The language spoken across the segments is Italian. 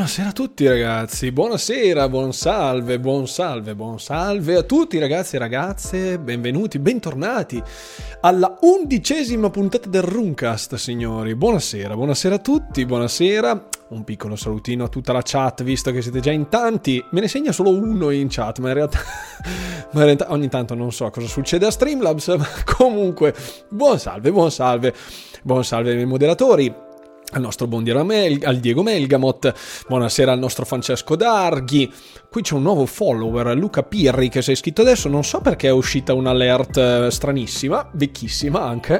Buonasera a tutti ragazzi, buonasera, buon salve a tutti ragazzi e ragazze, benvenuti, bentornati alla 11ª puntata del Runcast, signori. Buonasera a tutti, buonasera. Un piccolo salutino a tutta la chat, visto che siete già in tanti. Me ne segna solo uno in chat, ma in realtà ogni tanto non so cosa succede a Streamlabs, ma comunque buon salve ai miei moderatori, al nostro buon al Diego Melgamot, buonasera al nostro Francesco Darghi. Qui c'è un nuovo follower, Luca Pirri, che si è iscritto adesso, non so perché è uscita un'alert stranissima, vecchissima anche.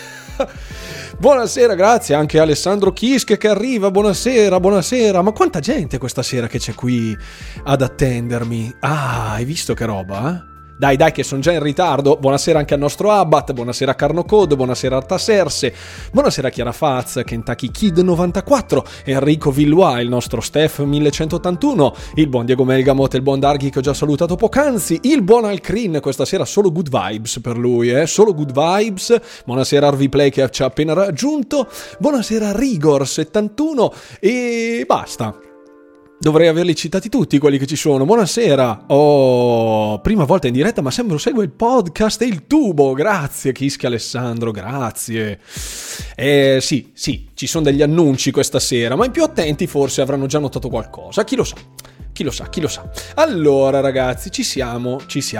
Buonasera, grazie anche a Alessandro Kiske che arriva, buonasera, ma quanta gente questa sera che c'è qui ad attendermi. Ah, hai visto che roba, eh? Dai che sono già in ritardo. Buonasera anche al nostro Abbat, buonasera a Carno Code, buonasera a Artaserse, buonasera a Chiara Faz, Kentucky Kid 94, Enrico Villois, il nostro Steph 1181, il buon Diego Melgamot e il buon Darghi che ho già salutato poc'anzi, il buon Alcrin, questa sera solo good vibes per lui, solo good vibes. Buonasera Harvey Play che ci ha appena raggiunto, buonasera Rigor 71 e basta. Dovrei averli citati tutti quelli che ci sono. Buonasera. Oh, prima volta in diretta, ma sembra segue il podcast e il tubo. Grazie Kiske Alessandro, grazie. Sì, ci sono degli annunci questa sera, ma i più attenti forse avranno già notato qualcosa. Chi lo sa. Allora ragazzi, ci siamo.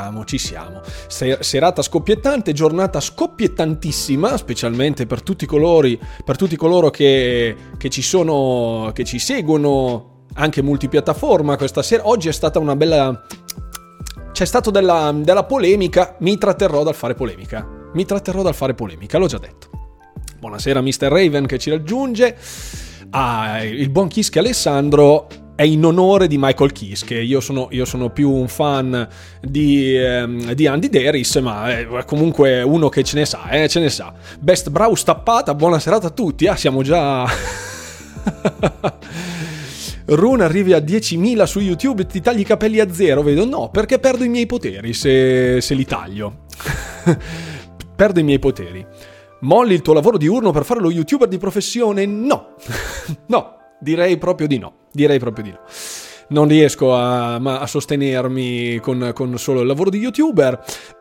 Serata scoppiettante, giornata scoppiettantissima, specialmente per tutti coloro che ci sono, che ci seguono anche multipiattaforma questa sera. Oggi è stata una bella... c'è stato della polemica. Mi tratterrò dal fare polemica, l'ho già detto. Buonasera Mr. Raven che ci raggiunge. Il buon Kiske Alessandro è in onore di Michael Kiske. Io sono più un fan di Andy Deris, ma comunque uno che ce ne sa. Best Brow stappata, buona serata a tutti. Siamo già... Rune, arrivi a 10.000 su YouTube, ti tagli i capelli a zero, vedo? No, perché perdo i miei poteri se li taglio. Perdo i miei poteri. Molli il tuo lavoro diurno per fare lo YouTuber di professione? No. No, direi proprio di no. Non riesco a sostenermi con solo il lavoro di YouTuber.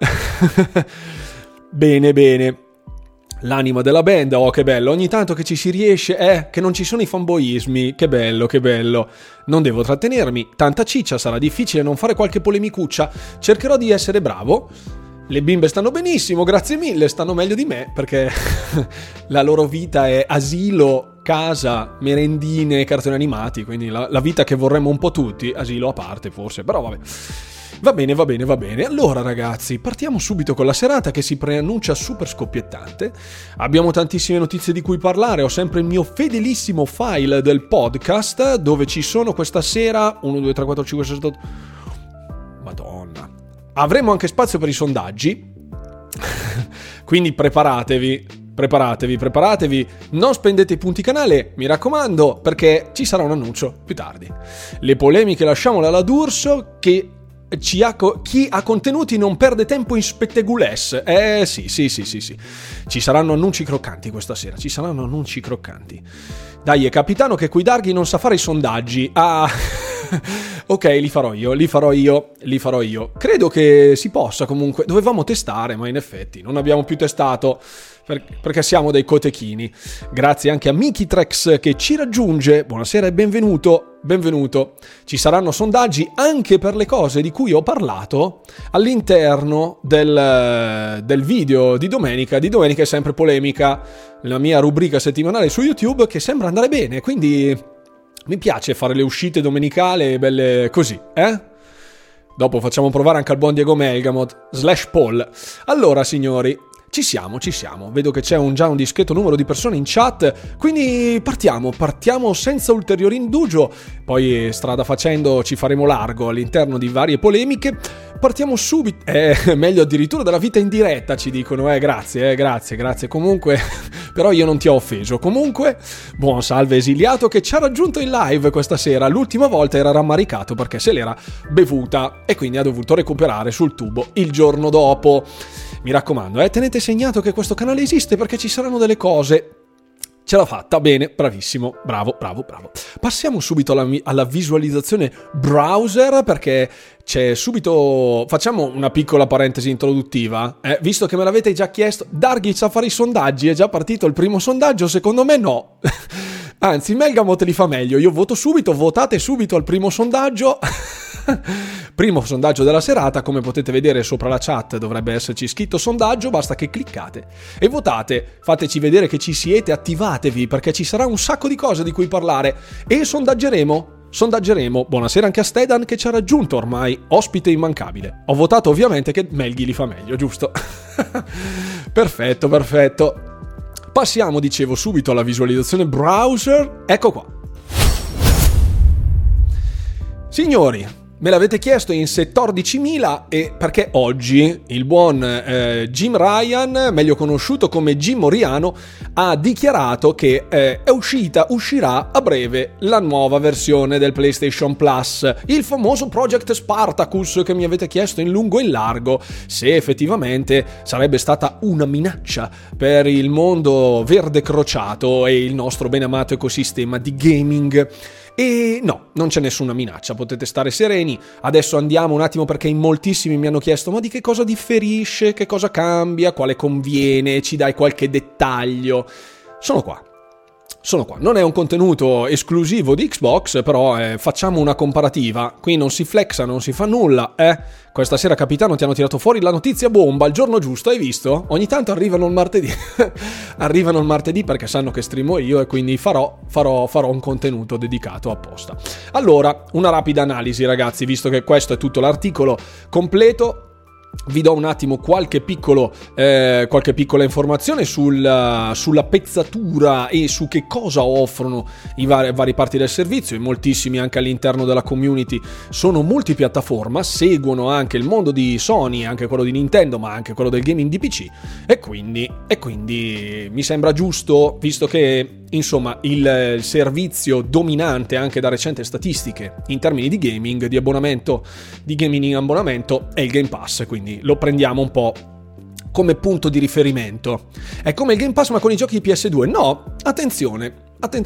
Bene. L'anima della band, oh che bello, ogni tanto che ci si riesce, che non ci sono i fanboismi, che bello. Non devo trattenermi, tanta ciccia, sarà difficile non fare qualche polemicuccia, cercherò di essere bravo. Le bimbe stanno benissimo, grazie mille, stanno meglio di me, perché la loro vita è asilo, casa, merendine, cartoni animati, quindi la vita che vorremmo un po' tutti, asilo a parte forse, però vabbè. Va bene. Allora ragazzi, partiamo subito con la serata che si preannuncia super scoppiettante. Abbiamo tantissime notizie di cui parlare. Ho sempre il mio fedelissimo file del podcast dove ci sono questa sera 1, 2, 3, 4, 5, 6, 7, 8... Madonna. Avremo anche spazio per i sondaggi. Quindi preparatevi. Non spendete i punti canale, mi raccomando, perché ci sarà un annuncio più tardi. Le polemiche lasciamole alla D'Urso, che chi ha contenuti non perde tempo in spettegules. Sì. Ci saranno annunci croccanti questa sera. Dai, è capitano che qui Darghi non sa fare i sondaggi. Ok, li farò io. Credo che si possa comunque. Dovevamo testare, ma in effetti non abbiamo più testato perché siamo dei cotechini. Grazie anche a Mikitrex che ci raggiunge. Buonasera e benvenuto. Ci saranno sondaggi anche per le cose di cui ho parlato all'interno del video di domenica. Di domenica è sempre polemica, la mia rubrica settimanale su YouTube, che sembra andare bene, quindi mi piace fare le uscite domenicali belle così, Dopo facciamo provare anche al buon Diego Melgamot /Paul. Allora signori, ci siamo. Vedo che c'è già un discreto numero di persone in chat, quindi partiamo senza ulteriore indugio. Poi strada facendo ci faremo largo all'interno di varie polemiche. Partiamo subito. Meglio addirittura della vita in diretta, ci dicono. Grazie. Comunque, però io non ti ho offeso. Comunque, buon salve esiliato che ci ha raggiunto in live questa sera. L'ultima volta era rammaricato perché se l'era bevuta e quindi ha dovuto recuperare sul tubo il giorno dopo. Mi raccomando, tenete segnato che questo canale esiste perché ci saranno delle cose. Ce l'ha fatta, bene, bravissimo, bravo. Passiamo subito alla visualizzazione browser, perché c'è subito... Facciamo una piccola parentesi introduttiva, visto che me l'avete già chiesto. Darghi sa fare i sondaggi, è già partito il primo sondaggio? Secondo me no. Anzi, Melgamot li fa meglio, io voto subito, votate subito al primo sondaggio. Primo sondaggio della serata, come potete vedere sopra la chat dovrebbe esserci scritto sondaggio, basta che cliccate e votate, fateci vedere che ci siete, attivatevi perché ci sarà un sacco di cose di cui parlare e sondaggeremo. Buonasera anche a Stedan che ci ha raggiunto ormai, ospite immancabile. Ho votato ovviamente che Melghi li fa meglio, giusto? Perfetto. Passiamo, dicevo, subito alla visualizzazione browser. Ecco qua. Signori, me l'avete chiesto in 14.000 e perché oggi il buon Jim Ryan, meglio conosciuto come Jim Moriano, ha dichiarato che uscirà a breve la nuova versione del PlayStation Plus, il famoso Project Spartacus che mi avete chiesto in lungo e in largo se effettivamente sarebbe stata una minaccia per il mondo verde crociato e il nostro ben amato ecosistema di gaming. E no, non c'è nessuna minaccia, potete stare sereni. Adesso andiamo un attimo perché in moltissimi mi hanno chiesto ma di che cosa differisce, che cosa cambia, quale conviene, ci dai qualche dettaglio. Sono qua. Non è un contenuto esclusivo di Xbox, però facciamo una comparativa. Qui non si flexa, non si fa nulla. Questa sera, capitano, ti hanno tirato fuori la notizia bomba al giorno giusto, hai visto? Ogni tanto arrivano il martedì. Arrivano il martedì perché sanno che streamo io e quindi farò un contenuto dedicato apposta. Allora, una rapida analisi, ragazzi, visto che questo è tutto l'articolo completo. Vi do un attimo qualche piccola informazione sulla pezzatura e su che cosa offrono i vari parti del servizio. E moltissimi anche all'interno della community sono multipiattaforma, seguono anche il mondo di Sony, anche quello di Nintendo, ma anche quello del gaming di PC e quindi mi sembra giusto, visto che insomma il servizio dominante anche da recenti statistiche in termini di gaming, di gaming in abbonamento è il Game Pass, quindi lo prendiamo un po' come punto di riferimento. È come il Game Pass ma con i giochi di PS2? No, attenzione.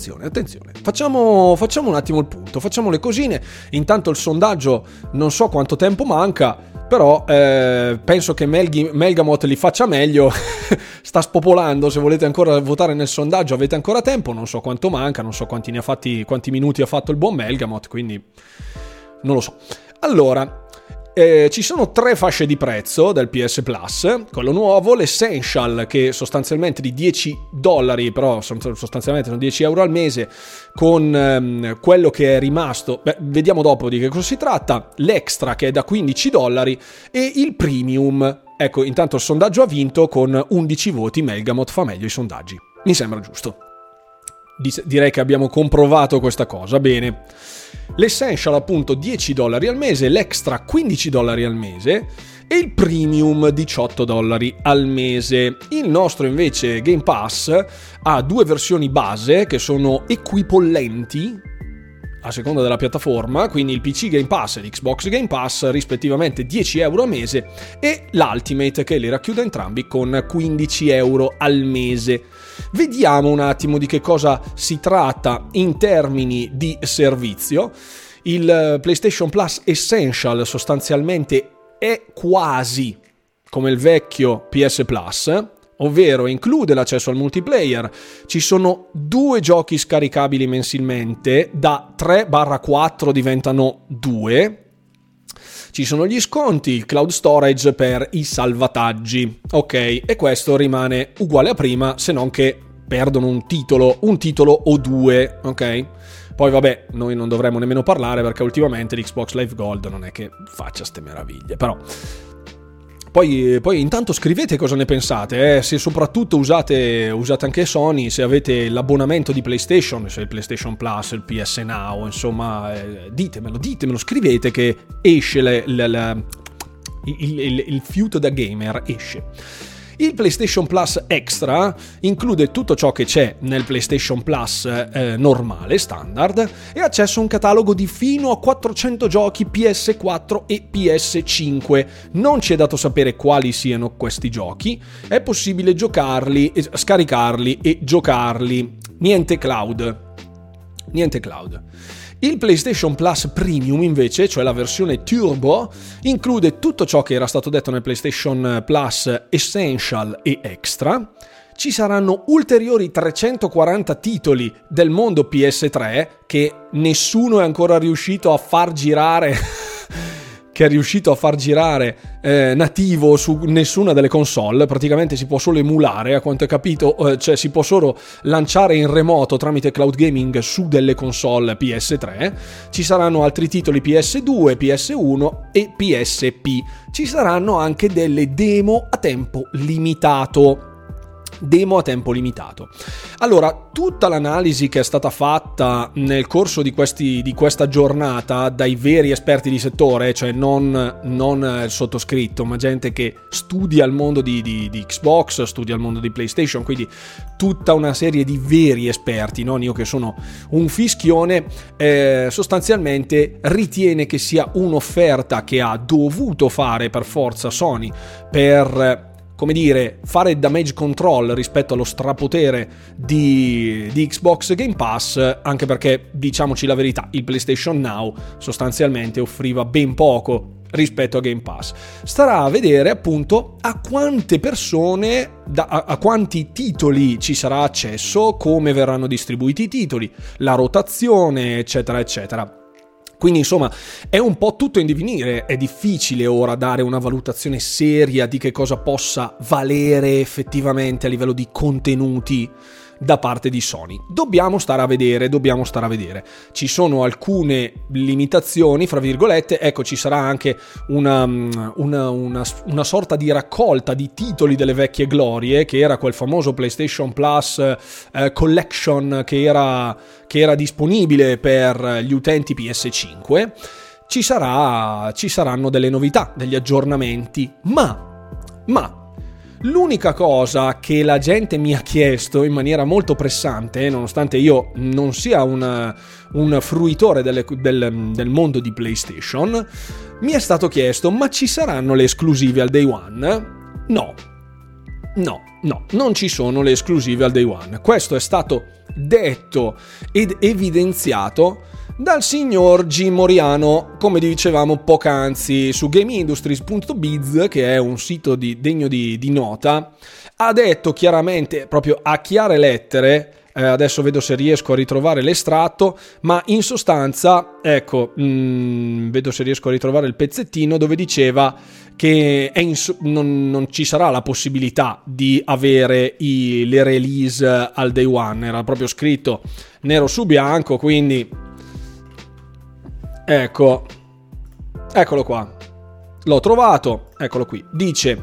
Facciamo un attimo il punto, facciamo le cosine. Intanto il sondaggio non so quanto tempo manca, però penso che Melgamot li faccia meglio. Sta spopolando, se volete ancora votare nel sondaggio avete ancora tempo, non so quanto manca, non so quanti minuti ha fatto il buon Melgamot, quindi non lo so. Allora, ci sono 3 fasce di prezzo del PS Plus, quello nuovo, l'Essential che sostanzialmente di $10, però sostanzialmente sono €10 al mese, con quello che è rimasto, vediamo dopo di che cosa si tratta, l'Extra che è da $15 e il Premium. Ecco, intanto il sondaggio ha vinto con 11 voti, Melgamot fa meglio i sondaggi, mi sembra giusto. Direi che abbiamo comprovato questa cosa, bene. L'Essential appunto $10 al mese, l'Extra $15 al mese e il Premium $18 al mese. Il nostro invece Game Pass ha 2 versioni base che sono equipollenti a seconda della piattaforma, quindi il PC Game Pass e l'Xbox Game Pass rispettivamente €10 a mese e l'Ultimate che li racchiude entrambi con €15 al mese. Vediamo un attimo di che cosa si tratta in termini di servizio. Il PlayStation Plus Essential sostanzialmente è quasi come il vecchio PS Plus, ovvero include l'accesso al multiplayer, ci sono 2 giochi scaricabili mensilmente, da 3/4 diventano 2, ci sono gli sconti, il cloud storage per i salvataggi, ok, e questo rimane uguale a prima, se non che perdono un titolo o 2, ok? Poi vabbè, noi non dovremmo nemmeno parlare perché ultimamente l'Xbox Live Gold non è che faccia ste meraviglie, però... Poi intanto scrivete cosa ne pensate, se soprattutto usate anche Sony, se avete l'abbonamento di PlayStation, se il PlayStation Plus, il PS Now, insomma, ditemelo, scrivete che esce il fiuto da gamer esce. Il PlayStation Plus Extra include tutto ciò che c'è nel PlayStation Plus normale, standard, e accesso a un catalogo di fino a 400 giochi PS4 e PS5. Non ci è dato sapere quali siano questi giochi, è possibile scaricarli e giocarli Niente cloud. Il PlayStation Plus Premium invece, cioè la versione Turbo, include tutto ciò che era stato detto nel PlayStation Plus Essential e Extra. Ci saranno ulteriori 340 titoli del mondo PS3 che nessuno è ancora riuscito a far girare nativo su nessuna delle console. Praticamente si può solo emulare, a quanto ho capito, cioè si può solo lanciare in remoto tramite cloud gaming su delle console PS3. Ci saranno altri titoli PS2, PS1 e PSP. Ci saranno anche delle demo a tempo limitato. Allora, tutta l'analisi che è stata fatta nel corso di questa giornata dai veri esperti di settore, cioè non il sottoscritto, ma gente che studia il mondo di Xbox, studia il mondo di PlayStation, quindi tutta una serie di veri esperti, non io che sono un fischione, sostanzialmente ritiene che sia un'offerta che ha dovuto fare per forza Sony per, come dire, fare damage control rispetto allo strapotere di Xbox Game Pass, anche perché, diciamoci la verità, il PlayStation Now sostanzialmente offriva ben poco rispetto a Game Pass. Starà a vedere appunto a quante persone, a quanti titoli ci sarà accesso, come verranno distribuiti i titoli, la rotazione, eccetera eccetera. Quindi insomma è un po' tutto in divenire, è difficile ora dare una valutazione seria di che cosa possa valere effettivamente a livello di contenuti da parte di Sony. Dobbiamo stare a vedere. Ci sono alcune limitazioni, fra virgolette. Ecco, ci sarà anche una sorta di raccolta di titoli delle vecchie glorie, che era quel famoso PlayStation Plus Collection che era disponibile per gli utenti PS5. Ci saranno delle novità, degli aggiornamenti, ma l'unica cosa che la gente mi ha chiesto in maniera molto pressante, nonostante io non sia un fruitore del mondo di PlayStation, mi è stato chiesto: ma ci saranno le esclusive al Day One? No, non ci sono le esclusive al Day One. Questo è stato detto ed evidenziato dal signor Jim Moriano, come dicevamo poc'anzi, su GameIndustries.biz, che è un sito degno di nota. Ha detto chiaramente, proprio a chiare lettere, adesso vedo se riesco a ritrovare l'estratto, ma in sostanza, ecco, vedo se riesco a ritrovare il pezzettino dove diceva che non ci sarà la possibilità di avere le release al Day One. Era proprio scritto nero su bianco, quindi eccolo qua, l'ho trovato, eccolo qui. Dice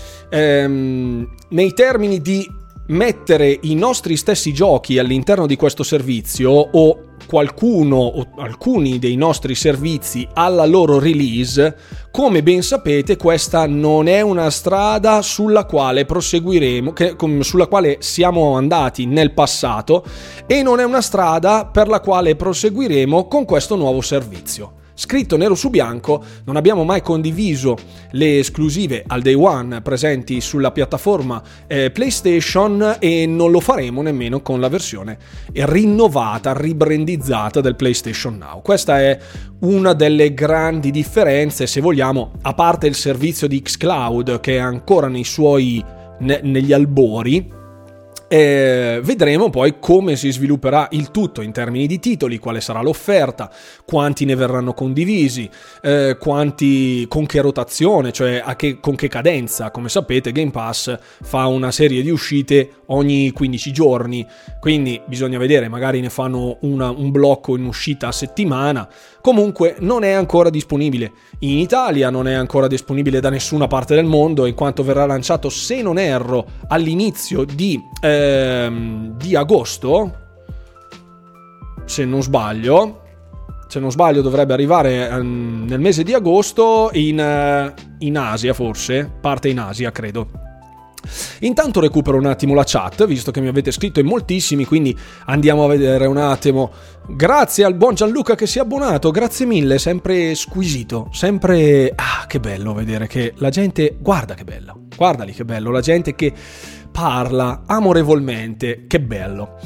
nei termini di mettere i nostri stessi giochi all'interno di questo servizio, o qualcuno o alcuni dei nostri servizi alla loro release, come ben sapete questa non è una strada sulla quale proseguiremo, sulla quale siamo andati nel passato, e non è una strada per la quale proseguiremo con questo nuovo servizio. Scritto nero su bianco, non abbiamo mai condiviso le esclusive al Day One presenti sulla piattaforma PlayStation, e non lo faremo nemmeno con la versione rinnovata, ribrandizzata del PlayStation Now. Questa è una delle grandi differenze, se vogliamo, a parte il servizio di xCloud che è ancora negli albori. Vedremo poi come si svilupperà il tutto in termini di titoli, quale sarà l'offerta, quanti ne verranno condivisi, con che rotazione, cioè con che cadenza. Come sapete, Game Pass fa una serie di uscite ogni 15 giorni, quindi bisogna vedere, magari ne fanno un blocco in uscita a settimana. Comunque non è ancora disponibile in Italia, non è ancora disponibile da nessuna parte del mondo, in quanto verrà lanciato, se non erro, all'inizio di agosto, se non sbaglio dovrebbe arrivare nel mese di agosto in Asia, forse parte in Asia, credo. Intanto recupero un attimo la chat, visto che mi avete scritto in moltissimi, quindi andiamo a vedere un attimo. Grazie al buon Gianluca che si è abbonato, grazie mille, sempre squisito, sempre... che bello vedere che la gente... guarda lì che bello, la gente che parla amorevolmente, che bello.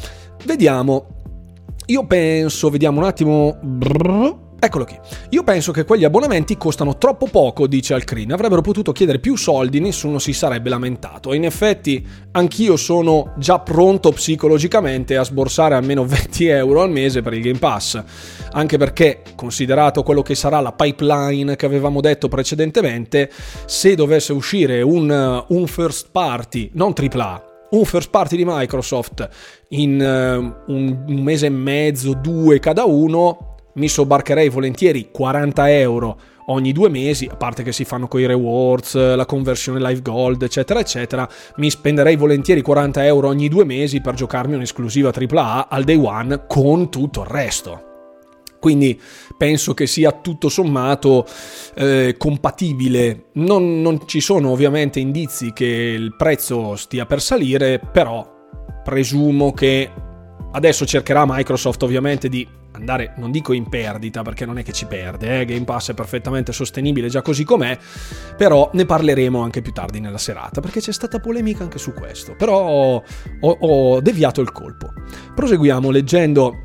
vediamo. Io penso, vediamo un attimo. Eccolo qui. Io penso che quegli abbonamenti costano troppo poco, dice Alcreen. Avrebbero potuto chiedere più soldi, nessuno si sarebbe lamentato. In effetti, anch'io sono già pronto psicologicamente a sborsare almeno 20 euro al mese per il Game Pass. Anche perché, considerato quello che sarà la pipeline che avevamo detto precedentemente, se dovesse uscire un first party, non AAA, un first party di Microsoft in un mese e mezzo, 2 cada uno, mi sobbarcherei volentieri 40 euro ogni 2 mesi, a parte che si fanno coi rewards, la conversione live gold, eccetera eccetera. Mi spenderei volentieri 40 euro ogni 2 mesi per giocarmi un'esclusiva AAA al day one con tutto il resto. Quindi penso che sia tutto sommato compatibile. Non ci sono ovviamente indizi che il prezzo stia per salire, però presumo che adesso cercherà Microsoft ovviamente di andare, non dico in perdita perché non è che ci perde, Game Pass è perfettamente sostenibile già così com'è, però ne parleremo anche più tardi nella serata perché c'è stata polemica anche su questo, però ho deviato il colpo. Proseguiamo leggendo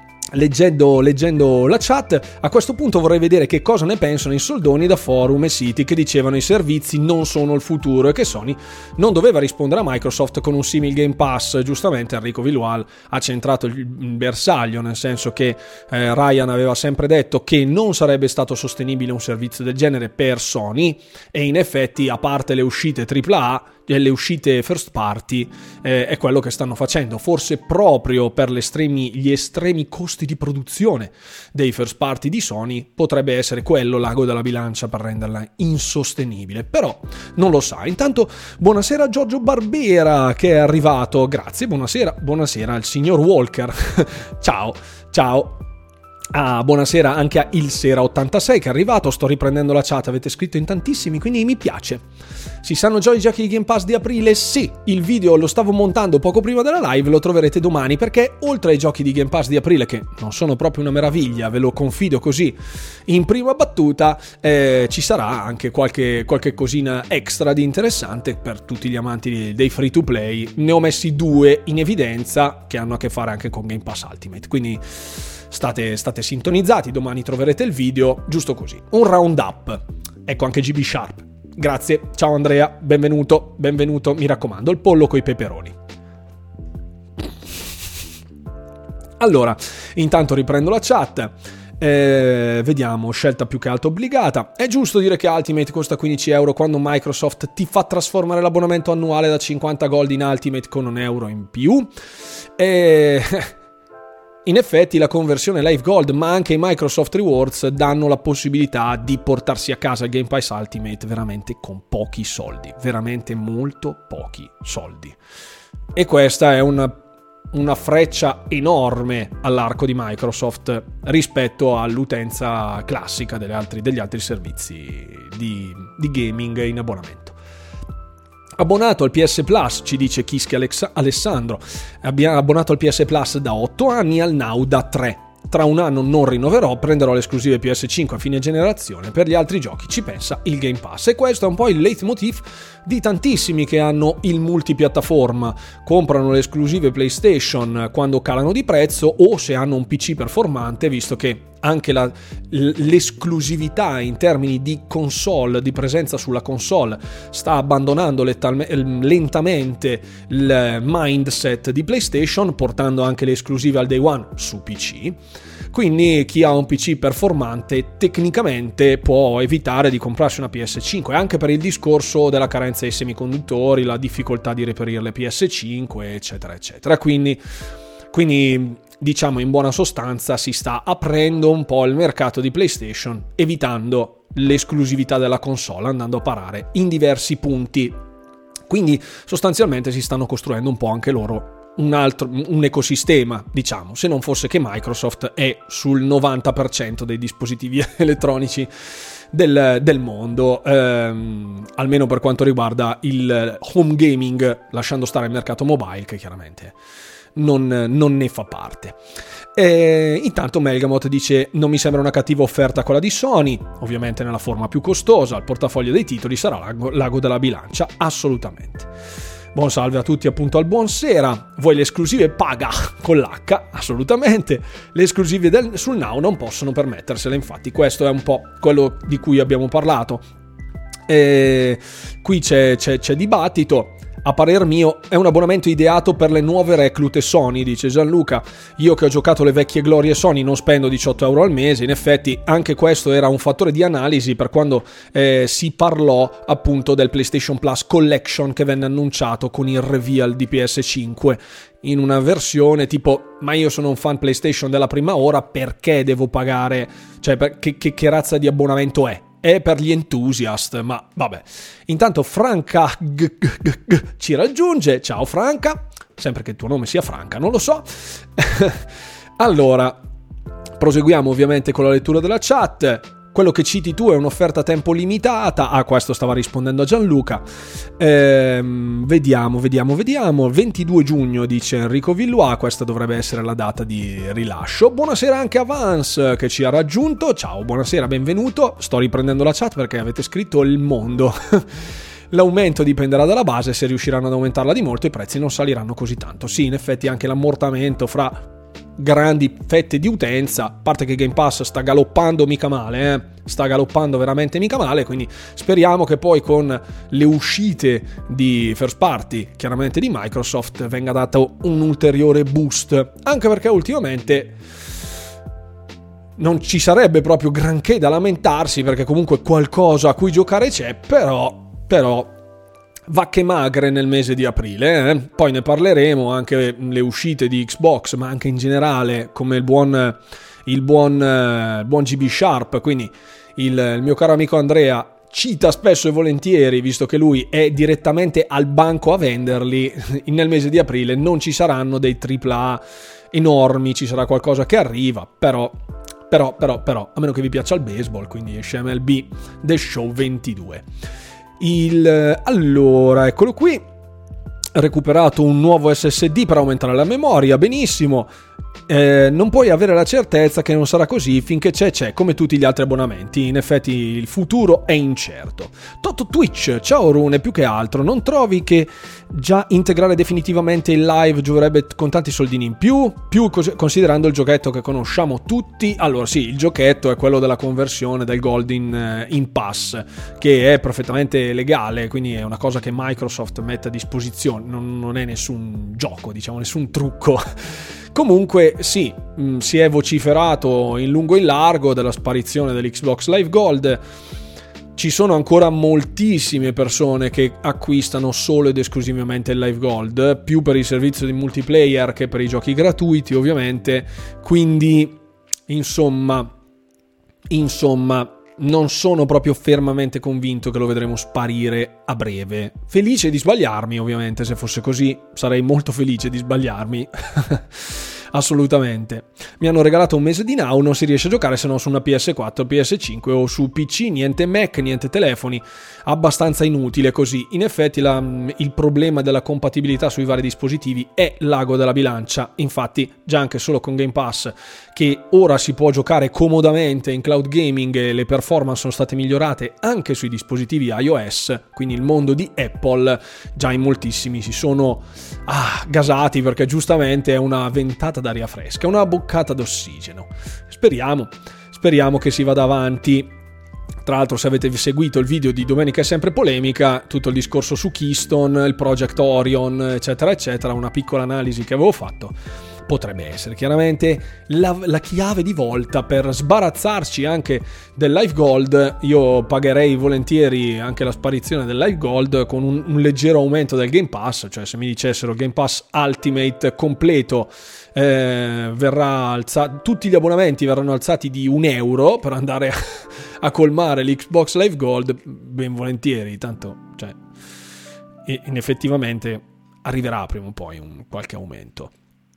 la chat. A questo punto vorrei vedere che cosa ne pensano i soldoni da forum e siti che dicevano i servizi non sono il futuro e che Sony non doveva rispondere a Microsoft con un simile Game Pass. Giustamente Enrico Villual ha centrato il bersaglio, nel senso che Ryan aveva sempre detto che non sarebbe stato sostenibile un servizio del genere per Sony, e in effetti, a parte le uscite AAA, le uscite first party, è quello che stanno facendo, forse proprio per gli estremi costi di produzione dei first party di Sony. Potrebbe essere quello l'ago della bilancia per renderla insostenibile, però non lo sa. Intanto buonasera a Giorgio Barbera che è arrivato, grazie, buonasera al signor Walker. ciao. Buonasera anche a Ilsera86 che è arrivato. Sto riprendendo la chat, avete scritto in tantissimi, quindi mi piace. Si sanno già i giochi di Game Pass di aprile? Sì, il video lo stavo montando poco prima della live, lo troverete domani, perché oltre ai giochi di Game Pass di aprile, che non sono proprio una meraviglia, ve lo confido così in prima battuta, ci sarà anche qualche cosina extra di interessante per tutti gli amanti dei free to play. Ne ho messi 2 in evidenza che hanno a che fare anche con Game Pass Ultimate, quindi state sintonizzati, domani troverete il video, giusto così, un round up. Ecco anche GB Sharp, grazie, ciao Andrea, benvenuto, mi raccomando, il pollo coi peperoni. Allora, intanto riprendo la chat. Vediamo, scelta più che altro obbligata. È giusto dire che Ultimate costa 15 euro quando Microsoft ti fa trasformare l'abbonamento annuale da 50 gold in Ultimate con €1 in più? In effetti la conversione Live Gold, ma anche i Microsoft Rewards, danno la possibilità di portarsi a casa il Game Pass Ultimate veramente con pochi soldi, veramente molto pochi soldi. E questa è una freccia enorme all'arco di Microsoft rispetto all'utenza classica degli altri servizi di gaming in abbonamento. Abbonato al PS Plus, ci dice Kiski Alessandro, abbiamo abbonato al PS Plus da 8 anni, al Now da 3. Tra un anno non rinnoverò, prenderò le esclusive PS5 a fine generazione, per gli altri giochi ci pensa il Game Pass. E questo è un po' il leitmotiv di tantissimi che hanno il multipiattaforma, comprano le esclusive PlayStation quando calano di prezzo o se hanno un PC performante, visto che anche l'esclusività in termini di console, di presenza sulla console, sta abbandonando lentamente il mindset di PlayStation, portando anche le esclusive al day one su PC. Quindi chi ha un PC performante tecnicamente può evitare di comprarsi una PS5, anche per il discorso della carenza dei semiconduttori, la difficoltà di reperire le PS5, eccetera eccetera. Quindi diciamo, in buona sostanza si sta aprendo un po' il mercato di PlayStation, evitando l'esclusività della console, andando a parare in diversi punti. Quindi sostanzialmente si stanno costruendo un po' anche loro un ecosistema, diciamo, se non fosse che Microsoft è sul 90% dei dispositivi elettronici del mondo, almeno per quanto riguarda il home gaming, lasciando stare il mercato mobile che chiaramente non ne fa parte. Intanto Melgamot dice: non mi sembra una cattiva offerta quella di Sony, ovviamente nella forma più costosa, il portafoglio dei titoli sarà l'ago della bilancia, assolutamente. Buon salve a tutti, appunto al buonasera. Vuoi le esclusive? Paga con l'H, assolutamente. Le esclusive sul Now non possono permettersele, infatti questo è un po' quello di cui abbiamo parlato. Qui c'è dibattito. A parer mio è un abbonamento ideato per le nuove reclute Sony, dice Gianluca. Io che ho giocato le vecchie glorie Sony non spendo 18 euro al mese. In effetti anche questo era un fattore di analisi per quando si parlò appunto del PlayStation Plus Collection che venne annunciato con il reveal di PS5 in una versione tipo: ma io sono un fan PlayStation della prima ora, perché devo pagare? Cioè, che razza di abbonamento è? È per gli enthusiast, ma vabbè. Intanto Franca ci raggiunge. Ciao Franca, sempre che il tuo nome sia Franca, non lo so. Allora, proseguiamo ovviamente con la lettura della chat. Quello che citi tu è un'offerta a tempo limitata. Ah, questo stava rispondendo a Gianluca. Vediamo. 22 giugno dice Enrico Villois. Questa dovrebbe essere la data di rilascio. Buonasera anche a Vance che ci ha raggiunto. Ciao, buonasera, benvenuto. Sto riprendendo la chat perché avete scritto il mondo. L'aumento dipenderà dalla base. Se riusciranno ad aumentarla di molto, i prezzi non saliranno così tanto. Sì, in effetti anche l'ammortamento fra grandi fette di utenza, a parte che Game Pass sta galoppando mica male, sta galoppando veramente mica male, quindi speriamo che poi con le uscite di first party, chiaramente di Microsoft, venga dato un ulteriore boost, anche perché ultimamente non ci sarebbe proprio granché da lamentarsi, perché comunque qualcosa a cui giocare c'è, però vacche magre nel mese di aprile, Poi ne parleremo, anche le uscite di Xbox, ma anche in generale, come il buon GB Sharp, quindi il mio caro amico Andrea cita spesso e volentieri, visto che lui è direttamente al banco a venderli. Nel mese di aprile non ci saranno dei AAA enormi, ci sarà qualcosa che arriva, però a meno che vi piaccia il baseball, quindi esce MLB The Show 22. Allora, eccolo qui, recuperato un nuovo SSD per aumentare la memoria, benissimo. Non puoi avere la certezza che non sarà così finché c'è come tutti gli altri abbonamenti. In effetti il futuro è incerto. Toto Twitch, ciao Rune, più che altro non trovi che già integrare definitivamente il live gioverebbe con tanti soldini in più considerando il giochetto che conosciamo tutti? Allora sì, il giochetto è quello della conversione del Gold in Pass, che è perfettamente legale, quindi è una cosa che Microsoft mette a disposizione, non è nessun gioco, diciamo, nessun trucco. Comunque sì, si è vociferato in lungo e in largo della sparizione dell'Xbox Live Gold. Ci sono ancora moltissime persone che acquistano solo ed esclusivamente il Live Gold, più per il servizio di multiplayer che per i giochi gratuiti, ovviamente. Quindi insomma non sono proprio fermamente convinto che lo vedremo sparire a breve. Felice di sbagliarmi, ovviamente, se fosse così sarei molto felice di sbagliarmi. Assolutamente. Mi hanno regalato un mese di Now, non si riesce a giocare se non su una PS4, PS5 o su PC, niente Mac, niente telefoni, abbastanza inutile così. In effetti il problema della compatibilità sui vari dispositivi è l'ago della bilancia, infatti già anche solo con Game Pass, che ora si può giocare comodamente in cloud gaming e le performance sono state migliorate anche sui dispositivi iOS, quindi il mondo di Apple, già in moltissimi si sono gasati, perché giustamente è una ventata d'aria fresca, una boccata d'ossigeno. Speriamo che si vada avanti. Tra l'altro, se avete seguito il video di Domenica è sempre polemica, tutto il discorso su Keystone, il Project Orion, eccetera eccetera, una piccola analisi che avevo fatto, potrebbe essere chiaramente la chiave di volta per sbarazzarci anche del Live Gold. Io pagherei volentieri anche la sparizione del Live Gold con un leggero aumento del Game Pass, cioè se mi dicessero Game Pass Ultimate completo, verrà alzato, tutti gli abbonamenti verranno alzati di €1 per andare a colmare l'Xbox Live Gold, ben volentieri, tanto cioè effettivamente arriverà prima o poi qualche aumento.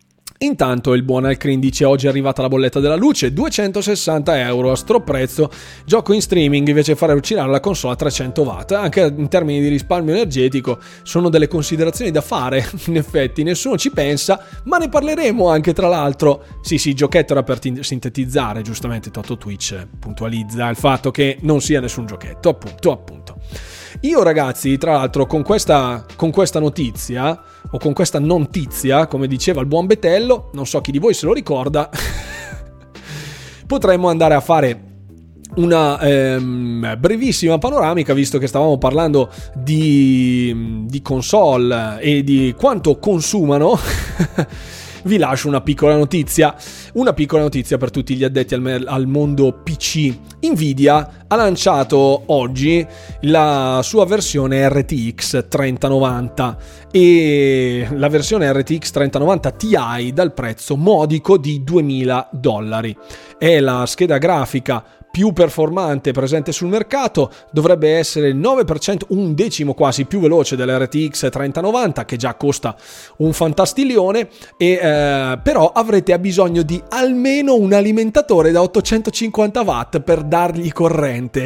Intanto il buon Alcrin dice: oggi è arrivata la bolletta della luce, 260 euro a sto prezzo, gioco in streaming invece fare girare la console a 300 watt. Anche in termini di risparmio energetico sono delle considerazioni da fare, in effetti nessuno ci pensa, ma ne parleremo anche, tra l'altro. Sì, giochetto era per sintetizzare, giustamente Toto Twitch puntualizza il fatto che non sia nessun giochetto, appunto. Io, ragazzi, tra l'altro, con questa notizia, o con questa notizia, come diceva il buon Betello, non so chi di voi se lo ricorda, potremmo andare a fare una brevissima panoramica, visto che stavamo parlando di console e di quanto consumano. Vi lascio una piccola notizia per tutti gli addetti al mondo PC. Nvidia ha lanciato oggi la sua versione RTX 3090 e la versione RTX 3090 Ti dal prezzo modico di $2000. È la scheda grafica più performante presente sul mercato, dovrebbe essere il 9%, un decimo quasi più veloce dell'RTX 3090, che già costa un fantastiglione, e però avrete bisogno di almeno un alimentatore da 850 watt per dargli corrente.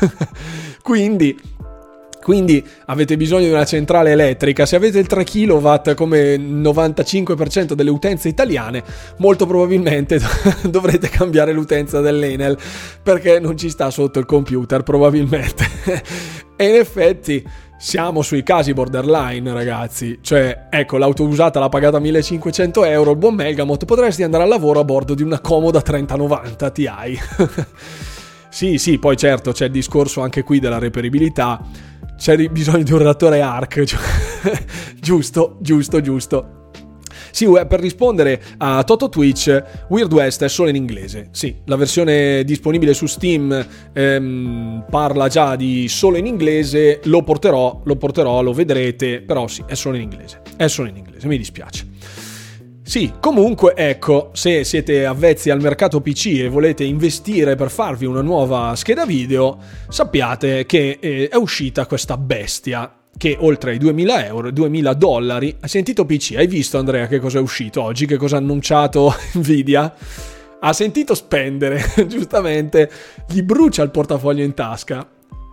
Quindi avete bisogno di una centrale elettrica. Se avete il 3 kW come 95% delle utenze italiane, molto probabilmente dovrete cambiare l'utenza dell'Enel, perché non ci sta sotto il computer probabilmente. E in effetti siamo sui casi borderline, ragazzi. Cioè, ecco, l'auto usata l'ha pagata 1.500 euro, il buon Megamot, potresti andare al lavoro a bordo di una comoda 3090 Ti. Sì, poi certo c'è il discorso anche qui della reperibilità. C'è bisogno di un redattore ARC, cioè, giusto. Sì, per rispondere a Toto Twitch, Weird West è solo in inglese. Sì, la versione disponibile su Steam parla già di solo in inglese, lo porterò, lo vedrete, però sì, è solo in inglese, mi dispiace. Sì, comunque ecco, se siete avvezzi al mercato PC e volete investire per farvi una nuova scheda video, sappiate che è uscita questa bestia che oltre ai $2000, hai sentito PC? Hai visto, Andrea, che cosa è uscito oggi? Che cosa ha annunciato Nvidia? Ha sentito spendere, giustamente, gli brucia il portafoglio in tasca.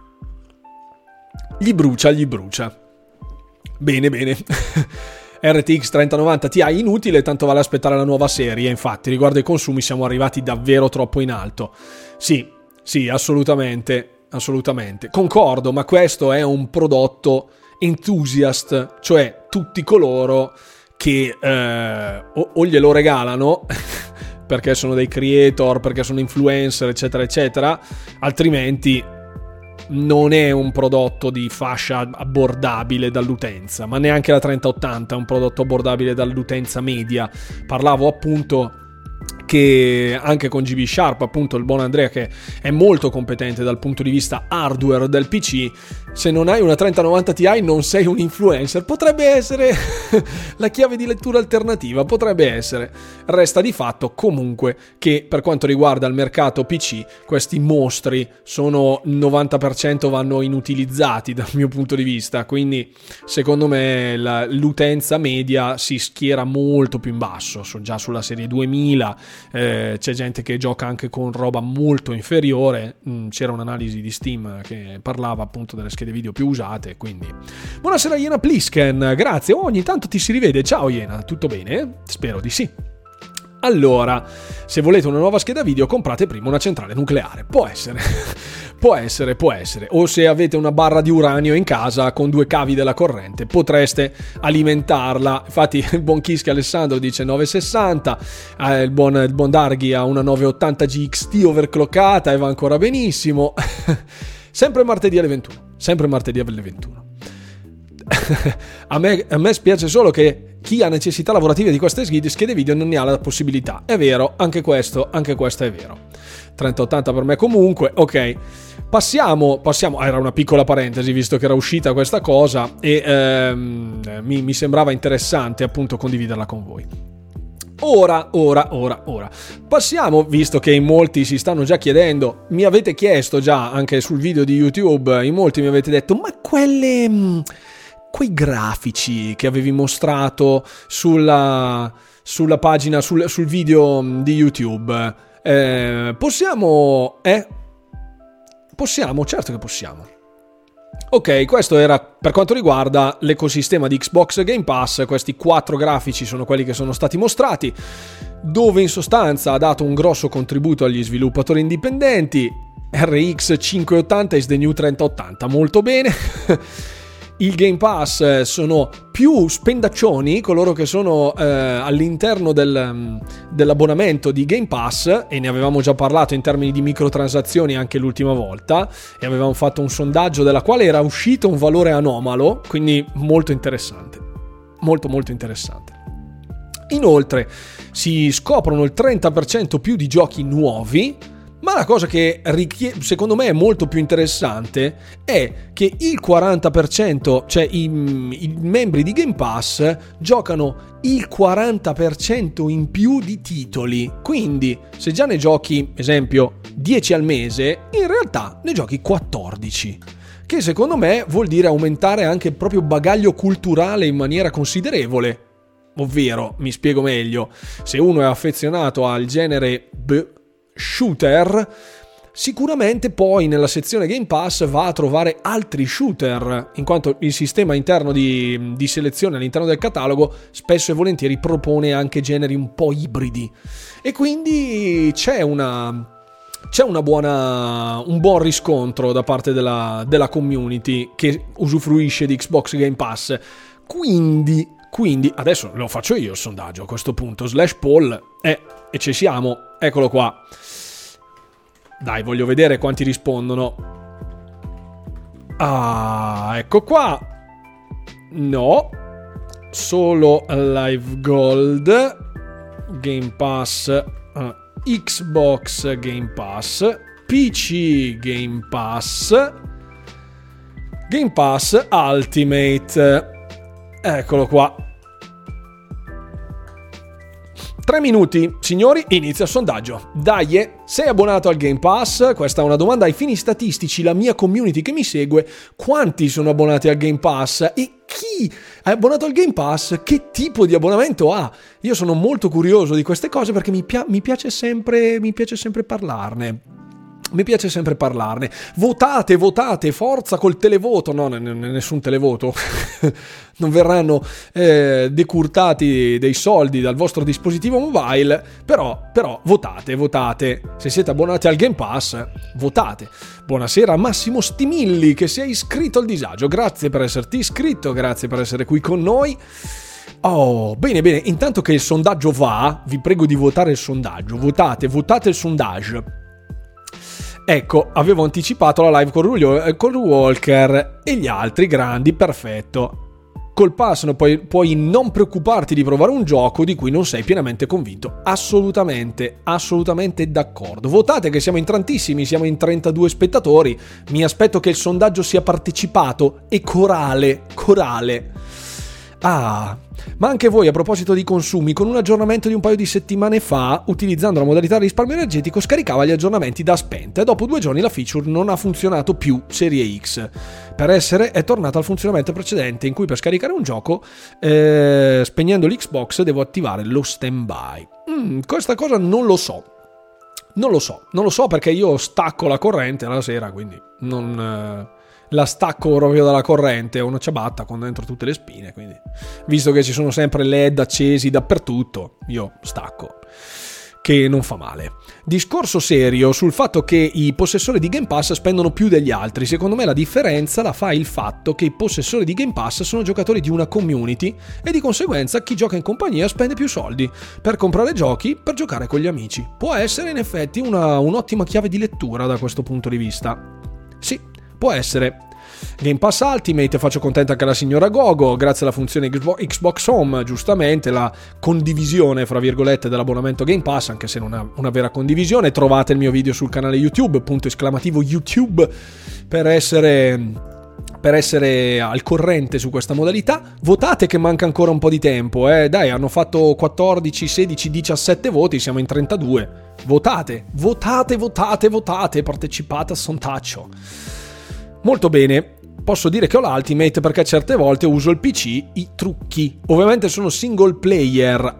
Gli brucia. Bene. RTX 3090 Ti inutile, tanto vale aspettare la nuova serie. Infatti, riguardo ai consumi siamo arrivati davvero troppo in alto. Sì, assolutamente. Concordo, ma questo è un prodotto enthusiast, cioè tutti coloro che o glielo regalano perché sono dei creator, perché sono influencer, eccetera, altrimenti non è un prodotto di fascia abbordabile dall'utenza, ma neanche la 3080 è un prodotto abbordabile dall'utenza media. Parlavo appunto che anche con GB Sharp, appunto il buon Andrea che è molto competente dal punto di vista hardware del PC, se non hai una 3090 Ti non sei un influencer. Potrebbe essere la chiave di lettura alternativa, potrebbe essere. Resta di fatto comunque che per quanto riguarda il mercato PC questi mostri sono 90% vanno inutilizzati dal mio punto di vista, quindi secondo me l'utenza media si schiera molto più in basso, sono già sulla serie 2000. C'è gente che gioca anche con roba molto inferiore. C'era un'analisi di Steam che parlava appunto delle schede video più usate, quindi buonasera Iena Plisken, grazie. Ogni tanto ti si rivede. Ciao Iena, tutto bene? Spero di sì. Allora, se volete una nuova scheda video comprate prima una centrale nucleare. Può essere. O se avete una barra di uranio in casa con 2 cavi della corrente potreste alimentarla. Infatti il buon Kiski Alessandro dice 960, il buon Darghi ha una 980 GXT overclockata e va ancora benissimo. Sempre martedì alle 21. A me spiace solo che chi ha necessità lavorative di queste schede video non ne ha la possibilità. È vero, anche questo è vero. 3080 per me comunque. Ok, passiamo. Era una piccola parentesi visto che era uscita questa cosa e mi sembrava interessante appunto condividerla con voi. Ora passiamo, visto che in molti si stanno già chiedendo, mi avete chiesto già anche sul video di YouTube, in molti mi avete detto ma quei grafici che avevi mostrato sulla sulla pagina, sul video di YouTube. Possiamo? Possiamo, certo che possiamo. Ok, questo era per quanto riguarda l'ecosistema di Xbox Game Pass. Questi 4 grafici sono quelli che sono stati mostrati, dove in sostanza ha dato un grosso contributo agli sviluppatori indipendenti. RX 580 is the new 3080, molto bene. Il Game Pass sono più spendaccioni coloro che sono all'interno dell'abbonamento di Game Pass, e ne avevamo già parlato in termini di microtransazioni anche l'ultima volta, e avevamo fatto un sondaggio della quale era uscito un valore anomalo, quindi molto interessante, molto molto interessante. Inoltre si scoprono il 30% più di giochi nuovi. Ma la cosa che secondo me è molto più interessante è che il 40%, cioè i membri di Game Pass, giocano il 40% in più di titoli. Quindi se già ne giochi, esempio, 10 al mese, in realtà ne giochi 14. Che secondo me vuol dire aumentare anche il proprio bagaglio culturale in maniera considerevole. Ovvero, mi spiego meglio, se uno è affezionato al genere shooter, sicuramente poi nella sezione Game Pass va a trovare altri shooter, in quanto il sistema interno di selezione all'interno del catalogo spesso e volentieri propone anche generi un po' ibridi, e quindi c'è un buon riscontro da parte della community che usufruisce di Xbox Game Pass. Quindi adesso lo faccio io il sondaggio a questo punto, /poll, e ci siamo, eccolo qua. Dai, voglio vedere quanti rispondono. Ecco qua. No, solo Live Gold, Game Pass, Xbox Game Pass, PC Game Pass, Game Pass Ultimate. Eccolo qua. 3 minuti, signori, inizia il sondaggio. Dai, sei abbonato al Game Pass? Questa è una domanda ai fini statistici. La mia community che mi segue, quanti sono abbonati al Game Pass? E chi è abbonato al Game Pass? Che tipo di abbonamento ha? Io sono molto curioso di queste cose perché mi piace sempre parlarne. Mi piace sempre parlarne. Votate, forza col televoto. No, nessun televoto. Non verranno decurtati dei soldi dal vostro dispositivo mobile. Però votate. Se siete abbonati al Game Pass, votate. Buonasera Massimo Stimilli, che si è iscritto al disagio. Grazie per esserti iscritto, grazie per essere qui con noi. Oh, bene. Intanto che il sondaggio va, vi prego di votare il sondaggio. Votate il sondaggio. Ecco, avevo anticipato la live con Walker e gli altri grandi, perfetto. Col pass puoi non preoccuparti di provare un gioco di cui non sei pienamente convinto. Assolutamente d'accordo. Votate, che siamo in tantissimi, siamo in 32 spettatori. Mi aspetto che il sondaggio sia partecipato e corale. Ma anche voi, a proposito di consumi, con un aggiornamento di un paio di settimane fa, utilizzando la modalità risparmio energetico, scaricava gli aggiornamenti da spent e dopo 2 giorni la feature non ha funzionato più. Serie X per essere è tornata al funzionamento precedente, in cui per scaricare un gioco spegnendo l'Xbox devo attivare lo standby. Questa cosa non lo so perché io stacco la corrente la sera, quindi non la stacco proprio dalla corrente. Ho una ciabatta con dentro tutte le spine, quindi visto che ci sono sempre LED accesi dappertutto, io stacco, che non fa male. Discorso serio sul fatto che i possessori di Game Pass spendono più degli altri. Secondo me la differenza la fa il fatto che i possessori di Game Pass sono giocatori di una community e di conseguenza chi gioca in compagnia spende più soldi per comprare giochi, per giocare con gli amici. Può essere in effetti un'ottima chiave di lettura da questo punto di vista. Sì, può essere. Game Pass Ultimate, faccio contenta anche la signora Gogo, grazie alla funzione Xbox Home, giustamente la condivisione fra virgolette dell'abbonamento Game Pass, anche se non è una vera condivisione. Trovate il mio video sul canale YouTube, !YouTube, per essere al corrente su questa modalità. Votate, che manca ancora un po' di tempo, dai, hanno fatto 14, 16, 17 voti, siamo in 32. Votate, partecipate a sondaggio. Molto bene, posso dire che ho l'Ultimate perché certe volte uso il PC, i trucchi. Ovviamente sono single player.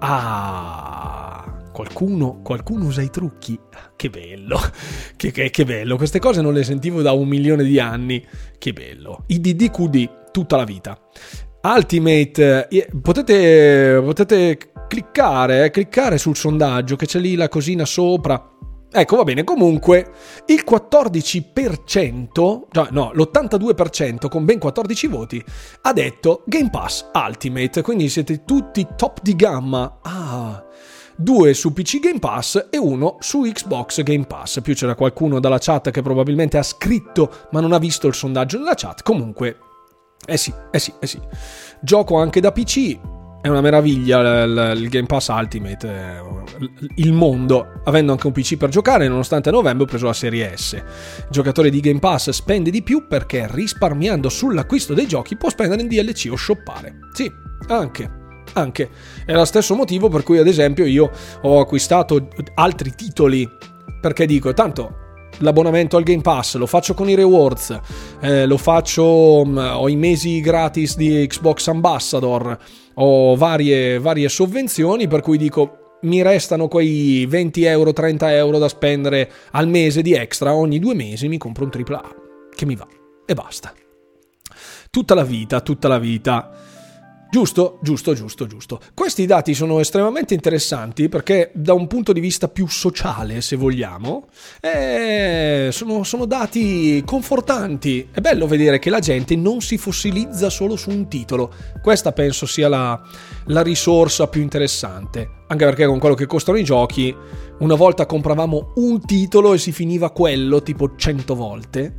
Qualcuno usa i trucchi. Che bello. Che bello. Queste cose non le sentivo da 1.000.000 di anni. Che bello. I DDQD tutta la vita. Ultimate, potete cliccare sul sondaggio che c'è lì la cosina sopra. Ecco, va bene. Comunque il 14%, no, l'82% con ben 14 voti ha detto Game Pass Ultimate, quindi siete tutti top di gamma. 2 su PC Game Pass e 1 su Xbox Game Pass. Più c'era qualcuno dalla chat che probabilmente ha scritto ma non ha visto il sondaggio nella chat. Comunque sì. Gioco anche da PC. È una meraviglia il Game Pass Ultimate, il mondo, avendo anche un PC per giocare, nonostante a novembre ho preso la serie S. Il giocatore di Game Pass spende di più perché risparmiando sull'acquisto dei giochi può spendere in DLC o shoppare. Sì, anche. È lo stesso motivo per cui ad esempio io ho acquistato altri titoli, perché dico, tanto l'abbonamento al Game Pass lo faccio con i rewards, ho i mesi gratis di Xbox Ambassador, ho varie sovvenzioni, per cui dico mi restano quei 20 euro, 30 euro da spendere al mese di extra. Ogni 2 mesi mi compro un AAA che mi va e basta. Tutta la vita. Giusto. Questi dati sono estremamente interessanti perché da un punto di vista più sociale, se vogliamo, sono dati confortanti. È bello vedere che la gente non si fossilizza solo su un titolo. Questa penso sia la risorsa più interessante, anche perché con quello che costano i giochi, una volta compravamo un titolo e si finiva quello tipo 100 volte.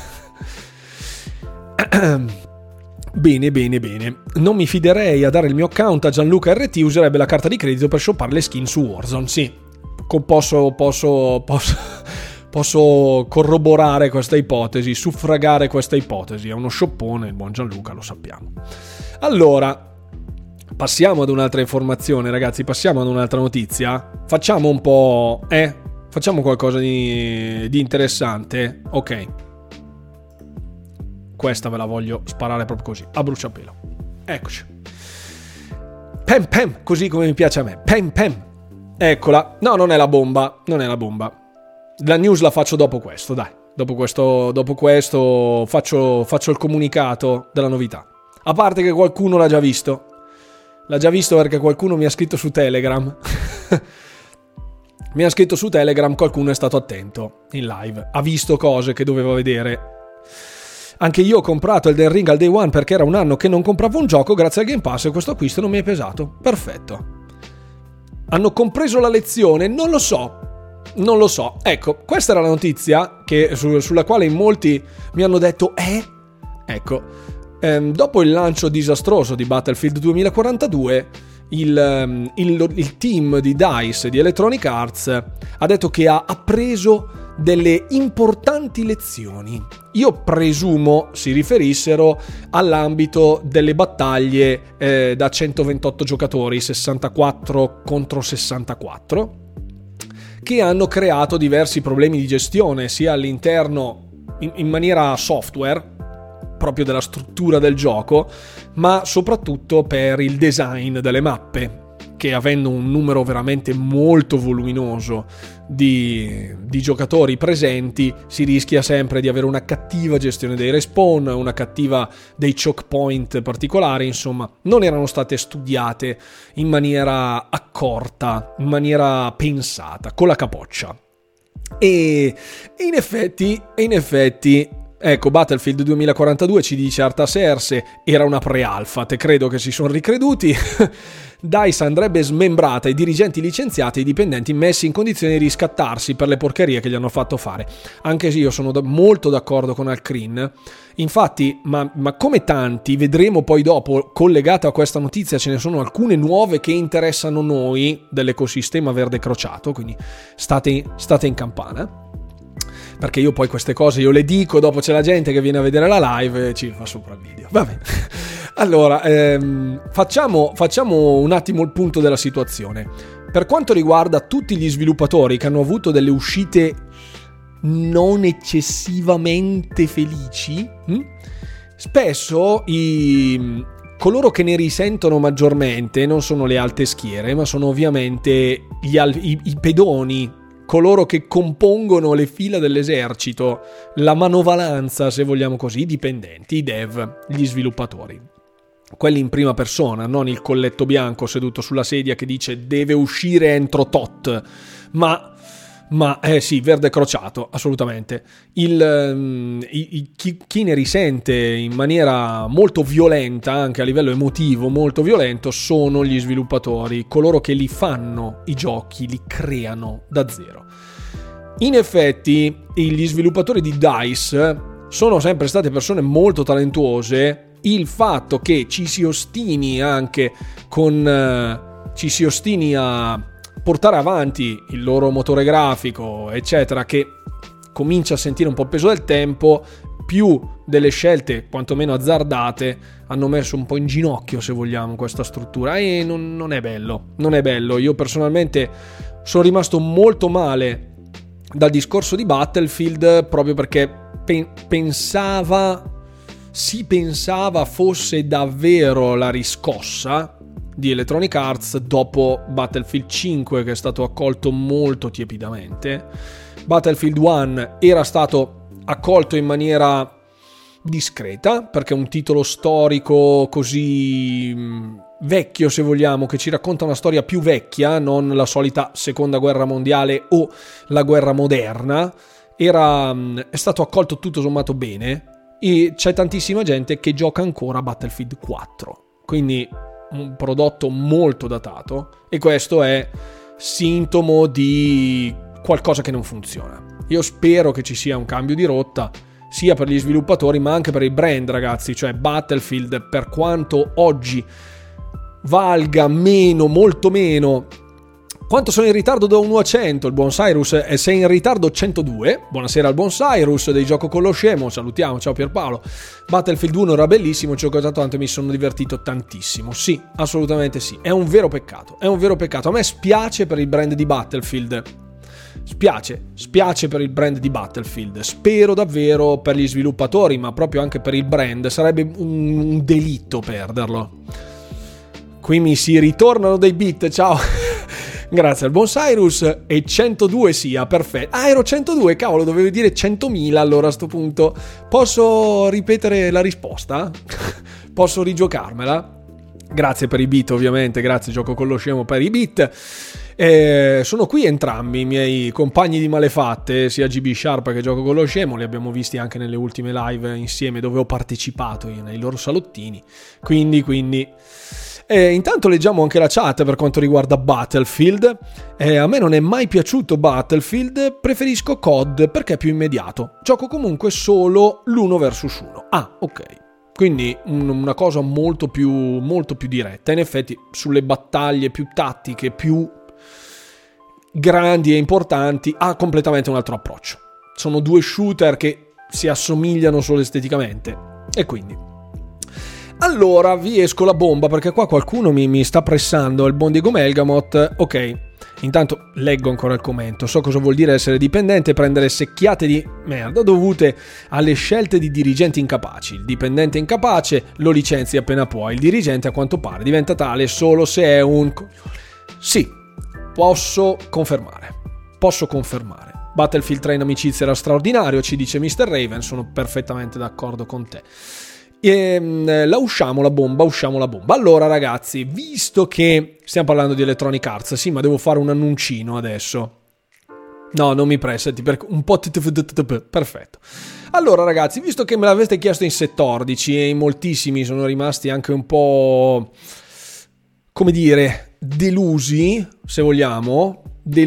Bene. Non mi fiderei a dare il mio account a Gianluca RT, userebbe la carta di credito per shoppare le skin su Warzone. Sì, posso corroborare questa ipotesi, suffragare questa ipotesi. È uno shoppone, il buon Gianluca, lo sappiamo. Allora, passiamo ad un'altra informazione, ragazzi, passiamo ad un'altra notizia. Facciamo un po', facciamo qualcosa di interessante. Ok. Questa ve la voglio sparare proprio così, a bruciapelo. Eccoci. Pem, così come mi piace a me. Pem. Eccola. No, non è la bomba. La news la faccio dopo questo, dai. Dopo questo faccio il comunicato della novità. A parte che qualcuno l'ha già visto. Perché qualcuno mi ha scritto su Telegram. Qualcuno è stato attento in live. Ha visto cose che doveva vedere. Anche io ho comprato Elden Ring al day one perché era un anno che non compravo un gioco, grazie al Game Pass, e questo acquisto non mi è pesato. Perfetto. Hanno compreso la lezione? Non lo so. Ecco, questa era la notizia sulla quale in molti mi hanno detto Ecco, dopo il lancio disastroso di Battlefield 2042, il team di DICE, di Electronic Arts, ha detto che ha appreso delle importanti lezioni. Io presumo si riferissero all'ambito delle battaglie da 128 giocatori, 64 contro 64, che hanno creato diversi problemi di gestione, sia all'interno in maniera software, proprio della struttura del gioco, ma soprattutto per il design delle mappe, che avendo un numero veramente molto voluminoso di giocatori presenti si rischia sempre di avere una cattiva gestione dei respawn, una cattiva dei choke point particolari. Insomma, non erano state studiate in maniera accorta, in maniera pensata, con la capoccia. E in effetti ecco, Battlefield 2042 ci dice Artaserse era una pre-alpha, te credo che si sono ricreduti. DICE andrebbe smembrata, i dirigenti licenziati e i dipendenti messi in condizione di riscattarsi per le porcherie che gli hanno fatto fare. Anche se io sono molto d'accordo con Alcrin. Infatti, ma come tanti, vedremo poi dopo, collegato a questa notizia, ce ne sono alcune nuove che interessano noi dell'ecosistema verde crociato, quindi state in campana. Perché io poi queste cose io le dico, dopo c'è la gente che viene a vedere la live e ci fa sopra il video. Va bene. Allora, facciamo un attimo il punto della situazione. Per quanto riguarda tutti gli sviluppatori che hanno avuto delle uscite non eccessivamente felici, spesso coloro che ne risentono maggiormente non sono le alte schiere, ma sono ovviamente i pedoni, coloro che compongono le fila dell'esercito, la manovalanza, se vogliamo così, i dipendenti, i dev, gli sviluppatori. Quelli in prima persona, non il colletto bianco seduto sulla sedia che dice deve uscire entro tot, ma sì, verde crociato, assolutamente. Chi ne risente in maniera molto violenta, anche a livello emotivo molto violento, sono gli sviluppatori, coloro che li fanno i giochi, li creano da zero. In effetti, gli sviluppatori di DICE sono sempre state persone molto talentuose. Il fatto che ci si ostini anche ci si ostini a portare avanti il loro motore grafico, eccetera, che comincia a sentire un po' il peso del tempo, più delle scelte quantomeno azzardate hanno messo un po' in ginocchio, se vogliamo, questa struttura, e non è bello. Io personalmente sono rimasto molto male dal discorso di Battlefield, proprio perché si pensava fosse davvero la riscossa di Electronic Arts dopo Battlefield 5, che è stato accolto molto tiepidamente. Battlefield 1 era stato accolto in maniera discreta, perché è un titolo storico così vecchio, se vogliamo, che ci racconta una storia più vecchia, non la solita seconda guerra mondiale o la guerra moderna. È stato accolto tutto sommato bene, e c'è tantissima gente che gioca ancora Battlefield 4, quindi un prodotto molto datato, e questo è sintomo di qualcosa che non funziona. Io spero che ci sia un cambio di rotta sia per gli sviluppatori ma anche per il brand, ragazzi. Cioè Battlefield, per quanto oggi valga molto meno. Quanto sono in ritardo da 1 a 100? Il buon Cyrus sei in ritardo 102. Buonasera al buon Cyrus dei Gioco con lo Scemo, salutiamo, ciao Pierpaolo. Battlefield 1 era bellissimo, ci ho giocato tanto e mi sono divertito tantissimo. Sì, assolutamente sì, è un vero peccato. A me spiace per il brand di Battlefield. Spiace per il brand di Battlefield. Spero davvero per gli sviluppatori, ma proprio anche per il brand, sarebbe un delitto perderlo. Qui mi si ritornano dei bit, ciao. Grazie al buon Cyrus. E 102 sia, perfetto. Ero 102, cavolo, dovevo dire 100.000 allora a sto punto. Posso ripetere la risposta? Posso rigiocarmela? Grazie per i beat, ovviamente, grazie Gioco con lo Scemo per i beat. Sono qui entrambi i miei compagni di malefatte, sia GB Sharp che Gioco con lo Scemo, li abbiamo visti anche nelle ultime live insieme dove ho partecipato io nei loro salottini, quindi intanto leggiamo anche la chat per quanto riguarda Battlefield. A me non è mai piaciuto Battlefield, preferisco COD perché è più immediato, gioco comunque solo l'1 versus 1. Ah, ok, quindi una cosa molto più diretta. In effetti sulle battaglie più tattiche, più grandi e importanti, ha completamente un altro approccio. Sono due shooter che si assomigliano solo esteticamente, e quindi allora vi esco la bomba, perché qua qualcuno mi sta pressando, il buon Diego Melgamot. Ok, intanto leggo ancora il commento. So cosa vuol dire essere dipendente e prendere secchiate di merda dovute alle scelte di dirigenti incapaci. Il dipendente incapace lo licenzi appena può, il dirigente a quanto pare diventa tale solo se è un... Sì, posso confermare. Battlefield 3 in amicizia era straordinario, ci dice Mr. Raven, sono perfettamente d'accordo con te. Usciamo la bomba. Allora ragazzi, visto che stiamo parlando di Electronic Arts, sì, ma devo fare un annuncino adesso. No, non mi pressati, un po' perfetto. Allora ragazzi, visto che me l'avete chiesto in 14 e in moltissimi sono rimasti anche un po', come dire, delusi, se vogliamo,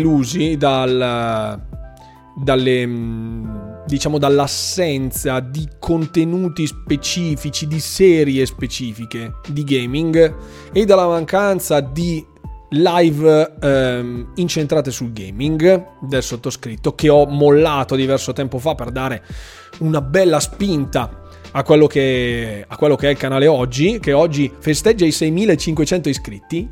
dall'assenza di contenuti specifici, di serie specifiche di gaming e dalla mancanza di live incentrate sul gaming del sottoscritto, che ho mollato diverso tempo fa per dare una bella spinta a quello che è il canale oggi, che oggi festeggia i 6.500 iscritti.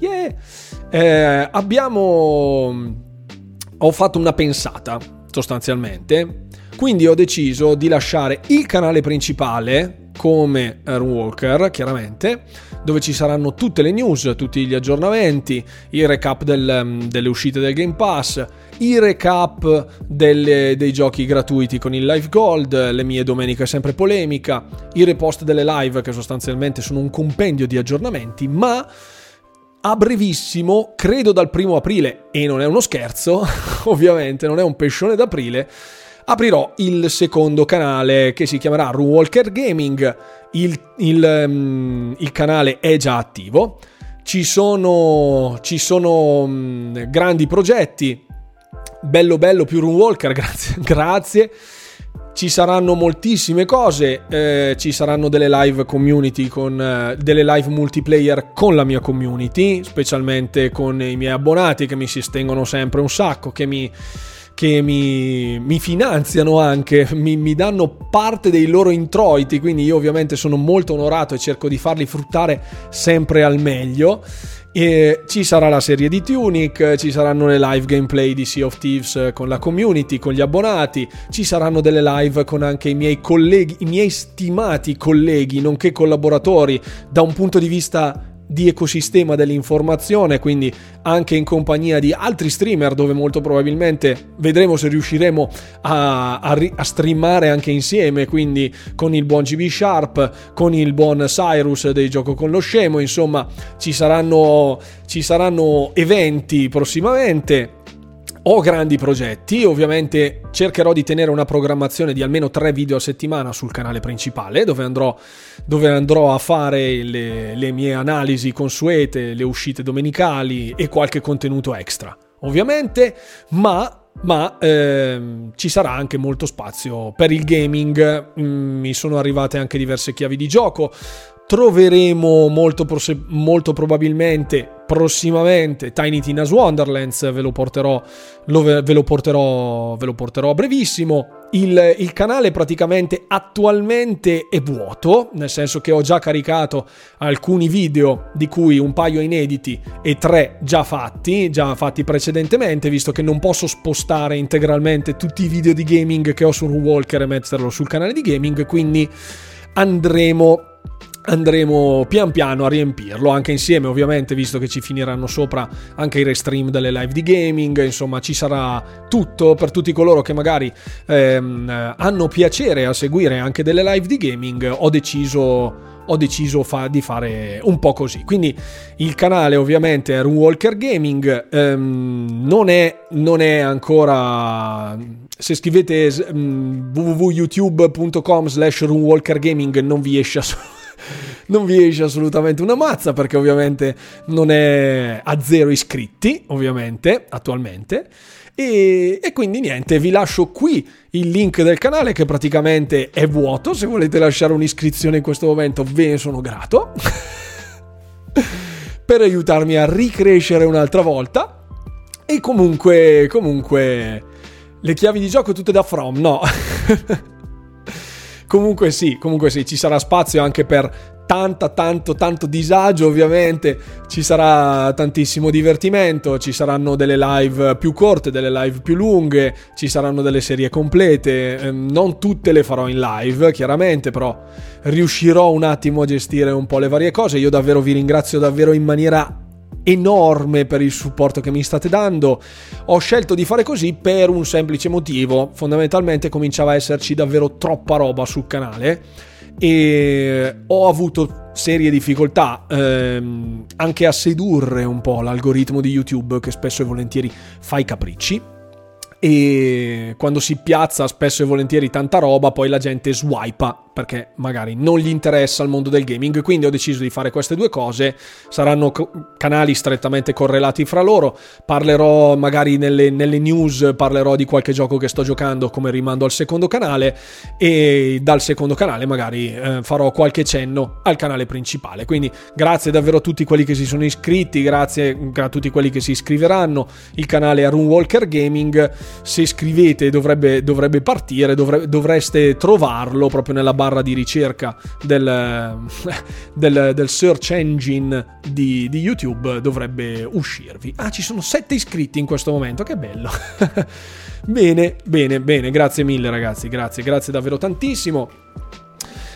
Ho fatto una pensata sostanzialmente, quindi ho deciso di lasciare il canale principale come Runewalker, chiaramente, dove ci saranno tutte le news, tutti gli aggiornamenti, i recap delle uscite del Game Pass, i recap dei giochi gratuiti con il Live Gold, le mie domeniche sempre polemica, i repost delle live che sostanzialmente sono un compendio di aggiornamenti, ma a brevissimo, credo dal 1 aprile, e non è uno scherzo, ovviamente non è un pescione d'aprile, aprirò il secondo canale che si chiamerà Runewalker Gaming. Il canale è già attivo, ci sono grandi progetti, bello più Runewalker, grazie. Ci saranno moltissime cose, ci saranno delle live community delle live multiplayer con la mia community, specialmente con i miei abbonati che mi sostengono sempre un sacco, che mi finanziano anche, mi danno parte dei loro introiti, quindi io ovviamente sono molto onorato e cerco di farli fruttare sempre al meglio. E ci sarà la serie di Tunic, ci saranno le live gameplay di Sea of Thieves con la community, con gli abbonati, ci saranno delle live con anche i miei colleghi, i miei stimati colleghi, nonché collaboratori da un punto di vista di ecosistema dell'informazione, quindi anche in compagnia di altri streamer, dove molto probabilmente vedremo se riusciremo a streamare anche insieme, quindi con il buon GB Sharp, con il buon Cyrus dei Gioco con lo Scemo. Insomma, ci saranno eventi prossimamente. Ho grandi progetti, ovviamente cercherò di tenere una programmazione di almeno 3 video a settimana sul canale principale, dove andrò a fare le mie analisi consuete, le uscite domenicali e qualche contenuto extra, ovviamente, ma ci sarà anche molto spazio per il gaming. Mi sono arrivate anche diverse chiavi di gioco. Troveremo molto probabilmente prossimamente Tiny Tina's Wonderlands, ve lo porterò a brevissimo. Il canale praticamente attualmente è vuoto, nel senso che ho già caricato alcuni video, di cui un paio inediti e 3 già fatti precedentemente, visto che non posso spostare integralmente tutti i video di gaming che ho su Runewalker e metterlo sul canale di gaming, quindi andremo pian piano a riempirlo, anche insieme ovviamente, visto che ci finiranno sopra anche i restream delle live di gaming. Insomma, ci sarà tutto per tutti coloro che magari hanno piacere a seguire anche delle live di gaming. Ho deciso di fare un po' così. Quindi il canale ovviamente è Runewalker Gaming, non è ancora, se scrivete www.youtube.com/runewalkergaming non vi esce assolutamente una mazza, perché ovviamente non è a 0 iscritti, ovviamente, attualmente. E quindi niente, vi lascio qui il link del canale, che praticamente è vuoto. Se volete lasciare un'iscrizione in questo momento, ve ne sono grato per aiutarmi a ricrescere un'altra volta. E comunque le chiavi di gioco tutte da From, no? Comunque sì, ci sarà spazio anche per tanto disagio, ovviamente. Ci sarà tantissimo divertimento, ci saranno delle live più corte, delle live più lunghe, ci saranno delle serie complete. Non tutte le farò in live, chiaramente, però riuscirò un attimo a gestire un po' le varie cose. Io davvero vi ringrazio davvero in maniera enorme per il supporto che mi state dando. Ho scelto di fare così per un semplice motivo: fondamentalmente cominciava a esserci davvero troppa roba sul canale e ho avuto serie difficoltà anche a sedurre un po' l'algoritmo di YouTube, che spesso e volentieri fa i capricci, e quando si piazza spesso e volentieri tanta roba, poi la gente swipa perché magari non gli interessa il mondo del gaming. Quindi ho deciso di fare queste due cose. Saranno canali strettamente correlati fra loro. Parlerò magari nelle news, parlerò di qualche gioco che sto giocando come rimando al secondo canale, e dal secondo canale magari farò qualche cenno al canale principale. Quindi grazie davvero a tutti quelli che si sono iscritti, grazie a tutti quelli che si iscriveranno. Il canale è Runewalker Gaming. Se scrivete dovrebbe partire, dovreste trovarlo proprio nella barra di ricerca del search engine di YouTube, dovrebbe uscirvi. Ci sono 7 iscritti in questo momento, che bello. Bene, grazie mille ragazzi, grazie davvero tantissimo.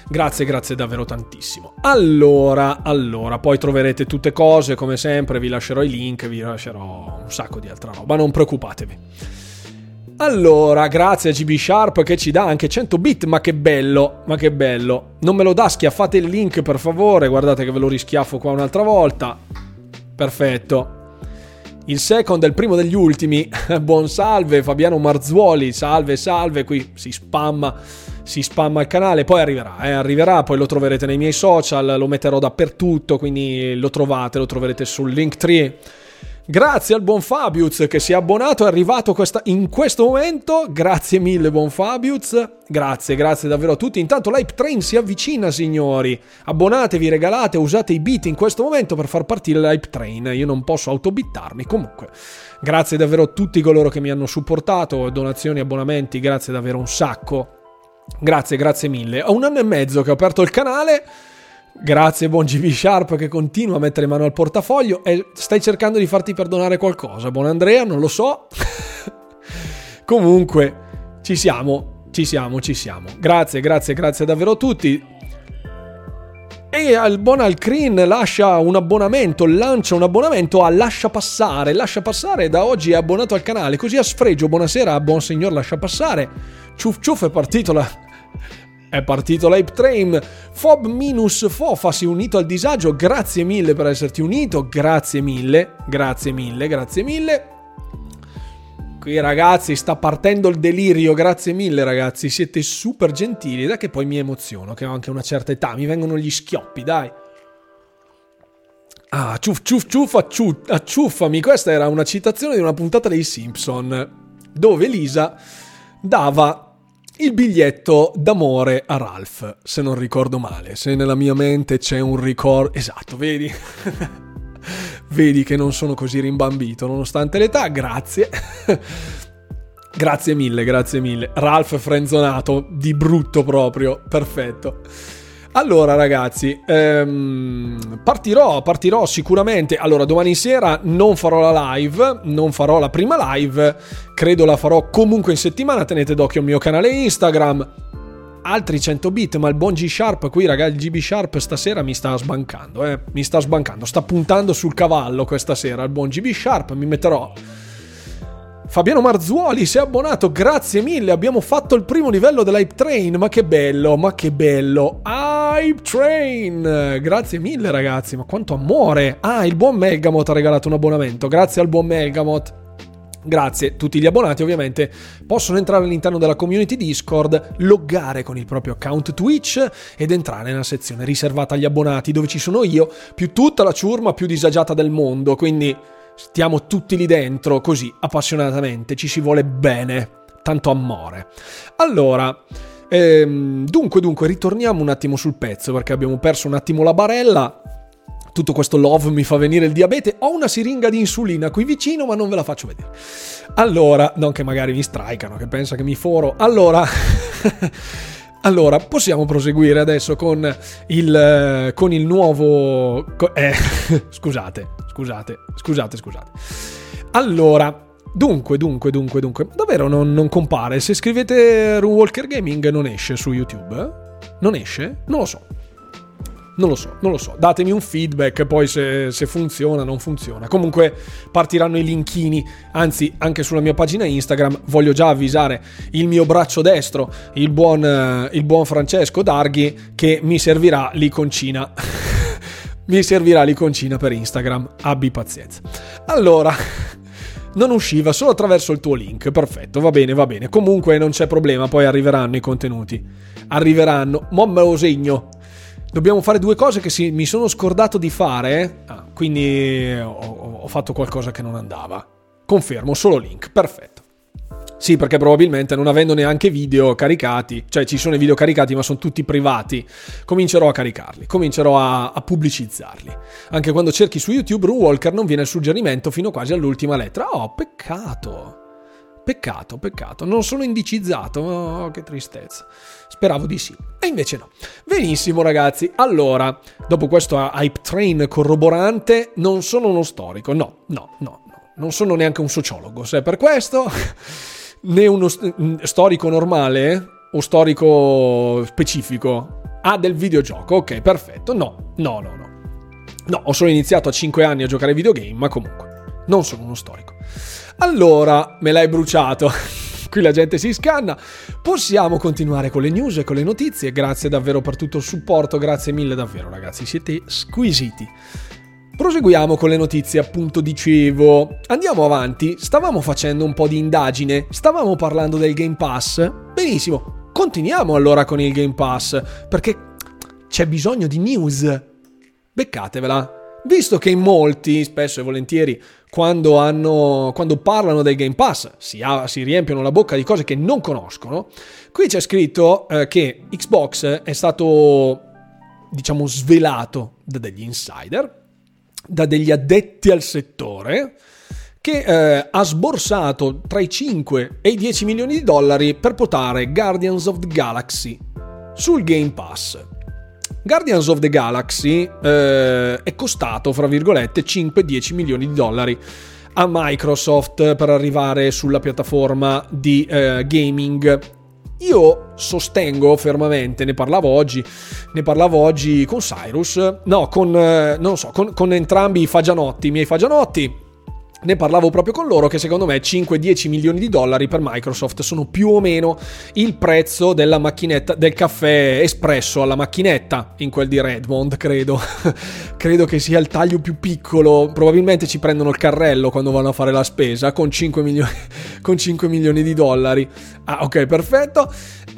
Grazie davvero tantissimo. Allora, poi troverete tutte cose, come sempre, vi lascerò i link, vi lascerò un sacco di altra roba, non preoccupatevi. Allora, grazie a GB Sharp che ci dà anche 100 bit, ma che bello. Non me lo dà, schiaffate il link per favore, guardate che ve lo rischiaffo qua un'altra volta. Perfetto. Il second è il primo degli ultimi. Buon salve Fabiano Marzuoli, salve, qui si spamma il canale, poi arriverà, poi lo troverete nei miei social, lo metterò dappertutto, quindi lo troverete sul Linktree. Grazie al buon Fabius che si è abbonato, è arrivato in questo momento, grazie mille buon Fabius, grazie davvero a tutti. Intanto l'Hype Train si avvicina, signori, abbonatevi, regalate, usate i bit in questo momento per far partire l'Hype Train, io non posso autobittarmi, comunque grazie davvero a tutti coloro che mi hanno supportato, donazioni, abbonamenti, grazie davvero un sacco, grazie mille. Ho 1 anno e mezzo che ho aperto il canale. Grazie buon GB Sharp che continua a mettere mano al portafoglio e stai cercando di farti perdonare qualcosa, buon Andrea, non lo so. Comunque ci siamo. Grazie davvero a tutti. E al buon Alcrin lancia un abbonamento a Lascia Passare da oggi è abbonato al canale, così a sfregio. Buonasera buon signor Lascia Passare. Ciuf è partito l'Hype Train. Fob-Fofa si è unito al disagio, grazie mille per esserti unito, grazie mille. Qui ragazzi sta partendo il delirio, grazie mille ragazzi, siete super gentili, dai che poi mi emoziono, che ho anche una certa età, mi vengono gli schioppi, dai. Ah, acciuffami, questa era una citazione di una puntata dei Simpson, dove Lisa dava il biglietto d'amore a Ralph, se non ricordo male, se nella mia mente c'è un ricordo... Esatto, vedi? Vedi che non sono così rimbambito, nonostante l'età, grazie. Grazie mille. Ralph frenzonato, di brutto proprio, perfetto. Allora ragazzi, partirò sicuramente. Allora domani sera non farò la live, non farò la prima live, credo la farò comunque in settimana, tenete d'occhio il mio canale Instagram. Altri 100 bit, ma il buon G Sharp qui ragazzi, il GB Sharp stasera mi sta sbancando, sta puntando sul cavallo questa sera, il buon GB Sharp, mi metterò... Fabiano Marzuoli si è abbonato, grazie mille, abbiamo fatto il primo livello dell'Hype Train, ma che bello, Hype Train, grazie mille ragazzi, ma quanto amore. Il buon Melgamot ha regalato un abbonamento, grazie al buon Melgamot. Grazie, tutti gli abbonati ovviamente possono entrare all'interno della community Discord, loggare con il proprio account Twitch ed entrare nella sezione riservata agli abbonati, dove ci sono io, più tutta la ciurma più disagiata del mondo, quindi... stiamo tutti lì dentro, così, appassionatamente, ci si vuole bene, tanto amore. Allora, dunque, ritorniamo un attimo sul pezzo, perché abbiamo perso un attimo la barella. Tutto questo love mi fa venire il diabete. Ho una siringa di insulina qui vicino, ma non ve la faccio vedere. Allora, non che magari mi strikano, che pensa che mi foro. Allora... Allora, possiamo proseguire adesso con il nuovo... Scusate. Allora, dunque. Davvero non compare? Se scrivete Runewalker Gaming non esce su YouTube? Non esce? Non lo so. Datemi un feedback poi se funziona o non funziona. Comunque partiranno i linkini, anzi anche sulla mia pagina Instagram voglio già avvisare il mio braccio destro, il buon Francesco Darghi, che mi servirà l'iconcina. Mi servirà l'iconcina per Instagram, abbi pazienza. Allora, non usciva solo attraverso il tuo link, perfetto, va bene. Comunque non c'è problema, poi arriveranno i contenuti. Mo me lo segno. Dobbiamo fare 2 cose che mi sono scordato di fare, quindi ho fatto qualcosa che non andava. Confermo, solo link, perfetto. Sì, perché probabilmente non avendo neanche video caricati, cioè ci sono i video caricati ma sono tutti privati, comincerò a caricarli, comincerò a pubblicizzarli. Anche quando cerchi su YouTube Runewalker non viene il suggerimento fino quasi all'ultima lettera. Oh, peccato. Non sono indicizzato, oh, che tristezza. Speravo di sì, e invece no. Benissimo ragazzi, allora, dopo questo Hype Train corroborante, non sono uno storico, no. Non sono neanche un sociologo, se è per questo... né uno storico normale o storico specifico. Ah, del videogioco, ok, perfetto. No, ho solo iniziato a 5 anni a giocare ai videogame, ma comunque non sono uno storico. Allora, me l'hai bruciato. Qui la gente si scanna. Possiamo continuare con le news e con le notizie. Grazie davvero per tutto il supporto, grazie mille davvero ragazzi, siete squisiti. Proseguiamo con le notizie, appunto dicevo. Andiamo avanti, stavamo facendo un po' di indagine, stavamo parlando del Game Pass. Benissimo, continuiamo allora con il Game Pass, perché c'è bisogno di news. Beccatevela. Visto che in molti, spesso e volentieri, quando parlano del Game Pass si riempiono la bocca di cose che non conoscono, qui c'è scritto che Xbox è stato, diciamo, svelato da degli insider, da degli addetti al settore, che ha sborsato tra i 5 e i 10 milioni di dollari per portare Guardians of the Galaxy sul Game Pass. Guardians of the Galaxy è costato, fra virgolette, 5-10 milioni di dollari a Microsoft per arrivare sulla piattaforma di gaming. Io sostengo fermamente, ne parlavo oggi con Cyrus, con entrambi i miei fagianotti. Ne parlavo proprio con loro, che secondo me 5-10 milioni di dollari per Microsoft sono più o meno il prezzo della macchinetta del caffè espresso alla macchinetta, in quel di Redmond, credo che sia il taglio più piccolo. Probabilmente ci prendono il carrello quando vanno a fare la spesa con 5 milioni di dollari. Ah, ok, perfetto.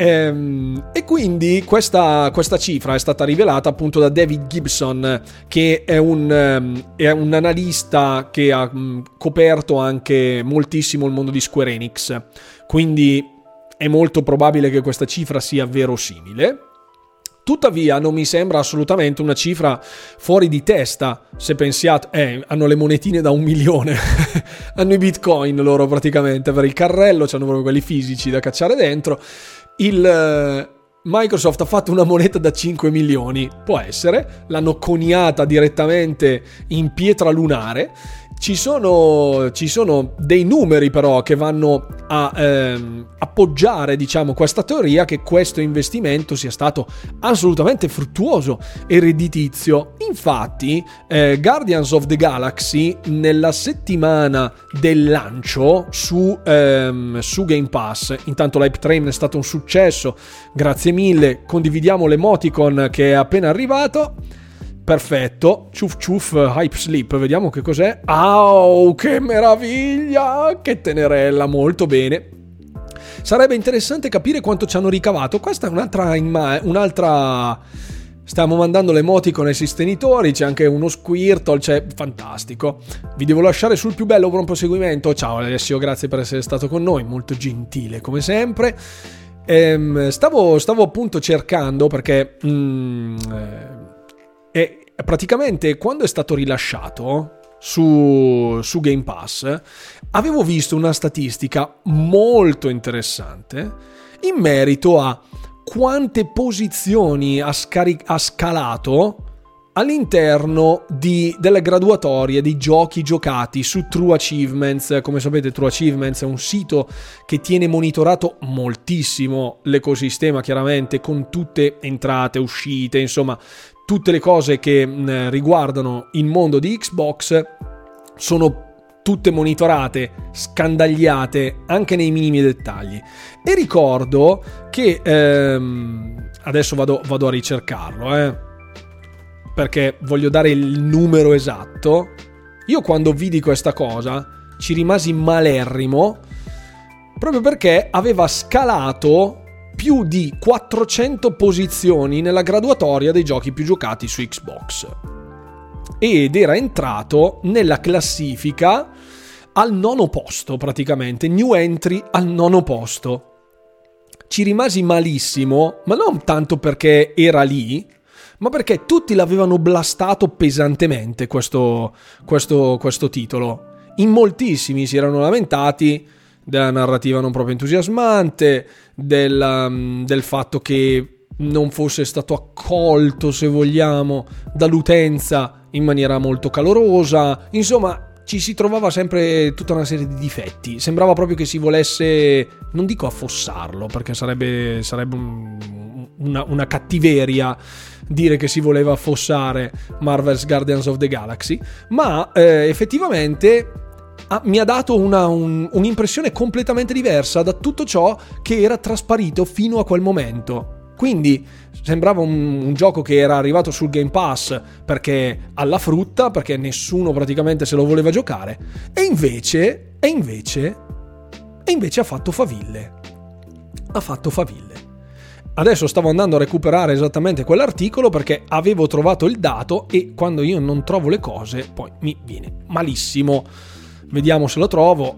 E quindi questa cifra è stata rivelata appunto da David Gibson, che è un analista che ha coperto anche moltissimo il mondo di Square Enix, quindi è molto probabile che questa cifra sia verosimile. Tuttavia non mi sembra assolutamente una cifra fuori di testa, se pensiate, hanno le monetine da 1 milione, hanno i bitcoin loro praticamente per il carrello, c'hanno proprio quelli fisici da cacciare dentro. Microsoft ha fatto una moneta da 5 milioni, può essere, l'hanno coniata direttamente in pietra lunare. Ci sono dei numeri però che vanno a appoggiare, diciamo, questa teoria che questo investimento sia stato assolutamente fruttuoso e redditizio. Infatti Guardians of the Galaxy nella settimana del lancio su Game Pass, intanto l'hype train è stato un successo, grazie mille, condividiamo l'emoticon che è appena arrivato. Perfetto, ciuf ciuf, hype sleep, vediamo che cos'è. Au, che meraviglia, che tenerella, molto bene. Sarebbe interessante capire quanto ci hanno ricavato. Questa è un'altra. Stiamo mandando l'emoticon ai sostenitori, c'è anche uno Squirtle, c'è fantastico. Vi devo lasciare sul più bello, buon proseguimento. Ciao Alessio, grazie per essere stato con noi, molto gentile come sempre. Stavo appunto cercando perché e praticamente quando è stato rilasciato su Game Pass avevo visto una statistica molto interessante in merito a quante posizioni ha scalato all'interno delle graduatorie dei giochi giocati su True Achievements. Come sapete, True Achievements è un sito che tiene monitorato moltissimo l'ecosistema, chiaramente, con tutte entrate, uscite, insomma tutte le cose che riguardano il mondo di Xbox sono tutte monitorate, scandagliate anche nei minimi dettagli. E ricordo che adesso vado a ricercarlo, perché voglio dare il numero esatto. Io quando vidi questa cosa ci rimasi malerrimo, proprio perché aveva scalato più di 400 posizioni nella graduatoria dei giochi più giocati su Xbox ed era entrato nella classifica al 9° posto, praticamente new entry al 9° posto. Ci rimasi malissimo, ma non tanto perché era lì, ma perché tutti l'avevano blastato pesantemente questo titolo. In moltissimi si erano lamentati della narrativa non proprio entusiasmante, del fatto che non fosse stato accolto, se vogliamo, dall'utenza in maniera molto calorosa. Insomma, ci si trovava sempre tutta una serie di difetti. Sembrava proprio che si volesse, non dico affossarlo, perché sarebbe un una cattiveria dire che si voleva affossare Marvel's Guardians of the Galaxy, ma effettivamente mi ha dato un'impressione completamente diversa da tutto ciò che era trasparito fino a quel momento. Quindi sembrava un gioco che era arrivato sul Game Pass perché alla frutta, perché nessuno praticamente se lo voleva giocare, e invece ha fatto faville. Adesso stavo andando a recuperare esattamente quell'articolo perché avevo trovato il dato, e quando io non trovo le cose poi mi viene malissimo. Vediamo se lo trovo.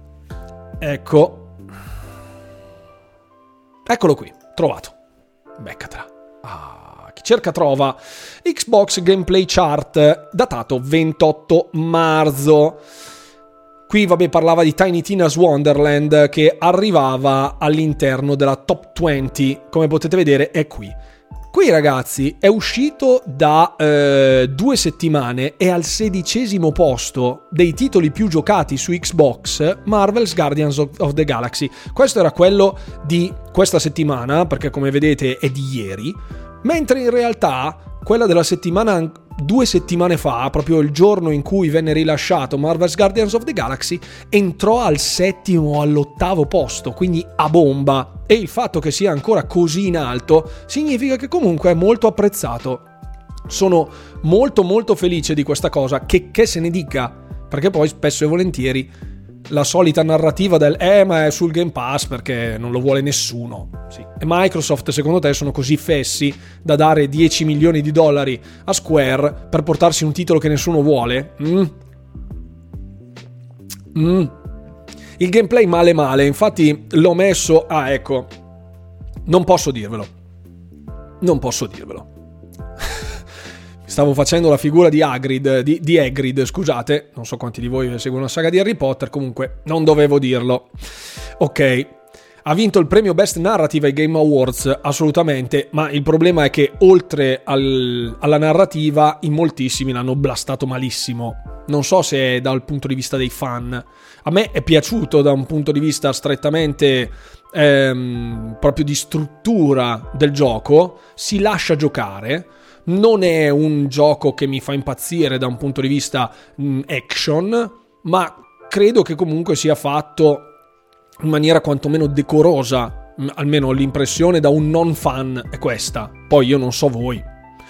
Eccolo qui, trovato. Beccatela. Chi cerca trova. Xbox Gameplay Chart, datato 28 marzo. Qui parlava di Tiny Tina's Wonderland, che arrivava all'interno della top 20. Come potete vedere è qui. Qui, ragazzi, è uscito da 2 settimane, e al 16° posto dei titoli più giocati su Xbox Marvel's Guardians of the Galaxy. Questo era quello di questa settimana, perché come vedete è di ieri, mentre in realtà quella della settimana 2 settimane fa, proprio il giorno in cui venne rilasciato Marvel's Guardians of the Galaxy, entrò al 7° o all'8° posto, quindi a bomba. E il fatto che sia ancora così in alto significa che comunque è molto apprezzato. Sono molto molto felice di questa cosa, che se ne dica, perché poi spesso e volentieri la solita narrativa del ma è sul Game Pass perché non lo vuole nessuno. Sì. E Microsoft, secondo te, sono così fessi da dare $10 milioni a Square per portarsi un titolo che nessuno vuole? Il gameplay male, infatti l'ho messo. Ecco, non posso dirvelo. Stavo facendo la figura di Hagrid, scusate, non so quanti di voi seguono la saga di Harry Potter, comunque non dovevo dirlo. Ok, ha vinto il premio Best Narrative ai Game Awards, assolutamente, ma il problema è che oltre alla narrativa in moltissimi l'hanno blastato malissimo. Non so se è dal punto di vista dei fan. A me è piaciuto da un punto di vista strettamente proprio di struttura del gioco, si lascia giocare. Non è un gioco che mi fa impazzire da un punto di vista action, ma credo che comunque sia fatto in maniera quantomeno decorosa. Almeno l'impressione da un non fan è questa. Poi io non so voi.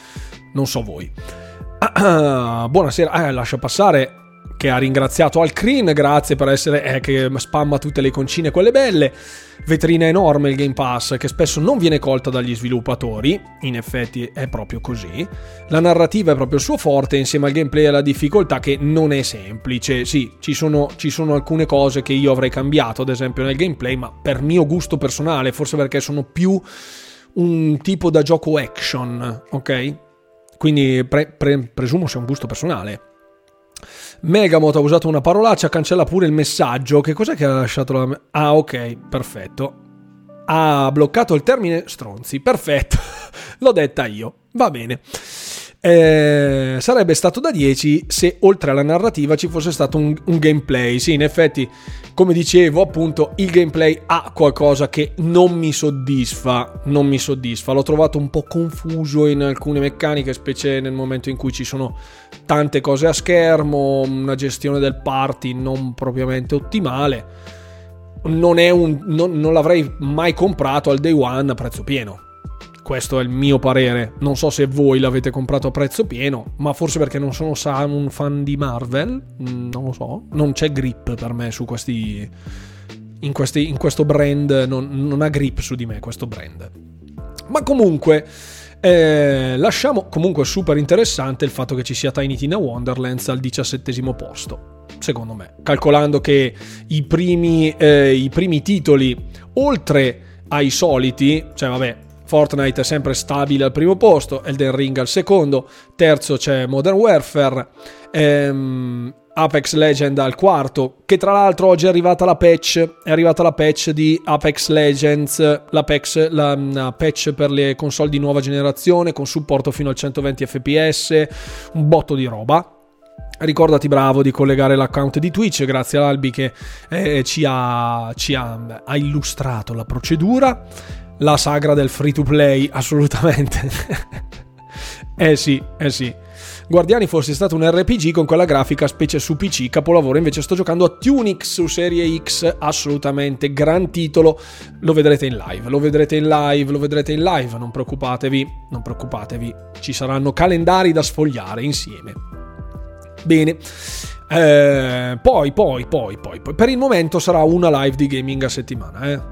Buonasera, lascia passare che ha ringraziato Alcreen, grazie per essere che spamma tutte le concine quelle belle. Vetrina enorme il Game Pass, che spesso non viene colta dagli sviluppatori, in effetti è proprio così. La narrativa è proprio il suo forte, insieme al gameplay e alla difficoltà, che non è semplice. Sì, ci sono alcune cose che io avrei cambiato, ad esempio nel gameplay, ma per mio gusto personale, forse perché sono più un tipo da gioco action, ok? Quindi presumo sia un gusto personale. Megamot ha usato una parolaccia, cancella pure il messaggio. Che cos'è che ha lasciato ok, perfetto. Ha bloccato il termine stronzi, perfetto. L'ho detta io, va bene. Sarebbe stato da 10 se oltre alla narrativa ci fosse stato un gameplay. Sì, in effetti, come dicevo, appunto, il gameplay ha qualcosa che non mi soddisfa. L'ho trovato un po' confuso in alcune meccaniche, specie nel momento in cui ci sono tante cose a schermo, una gestione del party non propriamente ottimale. Non l'avrei mai comprato al day one a prezzo pieno. Questo è il mio parere. Non so se voi l'avete comprato a prezzo pieno, ma forse perché non sono un fan di Marvel, non lo so. Non c'è grip per me su questi. In questo brand, non ha grip su di me questo brand. Ma comunque, lasciamo comunque super interessante il fatto che ci sia Tiny Tina Wonderlands al 17° posto, secondo me. Calcolando che i primi titoli, oltre ai soliti, cioè vabbè, Fortnite è sempre stabile al primo posto, Elden Ring al secondo, terzo c'è Modern Warfare, Apex Legends al quarto, che tra l'altro oggi è arrivata la patch di Apex Legends, la patch per le console di nuova generazione con supporto fino al 120 fps, un botto di roba. Ricordati, bravo, di collegare l'account di Twitch, grazie all'Albi che ci ha illustrato la procedura. la sagra del free to play, assolutamente. Sì. Guardiani fosse stato un RPG con quella grafica, specie su PC, capolavoro. Invece sto giocando a Tunic su Serie X, assolutamente gran titolo. Lo vedrete in live, non preoccupatevi, ci saranno calendari da sfogliare insieme. Bene. Poi per il momento sarà una live di gaming a settimana,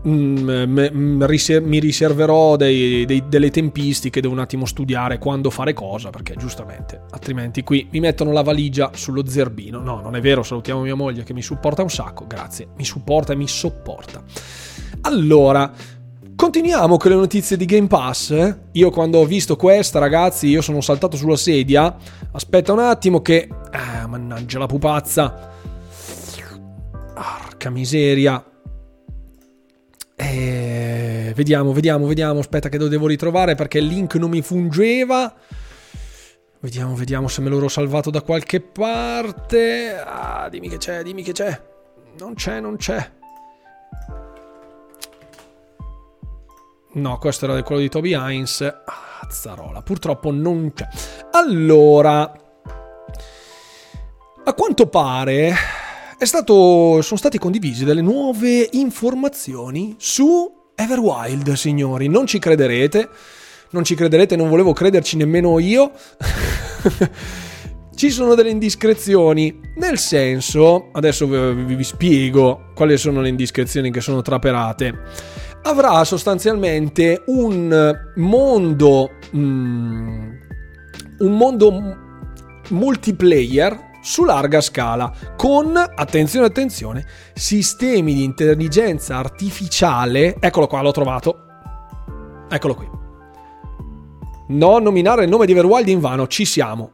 mi riserverò delle tempistiche, devo un attimo studiare quando fare cosa, perché giustamente altrimenti qui mi mettono la valigia sullo zerbino. No, non è vero, salutiamo mia moglie che mi supporta un sacco, grazie, mi supporta e mi sopporta. Allora, continuiamo con le notizie di Game Pass. Io quando ho visto questa, ragazzi, io sono saltato sulla sedia. Aspetta un attimo che mannaggia la pupazza, porca miseria. Vediamo, aspetta che lo devo ritrovare perché il link non mi fungeva. Vediamo se me l'ho salvato da qualche parte. Dimmi che c'è. Non c'è. No, questo era quello di Toby Hines. Zzarola, purtroppo non c'è. Allora, a quanto pare sono stati condivisi delle nuove informazioni su Everwild, signori. Non ci crederete, non volevo crederci nemmeno io. Ci sono delle indiscrezioni, nel senso, adesso vi spiego quali sono le indiscrezioni che sono traperate. Avrà sostanzialmente un mondo multiplayer su larga scala con, attenzione, sistemi di intelligenza artificiale. Eccolo qua, l'ho trovato. Eccolo qui. Non nominare il nome di Everwild in vano, ci siamo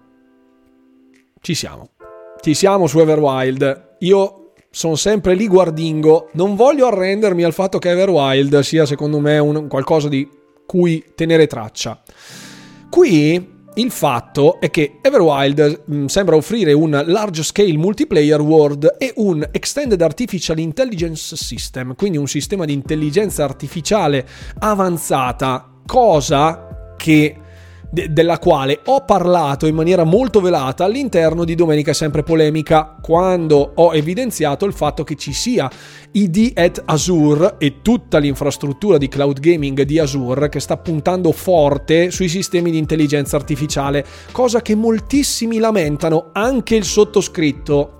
su Everwild. Io sono sempre lì guardingo, non voglio arrendermi al fatto che Everwild sia secondo me un qualcosa di cui tenere traccia. Qui il fatto è che Everwild sembra offrire un large scale multiplayer world e un extended artificial intelligence system, quindi un sistema di intelligenza artificiale avanzata, cosa che della quale ho parlato in maniera molto velata all'interno di Domenica è sempre polemica, quando ho evidenziato il fatto che ci sia ID at Azure e tutta l'infrastruttura di cloud gaming di Azure che sta puntando forte sui sistemi di intelligenza artificiale, cosa che moltissimi lamentano, anche il sottoscritto.